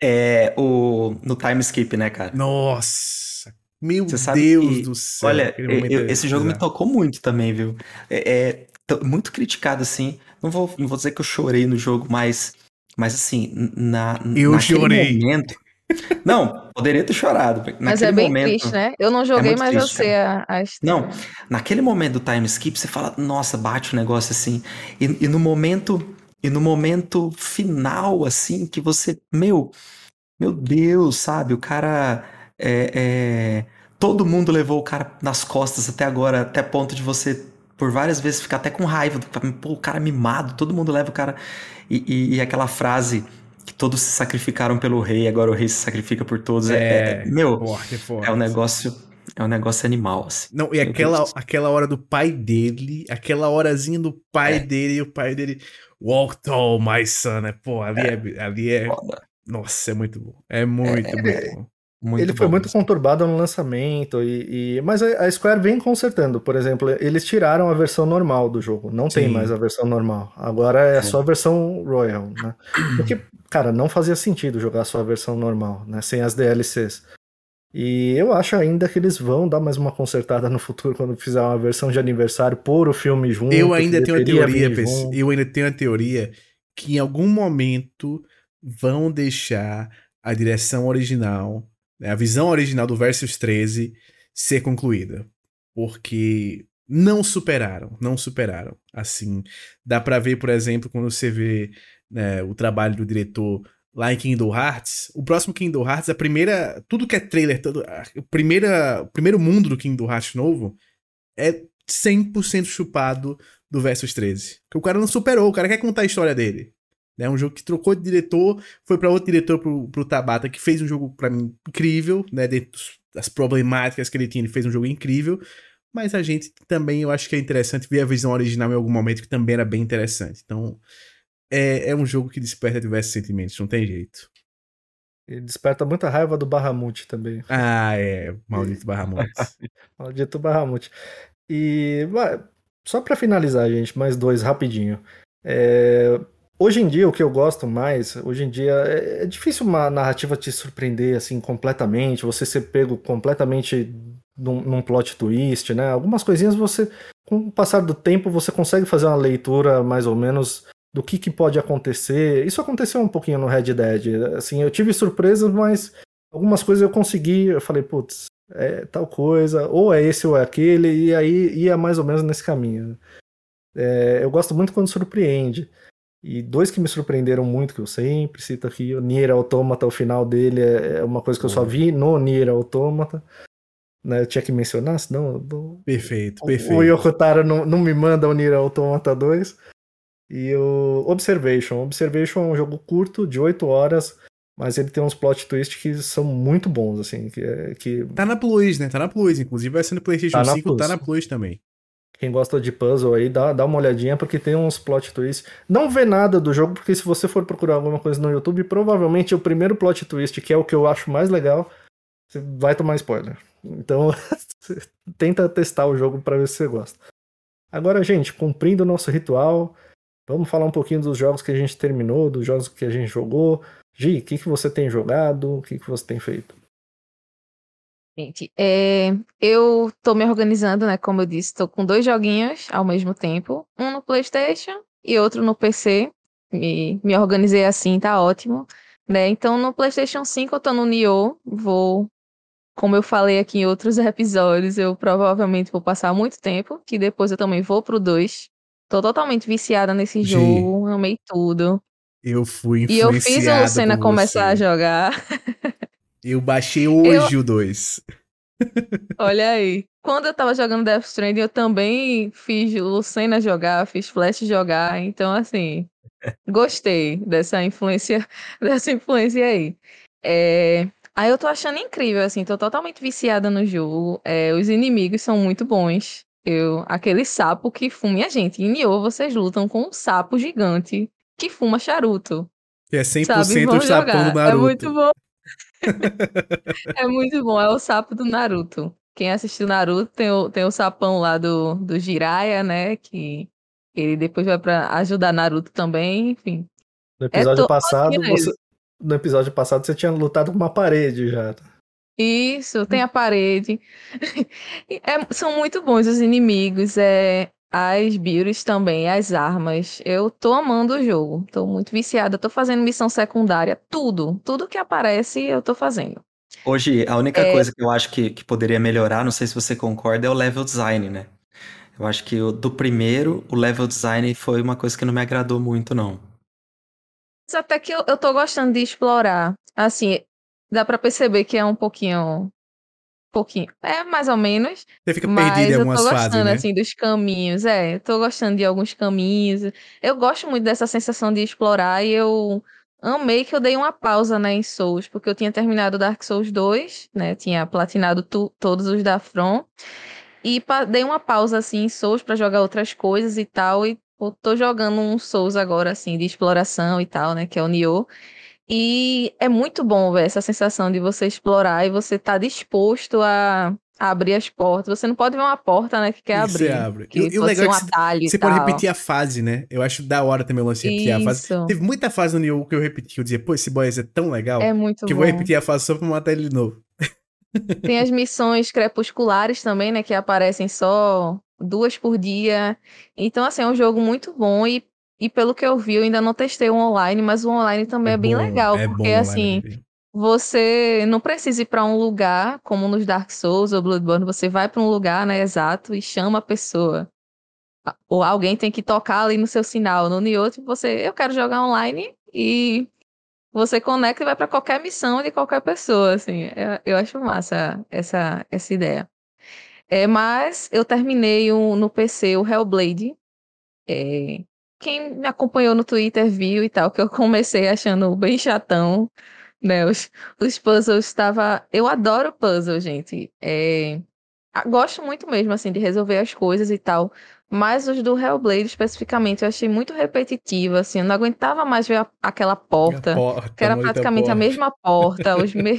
no time skip, né, cara? Nossa! Meu Você sabe Deus que, do céu, olha, aquele momento é esse jogo me bizarro. tocou muito também, viu? Muito criticado, assim. Não vou dizer que eu chorei no jogo, mas assim, Eu naquele chorei. momento. Não, poderia ter chorado. Mas é Naquele bem triste, momento. né? Eu não É joguei, muito mas eu triste, sei cara. a Não, história. naquele momento do time skip, você fala, nossa, bate o negócio assim. E no momento final, assim, que você, meu Deus, sabe? O cara. é, é, Todo mundo levou o cara nas costas até agora, até ponto de você, por várias vezes, ficar até com raiva. Pô, o cara é mimado, todo mundo leva o cara. E aquela frase que todos se sacrificaram pelo rei, agora o rei se sacrifica por todos. Meu, Forte, é é um forte. negócio. É um negócio animal, assim. Não, e Meu Deus. aquela hora do pai dele, aquela horazinha do pai É, dele, e o pai dele, walk tall, my son, né? Pô, ali é, foda. nossa, é muito bom. É muito, muito bom. Muito Ele foi bom muito mesmo. conturbado no lançamento, mas a Square vem consertando. Por exemplo, eles tiraram a versão normal do jogo. Não tem mais Sim, a versão normal. Agora é É. só a versão Royal, né? Porque, cara, não fazia sentido jogar só a versão normal, né? Sem as DLCs. E eu acho ainda que eles vão dar mais uma consertada no futuro quando fizer uma versão de aniversário, pôr o filme eu junto, que ainda tenho a deveria teoria, vir PC, junto. eu ainda tenho a teoria que em algum momento vão deixar a direção original, né, a visão original do Versus 13 ser concluída. Porque não superaram. Assim, dá pra ver, por exemplo, quando você vê, né, o trabalho do diretor lá em Kingdom Hearts, o próximo Kingdom Hearts, tudo que é trailer, o primeiro mundo do Kingdom Hearts novo é 100% chupado do Versus 13. Porque o cara não superou, o cara quer contar a história dele. É um jogo que trocou de diretor, foi pra outro diretor, pro Tabata, que fez um jogo pra mim incrível, né? Dentro das problemáticas que ele tinha, ele fez um jogo incrível. Mas a gente também, eu acho que é interessante ver a visão original em algum momento, que também era bem interessante. Então, é um jogo que desperta diversos sentimentos, não tem jeito. E desperta muita raiva do Bahamut também. Ah, é, maldito Bahamut. Maldito Bahamut. E só pra finalizar, gente, mais dois rapidinho. É, Hoje em dia, o que eu gosto mais, hoje em dia, é difícil uma narrativa te surpreender assim completamente, você ser pego completamente num plot twist, né? Algumas coisinhas você, com o passar do tempo, você consegue fazer uma leitura mais ou menos do que pode acontecer. Isso aconteceu um pouquinho no Red Dead. Assim, eu tive surpresas, mas algumas coisas eu consegui, eu falei, putz, é tal coisa, ou é esse ou é aquele, e aí ia mais ou menos nesse caminho. Eu gosto muito quando surpreende. E dois que me surpreenderam muito, que eu sempre cito aqui, o Nier Automata, o final dele é uma coisa que eu só vi no Nier Automata, né? Eu tinha que mencionar, senão Perfeito, o perfeito. Yoko Taro não me manda o Nier Automata 2. E o Observation. Observation é um jogo curto, de 8 horas, mas ele tem uns plot twists que são muito bons, assim, que Tá na Plus, né? Tá na Plus. Inclusive vai ser no tá PlayStation na 5, tá Plus. na Plus também. Quem gosta de puzzle aí, dá uma olhadinha, porque tem uns plot twists. Não vê nada do jogo, porque se você for procurar alguma coisa no YouTube, provavelmente o primeiro plot twist, que é o que eu acho mais legal, você vai tomar spoiler. Então, tenta testar o jogo pra ver se você gosta. Agora, gente, cumprindo o nosso ritual, vamos falar um pouquinho dos jogos que a gente terminou, dos jogos que a gente jogou. Gi, o que você tem jogado? O que você tem feito? Gente, eu tô me organizando, né? Como eu disse, tô com 2 joguinhos ao mesmo tempo, um no PlayStation e outro no PC. E me organizei assim, tá ótimo, né? Então no PlayStation 5 eu tô no Nioh, como eu falei aqui em outros episódios, eu provavelmente vou passar muito tempo, que depois eu também vou pro 2. Tô totalmente viciada nesse Gi, jogo, amei tudo. eu fui E eu fiz o influenciado Lucena por começar a você. jogar. Eu baixei Eu, hoje o 2. olha aí. Quando eu tava jogando Death Stranding, eu também fiz Lucena jogar, fiz Flash jogar. Então, assim, gostei dessa influência, dessa influência aí. Aí eu tô achando incrível, assim, tô totalmente viciada no jogo. Os inimigos são muito bons. Aquele sapo que fuma. Minha gente, em Nioh vocês lutam com um sapo gigante que fuma charuto. Que é Sabe? 100% o Vamos sapão do jogar. É muito Naruto. bom. É muito bom, é o sapo do Naruto. Quem assistiu Naruto tem o sapão lá do Jiraiya, né? Que ele depois vai pra ajudar Naruto também, enfim. No É episódio todo passado, nele. no episódio passado você tinha lutado com uma parede já. Isso, tem a parede. São muito bons os inimigos, as builds também, as armas. Eu tô amando o jogo, tô muito viciada, tô fazendo missão secundária, tudo que aparece eu tô fazendo. Hoje, a única É, coisa que eu acho que poderia melhorar, não sei se você concorda, é o level design, né? Eu acho que do primeiro, o level design foi uma coisa que não me agradou muito, não. mas até que eu tô gostando de explorar. Assim, dá pra perceber que é pouquinho, é mais ou menos, Você fica perdido em mas eu tô algumas fases, gostando né? assim dos caminhos, eu tô gostando de alguns caminhos. Eu gosto muito dessa sensação de explorar e eu amei que eu dei uma pausa, né, em Souls, porque eu tinha terminado Dark Souls 2, né, tinha platinado todos os da From e dei uma pausa assim em Souls pra jogar outras coisas e tal e pô, tô jogando um Souls agora assim de exploração e tal, né, que é o Nioh. E é muito bom, ver essa sensação de você explorar e você tá disposto a abrir as portas. Você não pode ver uma porta, né, que quer E você abrir, abre. que E o pode legal ser é um que atalho e você pode tal. repetir a fase, né? Eu acho da hora também o lance de repetir a fase. Isso, Teve muita fase no Nioh que eu repeti. Eu dizia, pô, esse boss é tão legal é muito que eu vou bom. repetir a fase só pra matar ele de novo. Tem as missões crepusculares também, né, que aparecem só 2 por dia. Então, assim, é um jogo muito bom e pelo que eu vi, eu ainda não testei o online, mas o online também é bem legal, É porque, bom online assim, dele. você não precisa ir para um lugar, como nos Dark Souls ou Bloodborne, você vai para um lugar, né, exato, e chama a pessoa. Ou alguém tem que tocar ali no seu sinal. No Nioh, tipo, eu quero jogar online e você conecta e vai para qualquer missão de qualquer pessoa, assim. Eu acho massa essa ideia. Mas eu terminei no PC o Hellblade. É, quem me acompanhou no Twitter viu e tal, que eu comecei achando bem chatão, né? Os puzzles estava. Eu adoro puzzle, gente. Gosto muito mesmo, assim, de resolver as coisas e tal. Mas os do Hellblade, especificamente, eu achei muito repetitivo, assim. Eu não aguentava mais ver aquela A porta, que porta, a era maldita praticamente a porta. mesma porta,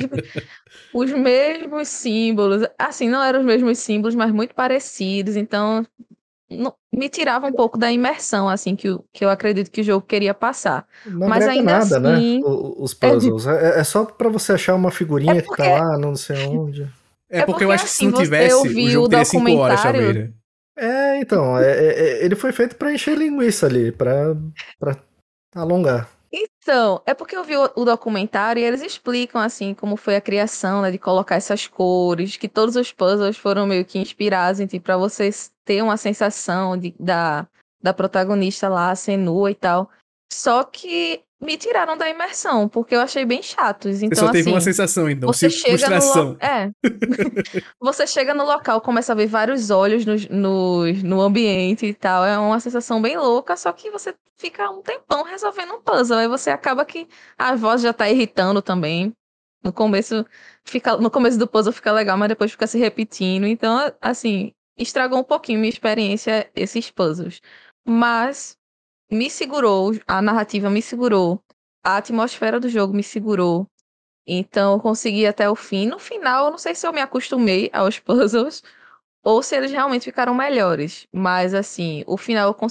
os mesmos símbolos. Assim, não eram os mesmos símbolos, mas muito parecidos. Então, me tirava um pouco da imersão, assim, que eu acredito que o jogo queria passar. Não Mas agrega ainda nada, né? assim, Os é, puzzles. É só pra você achar uma é figurinha que tá porque, lá, não sei onde. É porque eu acho que se assim, não eu tivesse, o vi jogo o teria 5 horas, talvez, documentário. né? Então, ele foi feito pra encher linguiça ali, pra alongar. Então, é porque eu vi o documentário e eles explicam, assim, como foi a criação, né, de colocar essas cores, que todos os puzzles foram meio que inspirados em ti, pra vocês ter uma sensação da protagonista lá, ser nua e tal. Só que me tiraram da imersão, porque eu achei bem chatos. Você Então, só teve uma assim, sensação, então, você chega no local. frustração. Você chega no local, começa a ver vários olhos no ambiente e tal. É uma sensação bem louca, só que você fica um tempão resolvendo um puzzle. Aí você acaba que a voz já tá irritando também. No começo do puzzle fica legal, mas depois fica se repetindo. Então, assim, estragou um pouquinho minha experiência esses puzzles. Mas me segurou, a narrativa me segurou, a atmosfera do jogo me segurou. Então, eu consegui ir até o fim. No final, eu não sei se eu me acostumei aos puzzles ou se eles realmente ficaram melhores. Mas, assim, o final eu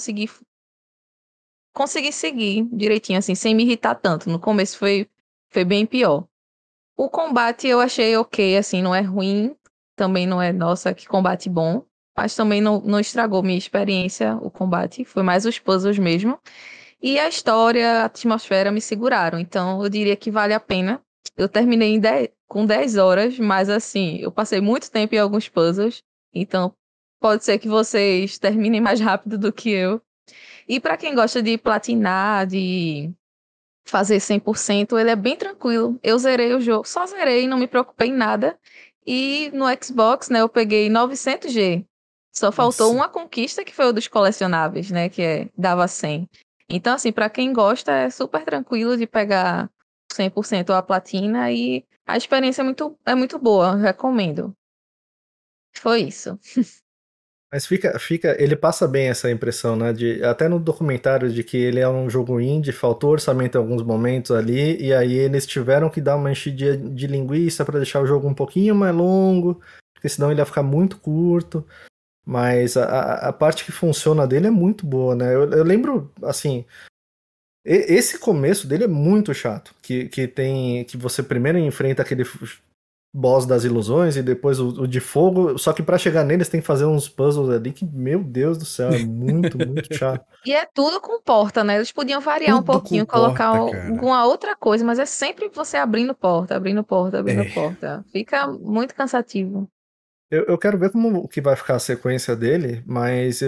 consegui seguir direitinho, assim, sem me irritar tanto. No começo foi bem pior. O combate eu achei ok, assim, não é ruim. Também não é, nossa, que combate bom. Mas também não estragou minha experiência, o combate. Foi mais os puzzles mesmo. E a história, a atmosfera me seguraram. Então, eu diria que vale a pena. Eu terminei com 10 horas, mas assim, eu passei muito tempo em alguns puzzles. Então, pode ser que vocês terminem mais rápido do que eu. E para quem gosta de platinar, de fazer 100%, ele é bem tranquilo. Eu zerei o jogo, só zerei, não me preocupei em nada. E no Xbox, né, eu peguei 900G. Só faltou Nossa. uma conquista que foi o dos colecionáveis, né, dava 100. Então, assim, para quem gosta, é super tranquilo de pegar 100% a platina e a experiência é muito boa, eu recomendo. Foi isso. Mas ele passa bem essa impressão, né? Até no documentário de que ele é um jogo indie, faltou orçamento em alguns momentos ali, e aí eles tiveram que dar uma enchidinha de linguiça para deixar o jogo um pouquinho mais longo, porque senão ele ia ficar muito curto. Mas a parte que funciona dele é muito boa, né? Eu lembro, assim, esse começo dele é muito chato, que você primeiro enfrenta aquele boss das ilusões e depois o de fogo, só que pra chegar neles tem que fazer uns puzzles ali que, meu Deus do céu, é muito, muito chato. E é tudo com porta, né? Eles podiam variar um Tudo pouquinho, colocar comporta, cara. alguma outra coisa, mas é sempre você abrindo porta, abrindo porta, abrindo É. porta. Fica muito cansativo. Eu quero ver como que vai ficar a sequência dele, mas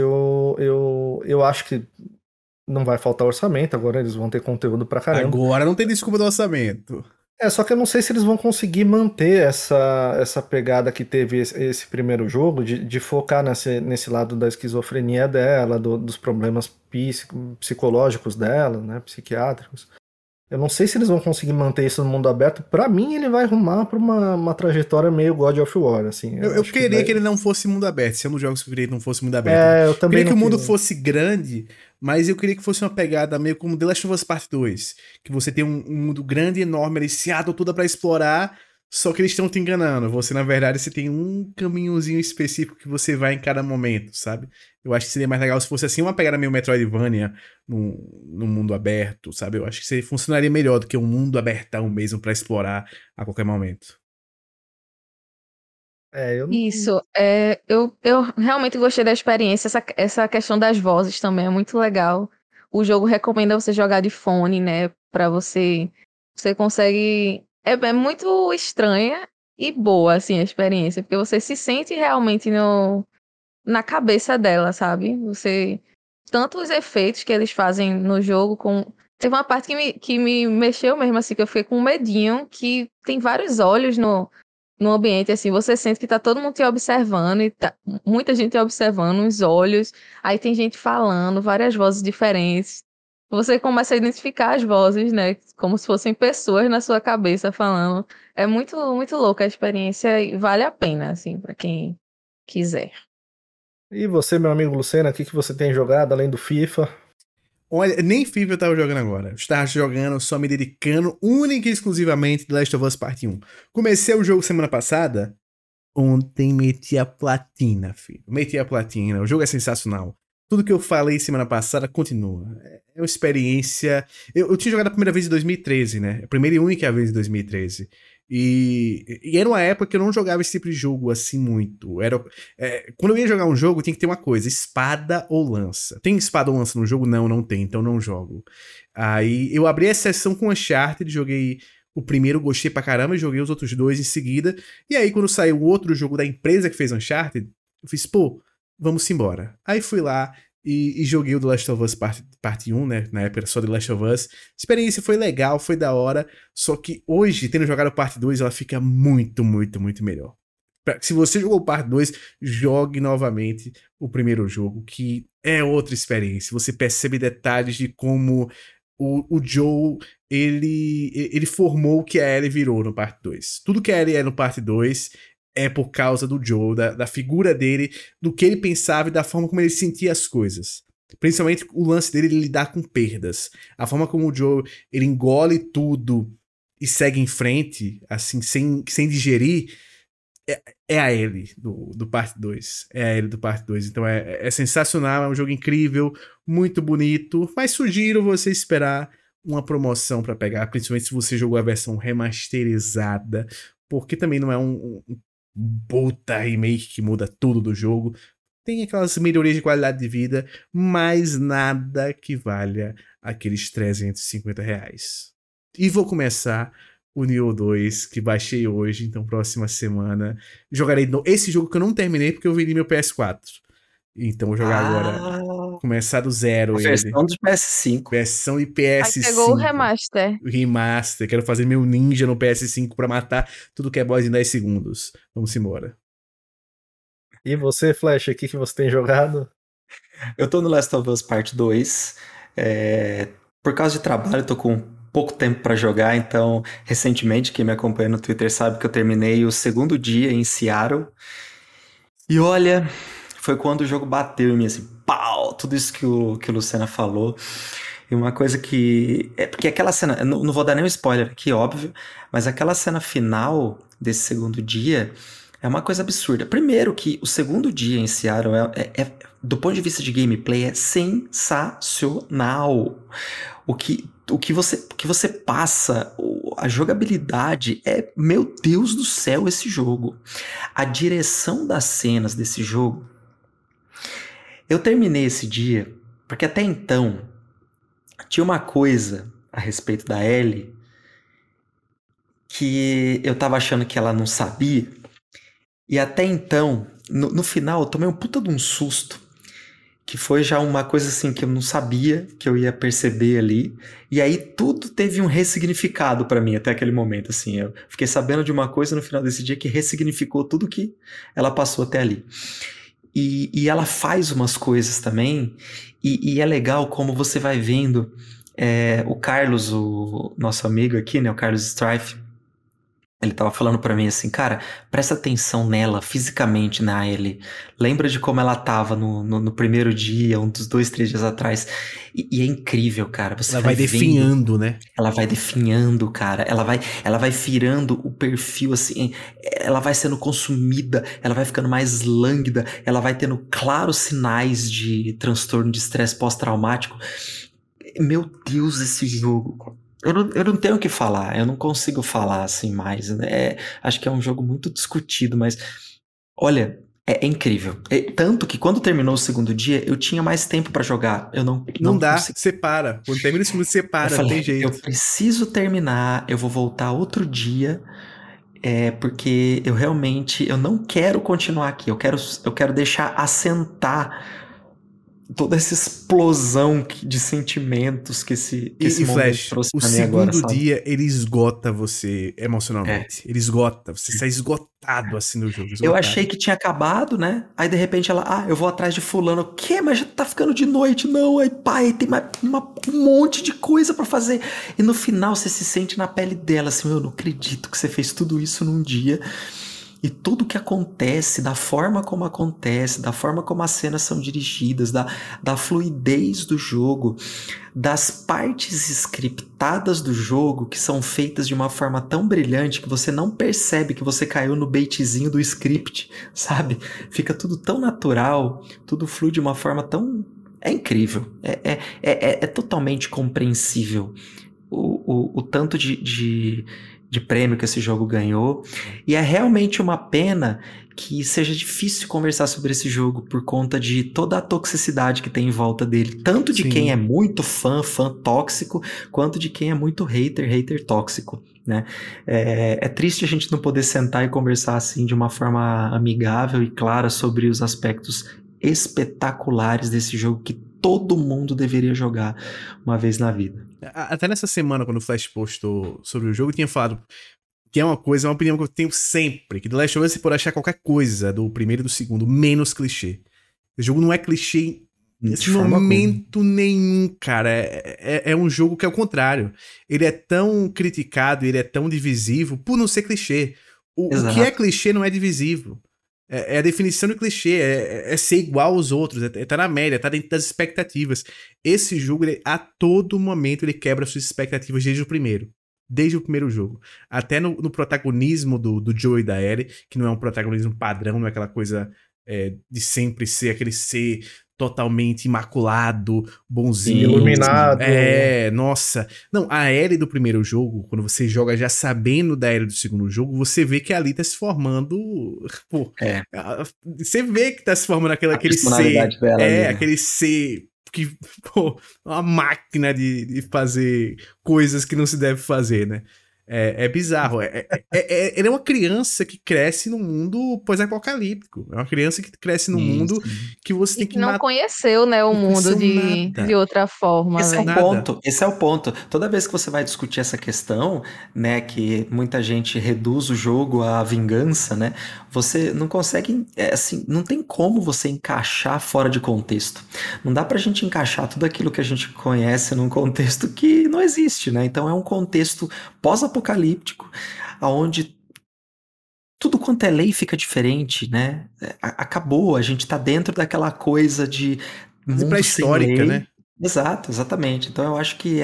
eu acho que não vai faltar orçamento, agora eles vão ter conteúdo pra caramba. Agora não tem desculpa do orçamento. Só que eu não sei se eles vão conseguir manter essa pegada que teve esse primeiro jogo, de focar nesse lado da esquizofrenia dela, dos problemas psicológicos dela, né, psiquiátricos. Eu não sei se eles vão conseguir manter isso no mundo aberto. Pra mim, ele vai rumar pra uma trajetória meio God of War, assim. Eu, Eu eu acho que queria vai... que ele não fosse mundo aberto. Se é um dos jogos que eu queria que não fosse mundo aberto. Eu Eu também queria que não o mundo queria. fosse grande, mas eu queria que fosse uma pegada meio como The Last of Us Part 2. Que você tem um mundo grande, enorme, ali, Seattle toda pra explorar, só que eles estão te enganando. Você, na verdade, você tem um caminhozinho específico que você vai em cada momento, sabe? Eu acho que seria mais legal se fosse assim, uma pegada meio Metroidvania no mundo aberto, sabe? Eu acho que funcionaria melhor do que um mundo abertão mesmo pra explorar a qualquer momento. Eu não. Isso, eu realmente gostei da experiência. Essa questão das vozes também é muito legal. O jogo recomenda você jogar de fone, né? Você consegue. É muito estranha e boa, assim, a experiência, porque você se sente realmente na cabeça dela, sabe? Tanto os efeitos que eles fazem no jogo, teve uma parte que me mexeu mesmo, assim, que eu fiquei com um medinho, que tem vários olhos no ambiente, assim, você sente que tá todo mundo te observando, e tá muita gente te observando, os olhos, aí tem gente falando, várias vozes diferentes. Você começa a identificar as vozes, né? Como se fossem pessoas na sua cabeça falando. É muito, muito louca a experiência e vale a pena, assim, pra quem quiser. E você, meu amigo Lucena, o que você tem jogado além do FIFA? Olha, nem FIFA eu tava jogando agora. Eu estava jogando, só me dedicando única e exclusivamente The Last of Us Part 1. Comecei o jogo semana passada, Ontem meti a platina, filho. Meti a platina. O jogo é sensacional. Tudo que eu falei semana passada continua. É uma experiência... Eu tinha jogado a primeira vez em 2013, né? A primeira e única vez em 2013. E era uma época que eu não jogava esse tipo de jogo assim muito. Quando eu ia jogar um jogo, tinha que ter uma coisa: espada ou lança. Tem espada ou lança no jogo? Não, não tem, então não jogo. Aí eu abri a sessão com Uncharted, joguei o primeiro, gostei pra caramba, joguei os outros dois em seguida. E aí, quando saiu o outro jogo da empresa que fez Uncharted, eu fiz, pô, vamos embora. Aí fui lá e joguei o The Last of Us parte 1, né? Na época era só The Last of Us. A experiência foi legal, foi da hora. Só que hoje, tendo jogado parte 2, ela fica muito, muito, muito melhor. Se você jogou parte 2, jogue novamente o primeiro jogo, que é outra experiência. Você percebe detalhes de como o Joel, ele formou o que a Ellie virou no parte 2. Tudo que a Ellie é no parte 2 é por causa do Joel, da figura dele, do que ele pensava e da forma como ele sentia as coisas. Principalmente o lance dele lidar com perdas. A forma como o Joel, ele engole tudo e segue em frente, assim, sem digerir, é a Ellie do parte 2. É a Ellie do parte 2. Então é sensacional, é um jogo incrível, muito bonito, mas sugiro você esperar uma promoção pra pegar, principalmente se você jogou a versão remasterizada, porque também não é um puta remake que muda tudo do jogo. Tem aquelas melhorias de qualidade de vida, mas nada que valha aqueles R$350. E vou começar o Nioh 2, que baixei hoje, então próxima semana jogarei esse jogo que eu não terminei porque eu vendi meu PS4. Então vou jogar agora, começar do zero ele. Versão do PS5. Versão de PS5. Aí pegou o remaster. Remaster. Quero fazer meu ninja no PS5 pra matar tudo que é boss em 10 segundos. Vamos embora. E você, Flash, o que você tem jogado? Eu tô no Last of Us Part 2. Por causa de trabalho, eu tô com pouco tempo pra jogar, então, recentemente, quem me acompanha no Twitter sabe que eu terminei o segundo dia em Seattle. E olha, foi quando o jogo bateu em mim, assim, pau! Tudo isso que o Lucena falou. E uma coisa que... porque aquela cena... Não vou dar nenhum spoiler aqui, óbvio, mas aquela cena final desse segundo dia é uma coisa absurda. Primeiro que o segundo dia em Seattle do ponto de vista de gameplay, é sensacional. O que você passa, a jogabilidade meu Deus do céu, esse jogo. A direção das cenas desse jogo. Eu terminei esse dia, porque até então tinha uma coisa a respeito da Ellie que eu tava achando que ela não sabia. E até então, no final, eu tomei um puta de um susto. Que foi já uma coisa assim que eu não sabia que eu ia perceber ali. E aí tudo teve um ressignificado pra mim até aquele momento, assim. Eu fiquei sabendo de uma coisa no final desse dia que ressignificou tudo que ela passou até ali. E ela faz umas coisas também. E é legal como você vai vendo o Carlos, o nosso amigo aqui, né? O Carlos Strife. Ele tava falando pra mim assim, cara, presta atenção nela, fisicamente, na Ellie. Lembra de como ela tava no primeiro dia, um dos 2, 3 dias atrás. E é incrível, cara. Você ela vai definhando, né? Ela vai definhando, cara. Ela vai virando o perfil, assim. Ela vai sendo consumida, ela vai ficando mais lânguida, ela vai tendo claros sinais de transtorno de estresse pós-traumático. Meu Deus, esse jogo... Eu não tenho o que falar, eu não consigo falar assim mais, né? Acho que é um jogo muito discutido, mas olha, é incrível. Tanto que quando terminou o segundo dia, eu tinha mais tempo pra jogar. Eu não dá, consegui. separa. Quando termina o segundo, separa, não tem jeito. Eu preciso terminar, eu vou voltar outro dia, porque eu realmente não quero continuar aqui. Eu quero deixar assentar toda essa explosão de sentimentos que esse momento Flash, trouxe pra mim agora, sabe? O segundo dia, ele esgota você emocionalmente. Ele esgota, você sai esgotado assim no jogo. Esgotado. Eu achei que tinha acabado, né? Aí, de repente, ela... eu vou atrás de fulano. O quê? Mas já tá ficando de noite. Não, aí, pai, tem um monte de coisa pra fazer. E no final, você se sente na pele dela, assim, eu não acredito que você fez tudo isso num dia. E tudo que acontece, da forma como acontece, da forma como as cenas são dirigidas, da fluidez do jogo, das partes scriptadas do jogo que são feitas de uma forma tão brilhante que você não percebe que você caiu no baitzinho do script, sabe? Fica tudo tão natural, tudo flui de uma forma tão... É incrível, é totalmente compreensível o tanto de prêmio que esse jogo ganhou, e é realmente uma pena que seja difícil conversar sobre esse jogo por conta de toda a toxicidade que tem em volta dele, tanto de quem é muito fã tóxico, quanto de quem é muito hater tóxico, né? É triste a gente não poder sentar e conversar assim de uma forma amigável e clara sobre os aspectos espetaculares desse jogo que todo mundo deveria jogar uma vez na vida. Até nessa semana, quando o Flash postou sobre o jogo, eu tinha falado que é uma opinião que eu tenho sempre, que The Last of Us você pode achar qualquer coisa do primeiro e do segundo, menos clichê. O jogo não é clichê em momento nenhum, cara. É um jogo que é o contrário. Ele é tão criticado, ele é tão divisivo por não ser clichê. O que é clichê não é divisivo. É a definição de clichê, é ser igual aos outros, tá na média, tá dentro das expectativas. Esse jogo, a todo momento, ele quebra suas expectativas desde o primeiro jogo. Até no protagonismo do Joel e da Ellie, que não é um protagonismo padrão, não é aquela coisa de sempre ser aquele ser totalmente imaculado, bonzinho. Iluminado. Nossa. Não, a Ellie do primeiro jogo, quando você joga já sabendo da Ellie do segundo jogo, você vê que ali tá se formando... Pô, você vê que tá se formando aquele ser... Dela ali, né? Aquele ser... que, pô, uma máquina de fazer coisas que não se deve fazer, né? É bizarro. Ele é uma criança que cresce num mundo pós-apocalíptico. É uma criança que cresce num mundo que você tem que não conheceu, né, o mundo de outra forma. Esse é o ponto. Toda vez que você vai discutir essa questão, né, que muita gente reduz o jogo à vingança, né, você não consegue, assim, não tem como você encaixar fora de contexto. Não dá pra gente encaixar tudo aquilo que a gente conhece num contexto que não existe, né? Então é um contexto pós-apocalíptico, onde tudo quanto é lei fica diferente, né? Acabou, a gente tá dentro daquela coisa de mundo sem lei. Né? Exato, exatamente. Então eu acho que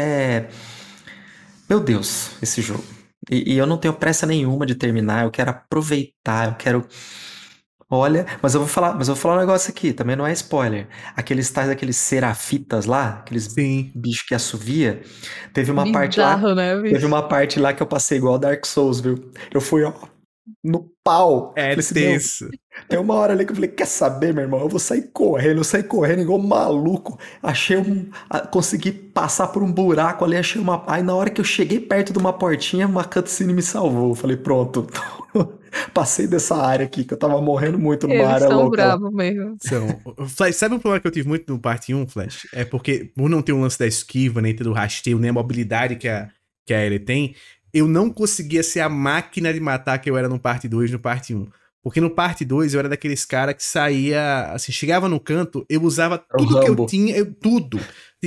meu Deus, esse jogo. E eu não tenho pressa nenhuma de terminar, eu quero aproveitar, eu quero... Olha, mas eu vou falar um negócio aqui, também não é spoiler. Aqueles serafitas lá, aqueles bichos que assovia, teve uma parte lá, né, teve uma parte lá que eu passei igual Dark Souls, viu? Eu fui, ó, no pau. É tenso. Tem uma hora ali que eu falei, quer saber, meu irmão? Eu saí correndo igual maluco. Consegui passar por um buraco ali, aí na hora que eu cheguei perto de uma portinha, uma cutscene me salvou. Eu falei, pronto. Passei dessa área aqui, que eu tava morrendo muito numa área louca. Eles são bravos mesmo. Flash, sabe um problema que eu tive muito no parte 1, Flash? É porque, por não ter um lance da esquiva, nem ter do rasteio, nem a mobilidade que a Ellie tem, eu não conseguia ser a máquina de matar que eu era no parte 2 e no parte 1. Porque no parte 2 eu era daqueles caras que saía, assim, chegava no canto, eu usava tudo que eu tinha, tudo.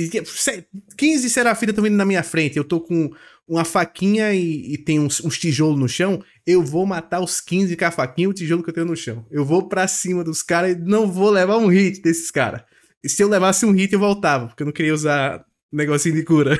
15 serafitas estão vindo na minha frente, eu tô com uma faquinha e tem uns tijolos no chão, eu vou matar os 15 com a faquinha e o tijolo que eu tenho no chão. Eu vou pra cima dos caras e não vou levar um hit desses caras. E se eu levasse um hit eu voltava, porque eu não queria usar negocinho de cura.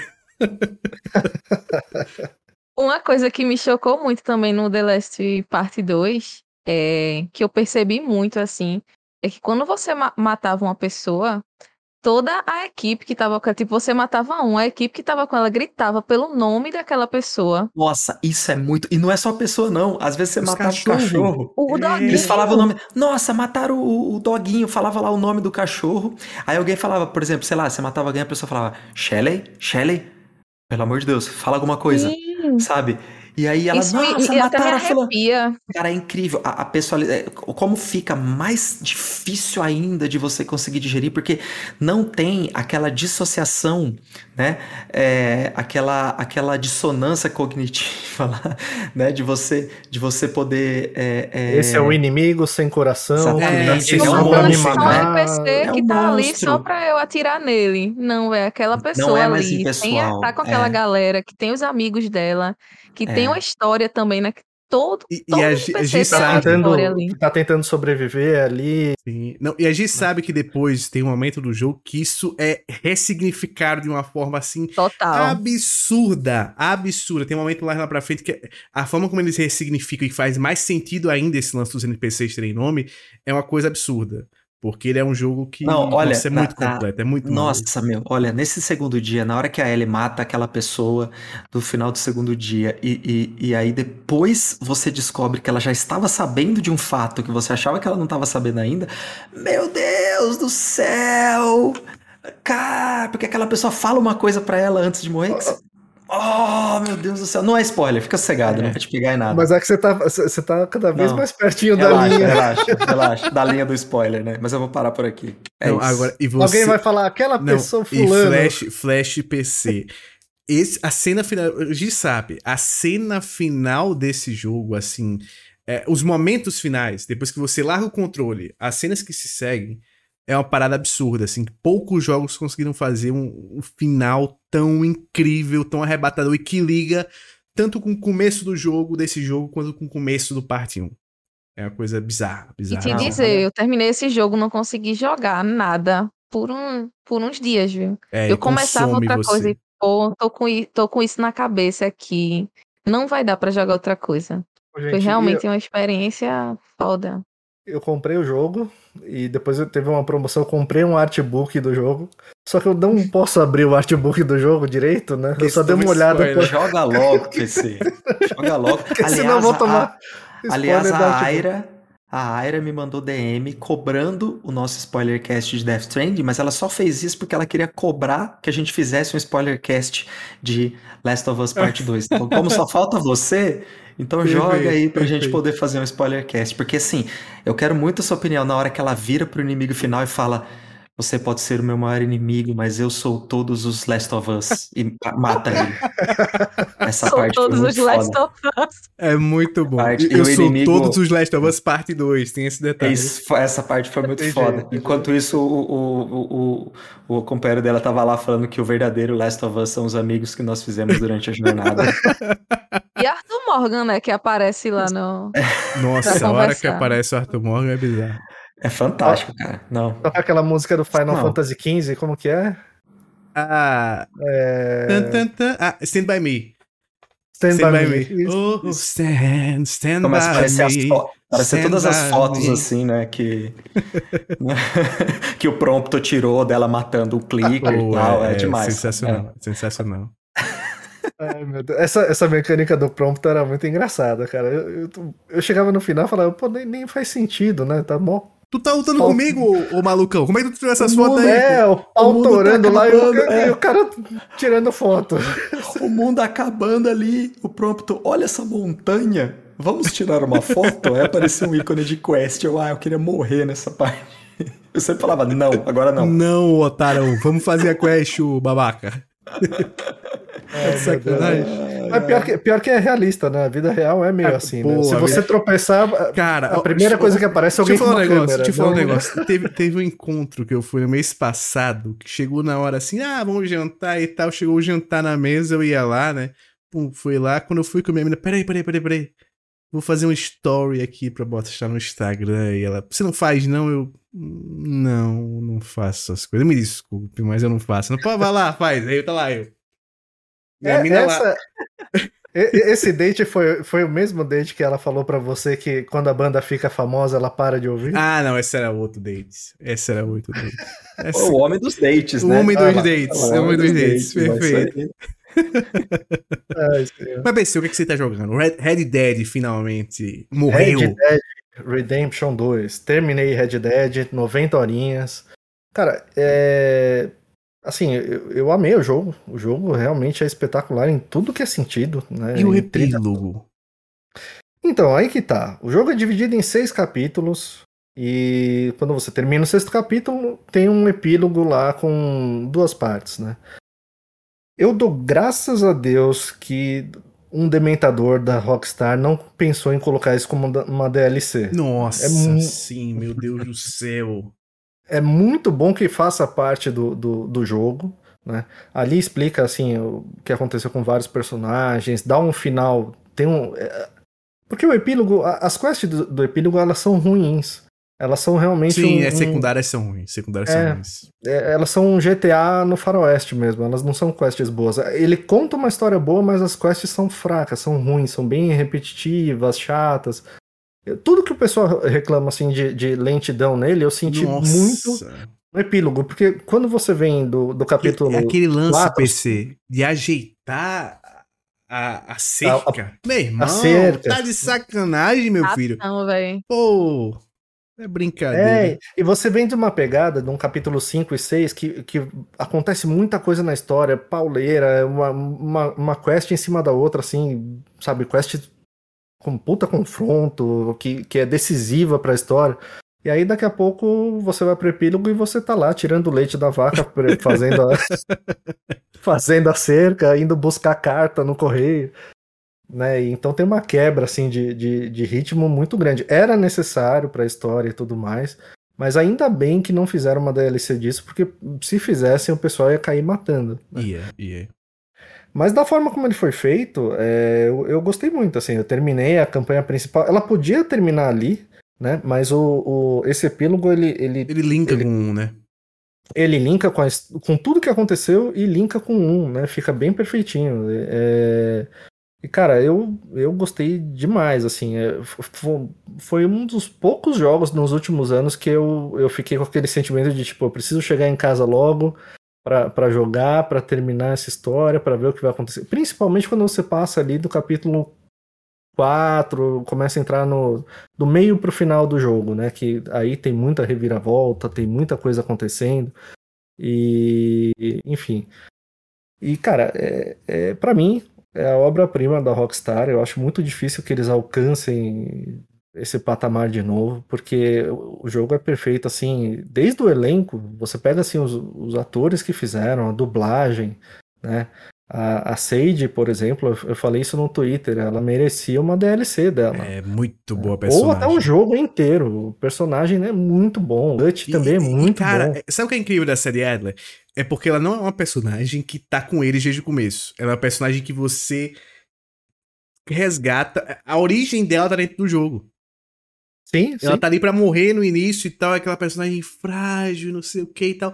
Uma coisa que me chocou muito também no The Last Part 2, que eu percebi muito, assim, é que quando você matava uma pessoa, toda a equipe que tava com ela, tipo, você matava a equipe que tava com ela gritava pelo nome daquela pessoa. Nossa, isso é muito... E não é só a pessoa, não. Às vezes você matava o cachorro. O doguinho. Eles falavam o nome... Nossa, mataram o doguinho. Falava lá o nome do cachorro. Aí alguém falava, por exemplo, sei lá, você matava alguém, a pessoa falava, Shelley? Pelo amor de Deus, fala alguma coisa. Sim. Sabe? E aí ela, nossa, mataram a fulana. Cara, é incrível. A pessoalidade, como fica mais difícil ainda de você conseguir digerir, porque não tem aquela dissociação, né? Aquela dissonância cognitiva lá, né? De você poder... Esse é o inimigo sem coração. Exatamente. É um NPC que tá ali só pra eu atirar nele. Não, é aquela pessoa ali. Tá com aquela galera, que tem os amigos dela, que tem uma história também, né? todo E todo a NPC Gi tem uma sabe. história ali. Tá tentando sobreviver ali. Sim. Não, e a gente sabe que depois tem um momento do jogo que isso é ressignificado de uma forma assim Total. absurda. Absurda. Tem um momento lá pra frente que a forma como eles ressignificam e faz mais sentido ainda esse lance dos NPCs terem nome é uma coisa absurda. Porque ele é um jogo que Não, olha, nossa, é muito completo, é muito maluco. nossa, meu, olha, nesse segundo dia, na hora que a Ellie mata aquela pessoa do final do segundo dia, e aí depois você descobre que ela já estava sabendo de um fato que você achava que ela não estava sabendo ainda, meu Deus do céu! Cara, porque aquela pessoa fala uma coisa pra ela antes de morrer que você... Oh, meu Deus do céu. Não é spoiler, fica sossegado, não vai te pegar em nada. Mas é que você tá cada vez Não. mais pertinho da Relaxa, linha. relaxa, da linha do spoiler, né? Mas eu vou parar por aqui. É Não, isso. agora, e você... Alguém vai falar, aquela Não, pessoa e fulano. Flash PC. A cena final, a gente sabe, a cena final desse jogo, assim, os momentos finais, depois que você larga o controle, as cenas que se seguem, é uma parada absurda, assim, poucos jogos conseguiram fazer um final tão incrível, tão arrebatador e que liga tanto com o começo do jogo, desse jogo, quanto com o começo do parte 1. É uma coisa bizarra, E bizarra. te Não, dizer, olha. eu terminei esse jogo, não consegui jogar nada por uns dias, viu? E Eu começava consome outra coisa você. e, pô, tô com isso na cabeça aqui. Não vai dar pra jogar outra coisa. Foi Gente, realmente uma experiência foda. eu comprei o jogo e depois teve uma promoção, eu comprei um artbook do jogo. Só que eu não posso abrir o artbook do jogo direito, né? Eu só dei uma olhada. Joga logo, PC. Joga logo. Porque senão eu vou tomar Aliás, spoiler do artbook. a Aira me mandou DM cobrando o nosso spoilercast de Death Stranding, mas ela só fez isso porque ela queria cobrar que a gente fizesse um spoilercast de Last of Us Part 2. Então, como só falta você, então joga aí pra gente poder fazer um spoilercast. Porque assim, eu quero muito a sua opinião na hora que ela vira pro inimigo final e fala: você pode ser o meu maior inimigo, mas eu sou todos os Last of Us. E mata ele. Essa São parte foi todos muito os Last foda. of Us. É muito bom. Parte. E Eu o sou inimigo- todos os Last of Us parte 2, tem esse detalhe. Essa parte foi muito Entendi, foda. entendi. Enquanto isso, o companheiro dela tava lá falando que o verdadeiro Last of Us são os amigos que nós fizemos durante a jornada. E Arthur Morgan, né, que aparece lá no... Nossa, pra a hora que conversar. aparece o Arthur Morgan é bizarro. É fantástico, cara. Não. Toca aquela música do Final Não. Fantasy XV, como que é? Ah, Stand By Me. Stand, Stand by By Me. Me. Isso. Oh, stand Começa a by aparecer as me. fotos. Aparecer Stand todas as by fotos me. assim, né? Que o Prompto tirou dela matando o clicker e tal. É demais. Sensacional, sensacional. Ai, meu Deus. Essa mecânica do prompt era muito engraçada, cara. Eu chegava no final e falava, pô, nem faz sentido, né? Tá mó. Tu tá lutando Falta- comigo, ô malucão? Como é que tu tirou essas O fotos mundo- aí? É, pô? o pau mundo tá torando lá acabando, e o cara tirando foto. O mundo acabando ali. O Prompto, olha essa montanha. Vamos tirar uma foto? Aí apareceu um ícone de quest. Eu queria morrer nessa parte. Eu sempre falava, não, agora não. Não, otário, vamos fazer a quest, ô babaca. Ai, sacanagem. Mas pior que é realista, né? A vida real é meio assim, né? pô, Se a você vida- tropeçar, Cara, a primeira coisa que aparece é alguém com uma câmera. Deixa eu falar um não- negócio. Teve um encontro que eu fui no mês passado, que chegou na hora assim, vamos jantar e tal. Chegou o jantar na mesa, eu ia lá, né? Pum, fui lá. Quando eu fui com a minha menina, peraí. Vou fazer um story aqui pra botar no Instagram. E ela, você não faz não? Eu, não faço essas coisas. Me desculpe, mas eu não faço. Não, pô, vai lá, faz. Aí tá lá eu. Minha mina lá. Esse date foi o mesmo date que ela falou pra você que quando a banda fica famosa, ela para de ouvir? Não, esse era outro date. O homem dos dates, O né? homem Ah, dos lá. dates. O O homem dos dates, vai perfeito. sair. Ai, senhor. Mas PC, o que você tá jogando? Red Dead finalmente morreu. Red Dead Redemption 2. Terminei Red Dead, 90 horinhas. Cara, assim, eu amei o jogo. O jogo realmente é espetacular em tudo que é sentido, né? E o Em trilha- epílogo? Então, aí que tá. O jogo é dividido em 6 capítulos. E quando você termina o 6º capítulo, tem um epílogo lá com 2 partes, né? Eu dou graças a Deus que um dementador da Rockstar não pensou em colocar isso como uma DLC. Nossa, É sim, meu Deus do céu. É muito bom que faça parte do jogo, né? Ali explica assim o que aconteceu com vários personagens, dá um final, Porque o epílogo, as quests do epílogo, elas são ruins. Elas são realmente Sim, secundárias são ruins. elas são um GTA no faroeste mesmo, elas não são quests boas. Ele conta uma história boa, mas as quests são fracas, são ruins, são bem repetitivas, chatas. Tudo que o pessoal reclama assim de lentidão nele, eu senti muito no epílogo, porque quando você vem do capítulo aquele lance 4, PC de ajeitar a cerca. Meu irmão, cerca. Tá de sacanagem, meu filho. Não, velho. Pô, é brincadeira. E você vem de uma pegada de um capítulo 5 e 6 que acontece muita coisa na história, pauleira, uma quest em cima da outra, assim, sabe, quest com puta confronto, que é decisiva pra história. E aí daqui a pouco você vai pro epílogo e você tá lá tirando o leite da vaca, fazendo a cerca, indo buscar carta no correio. Né? Então tem uma quebra assim de ritmo muito grande. Era necessário para a história e tudo mais, mas ainda bem que não fizeram uma DLC disso, porque se fizessem o pessoal ia cair matando. Né? Ia. Mas da forma como ele foi feito, eu gostei muito. Assim, eu terminei a campanha principal. Ela podia terminar ali, né? Mas esse epílogo ele linka com um, né? Ele linka com tudo que aconteceu e linka com um, né? Fica bem perfeitinho. E, cara, eu gostei demais, assim, foi um dos poucos jogos nos últimos anos que eu fiquei com aquele sentimento de, tipo, eu preciso chegar em casa logo pra jogar, pra terminar essa história, pra ver o que vai acontecer. Principalmente quando você passa ali do capítulo 4, começa a entrar do meio pro final do jogo, né, que aí tem muita reviravolta, tem muita coisa acontecendo, e enfim. E, cara, pra mim, é a obra-prima da Rockstar. Eu acho muito difícil que eles alcancem esse patamar de novo, porque o jogo é perfeito, assim, desde o elenco, você pega, assim, os atores que fizeram, a dublagem, né? A Sage, por exemplo, eu falei isso no Twitter, ela merecia uma DLC dela. É muito boa a personagem. Ou até um jogo inteiro. O personagem é muito bom. O Dutch também é muito cara, bom. Sabe o que é incrível da série Adler? É porque ela não é uma personagem que tá com eles desde o começo. Ela é uma personagem que você resgata. A origem dela tá dentro do jogo. Sim, Ela sim. tá ali pra morrer no início e tal, aquela personagem frágil, não sei o que e tal.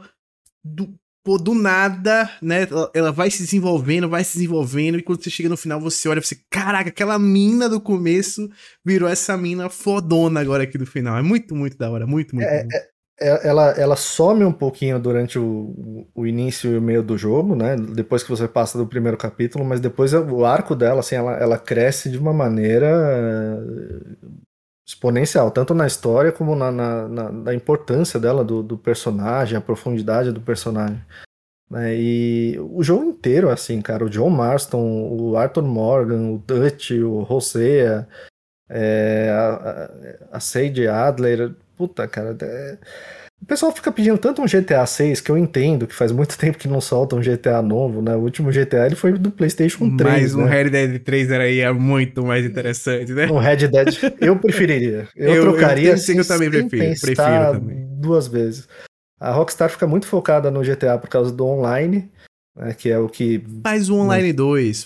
Do nada, né? Ela vai se desenvolvendo, e quando você chega no final, você olha e você, caraca, aquela mina do começo virou essa mina fodona agora aqui do final. É muito, muito da hora, muito. Ela some um pouquinho durante o início e o meio do jogo, né? Depois que você passa do primeiro capítulo, mas depois o arco dela, assim, ela cresce de uma maneira exponencial, tanto na história como na importância dela, do personagem, a profundidade do personagem. Né? E o jogo inteiro, assim, cara, o John Marston, o Arthur Morgan, o Dutch, o Hosea, a Sage Adler, puta, cara, o pessoal fica pedindo tanto um GTA 6 que eu entendo que faz muito tempo que não solta um GTA novo, né? O último GTA ele foi do PlayStation 3. Mas um Red Dead 3 era muito mais interessante, né? Um Red Dead eu preferiria. Eu trocaria assim, eu também prefiro também. Duas vezes. A Rockstar fica muito focada no GTA por causa do online, né, que é o que... Faz um Online 2.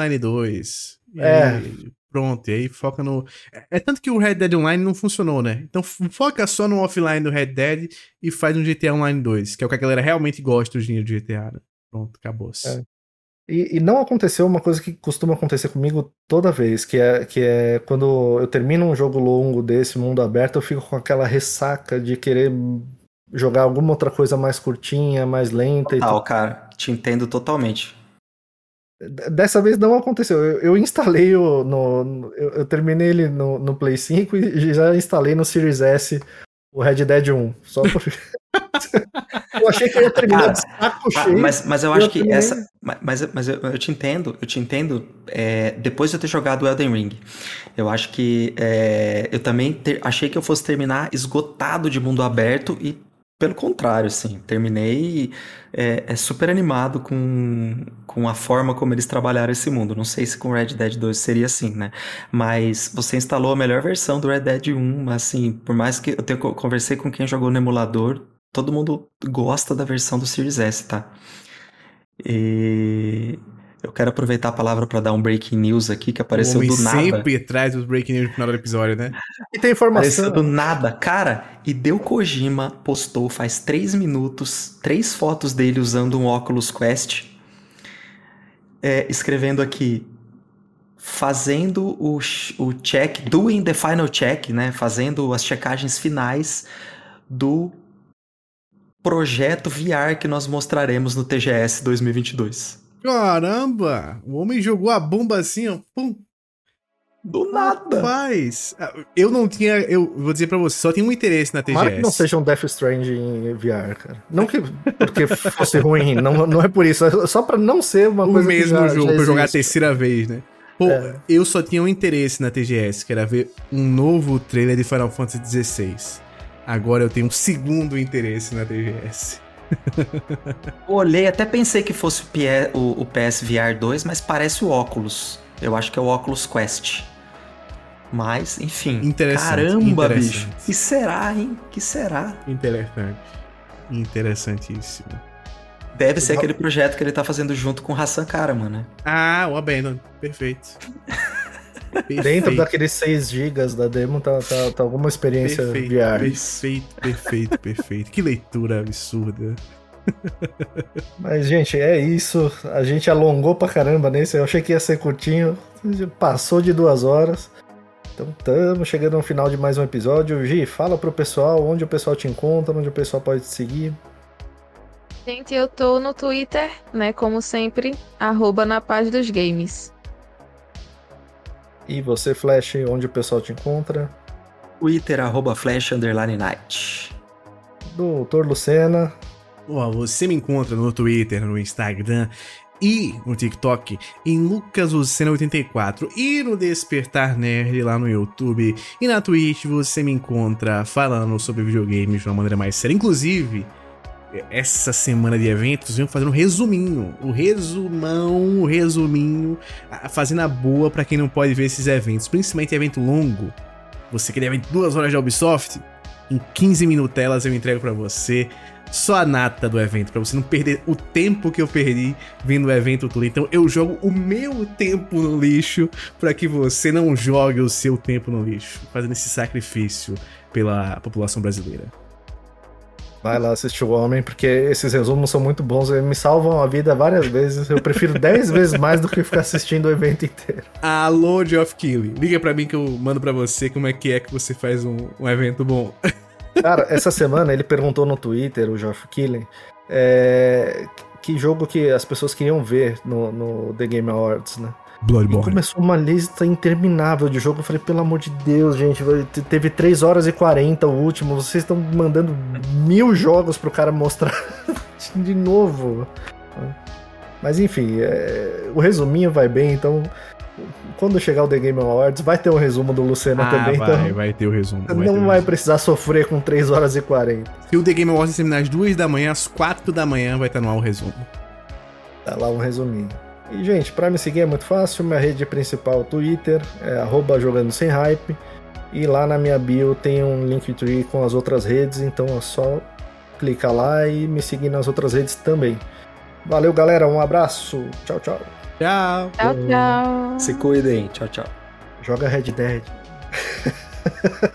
Pronto, e aí foca no... É tanto que o Red Dead Online não funcionou, né? Então foca só no offline do Red Dead e faz um GTA Online 2, que é o que a galera realmente gosta hoje em dia de GTA, né? Pronto, acabou-se. E não aconteceu uma coisa que costuma acontecer comigo toda vez, que é quando eu termino um jogo longo desse, mundo aberto, eu fico com aquela ressaca de querer jogar alguma outra coisa mais curtinha, mais lenta. Total, cara, te entendo totalmente. Dessa vez não aconteceu. Eu instalei eu terminei ele no Play 5 e já instalei no Series S o Red Dead 1. Só por... eu achei que eu ia terminar de saco cheio. Mas eu acho que essa... Mas eu te entendo, depois de eu ter jogado o Elden Ring. Eu acho que eu também achei que eu fosse terminar esgotado de mundo aberto e pelo contrário, assim, terminei super animado com a forma como eles trabalharam esse mundo. Não sei se com Red Dead 2 seria assim, né? Mas você instalou a melhor versão do Red Dead 1, assim, por mais que eu conversei com quem jogou no emulador, todo mundo gosta da versão do Series S, tá? E eu quero aproveitar a palavra para dar um breaking news aqui que apareceu do nada. Sempre traz os breaking news no final do episódio, né? E tem informação. Apareceu do nada. Cara, Hideo Kojima postou faz 3 minutos 3 fotos dele usando um Oculus Quest, escrevendo aqui, fazendo o check, doing the final check, né? Fazendo as checagens finais do projeto VR que nós mostraremos no TGS 2022. Caramba! O homem jogou a bomba assim, ó. Pum! Do nada! Rapaz! Eu não tinha... Eu vou dizer pra você, só tinha um interesse na TGS. Tomara que não seja um Death Stranding em VR, cara. Não que porque fosse ruim, não é por isso. É só pra não ser uma coisa o mesmo que jogo, já pra jogar a existe. terceira vez, né? Pô, eu só tinha um interesse na TGS, que era ver um novo trailer de Final Fantasy XVI. Agora eu tenho um segundo interesse na TGS. Olhei, até pensei que fosse o PSVR 2, mas parece o Oculus. Eu acho que é o Oculus Quest. Mas, enfim. Caramba, bicho. Que será, hein? Que será? Interessante. Interessantíssimo. Deve ser aquele projeto que ele tá fazendo junto com o Hassan Karaman, né? Ah, o Abandon. Perfeito. Dentro daqueles 6 GB da demo tá alguma experiência VR. Perfeito. Que leitura absurda. Mas, gente, é isso. A gente alongou pra caramba nesse. Eu achei que ia ser curtinho. Passou de 2 horas. Então estamos chegando ao final de mais um episódio. Gi, fala pro pessoal onde o pessoal te encontra, onde o pessoal pode te seguir. Gente, eu tô no Twitter, né, como sempre, @napazedosgames. E você, Flash, onde o pessoal te encontra? Twitter, @Flash_Night. Doutor Lucena. Você me encontra no Twitter, no Instagram e no TikTok em LucasLucena84 e no Despertar Nerd lá no YouTube e na Twitch você me encontra falando sobre videogames de uma maneira mais séria. Inclusive, essa semana de eventos eu fazendo um resuminho, fazendo a boa pra quem não pode ver esses eventos, principalmente evento longo. Você queria ver 2 horas de Ubisoft? Em 15 minutelas eu entrego pra você só a nata do evento, pra você não perder o tempo que eu perdi vendo o evento todo. Então eu jogo o meu tempo no lixo pra que você não jogue o seu tempo no lixo, fazendo esse sacrifício pela população brasileira. Vai lá assistir o homem, porque esses resumos são muito bons, eles me salvam a vida várias vezes. Eu prefiro 10 vezes mais do que ficar assistindo o evento inteiro. Alô, Geoff Keighley, liga pra mim que eu mando pra você como é que você faz um evento bom. Cara, essa semana ele perguntou no Twitter, o Geoff Keighley, que jogo que as pessoas queriam ver no The Game Awards, né? Bloodborne. E começou uma lista interminável de jogo. Eu falei, pelo amor de Deus, gente, teve 3 horas e 40 o último. Vocês estão mandando 1000 jogos pro cara mostrar de novo. Mas enfim, o resuminho vai bem, então quando chegar o The Game Awards vai ter um resumo do Lucena também. Vai ter o resumo. Não vai precisar sofrer com 3 horas e 40. Se o The Game Awards terminar às 2 da manhã, às 4 da manhã vai estar no ar o resumo. Tá lá um resuminho. E, gente, pra me seguir é muito fácil. Minha rede principal, Twitter, é @jogandosemhype. E lá na minha bio tem um Linktree com as outras redes, então é só clicar lá e me seguir nas outras redes também. Valeu, galera. Um abraço. Tchau, tchau. Tchau. Tchau. Se cuidem. Tchau. Joga Red Dead.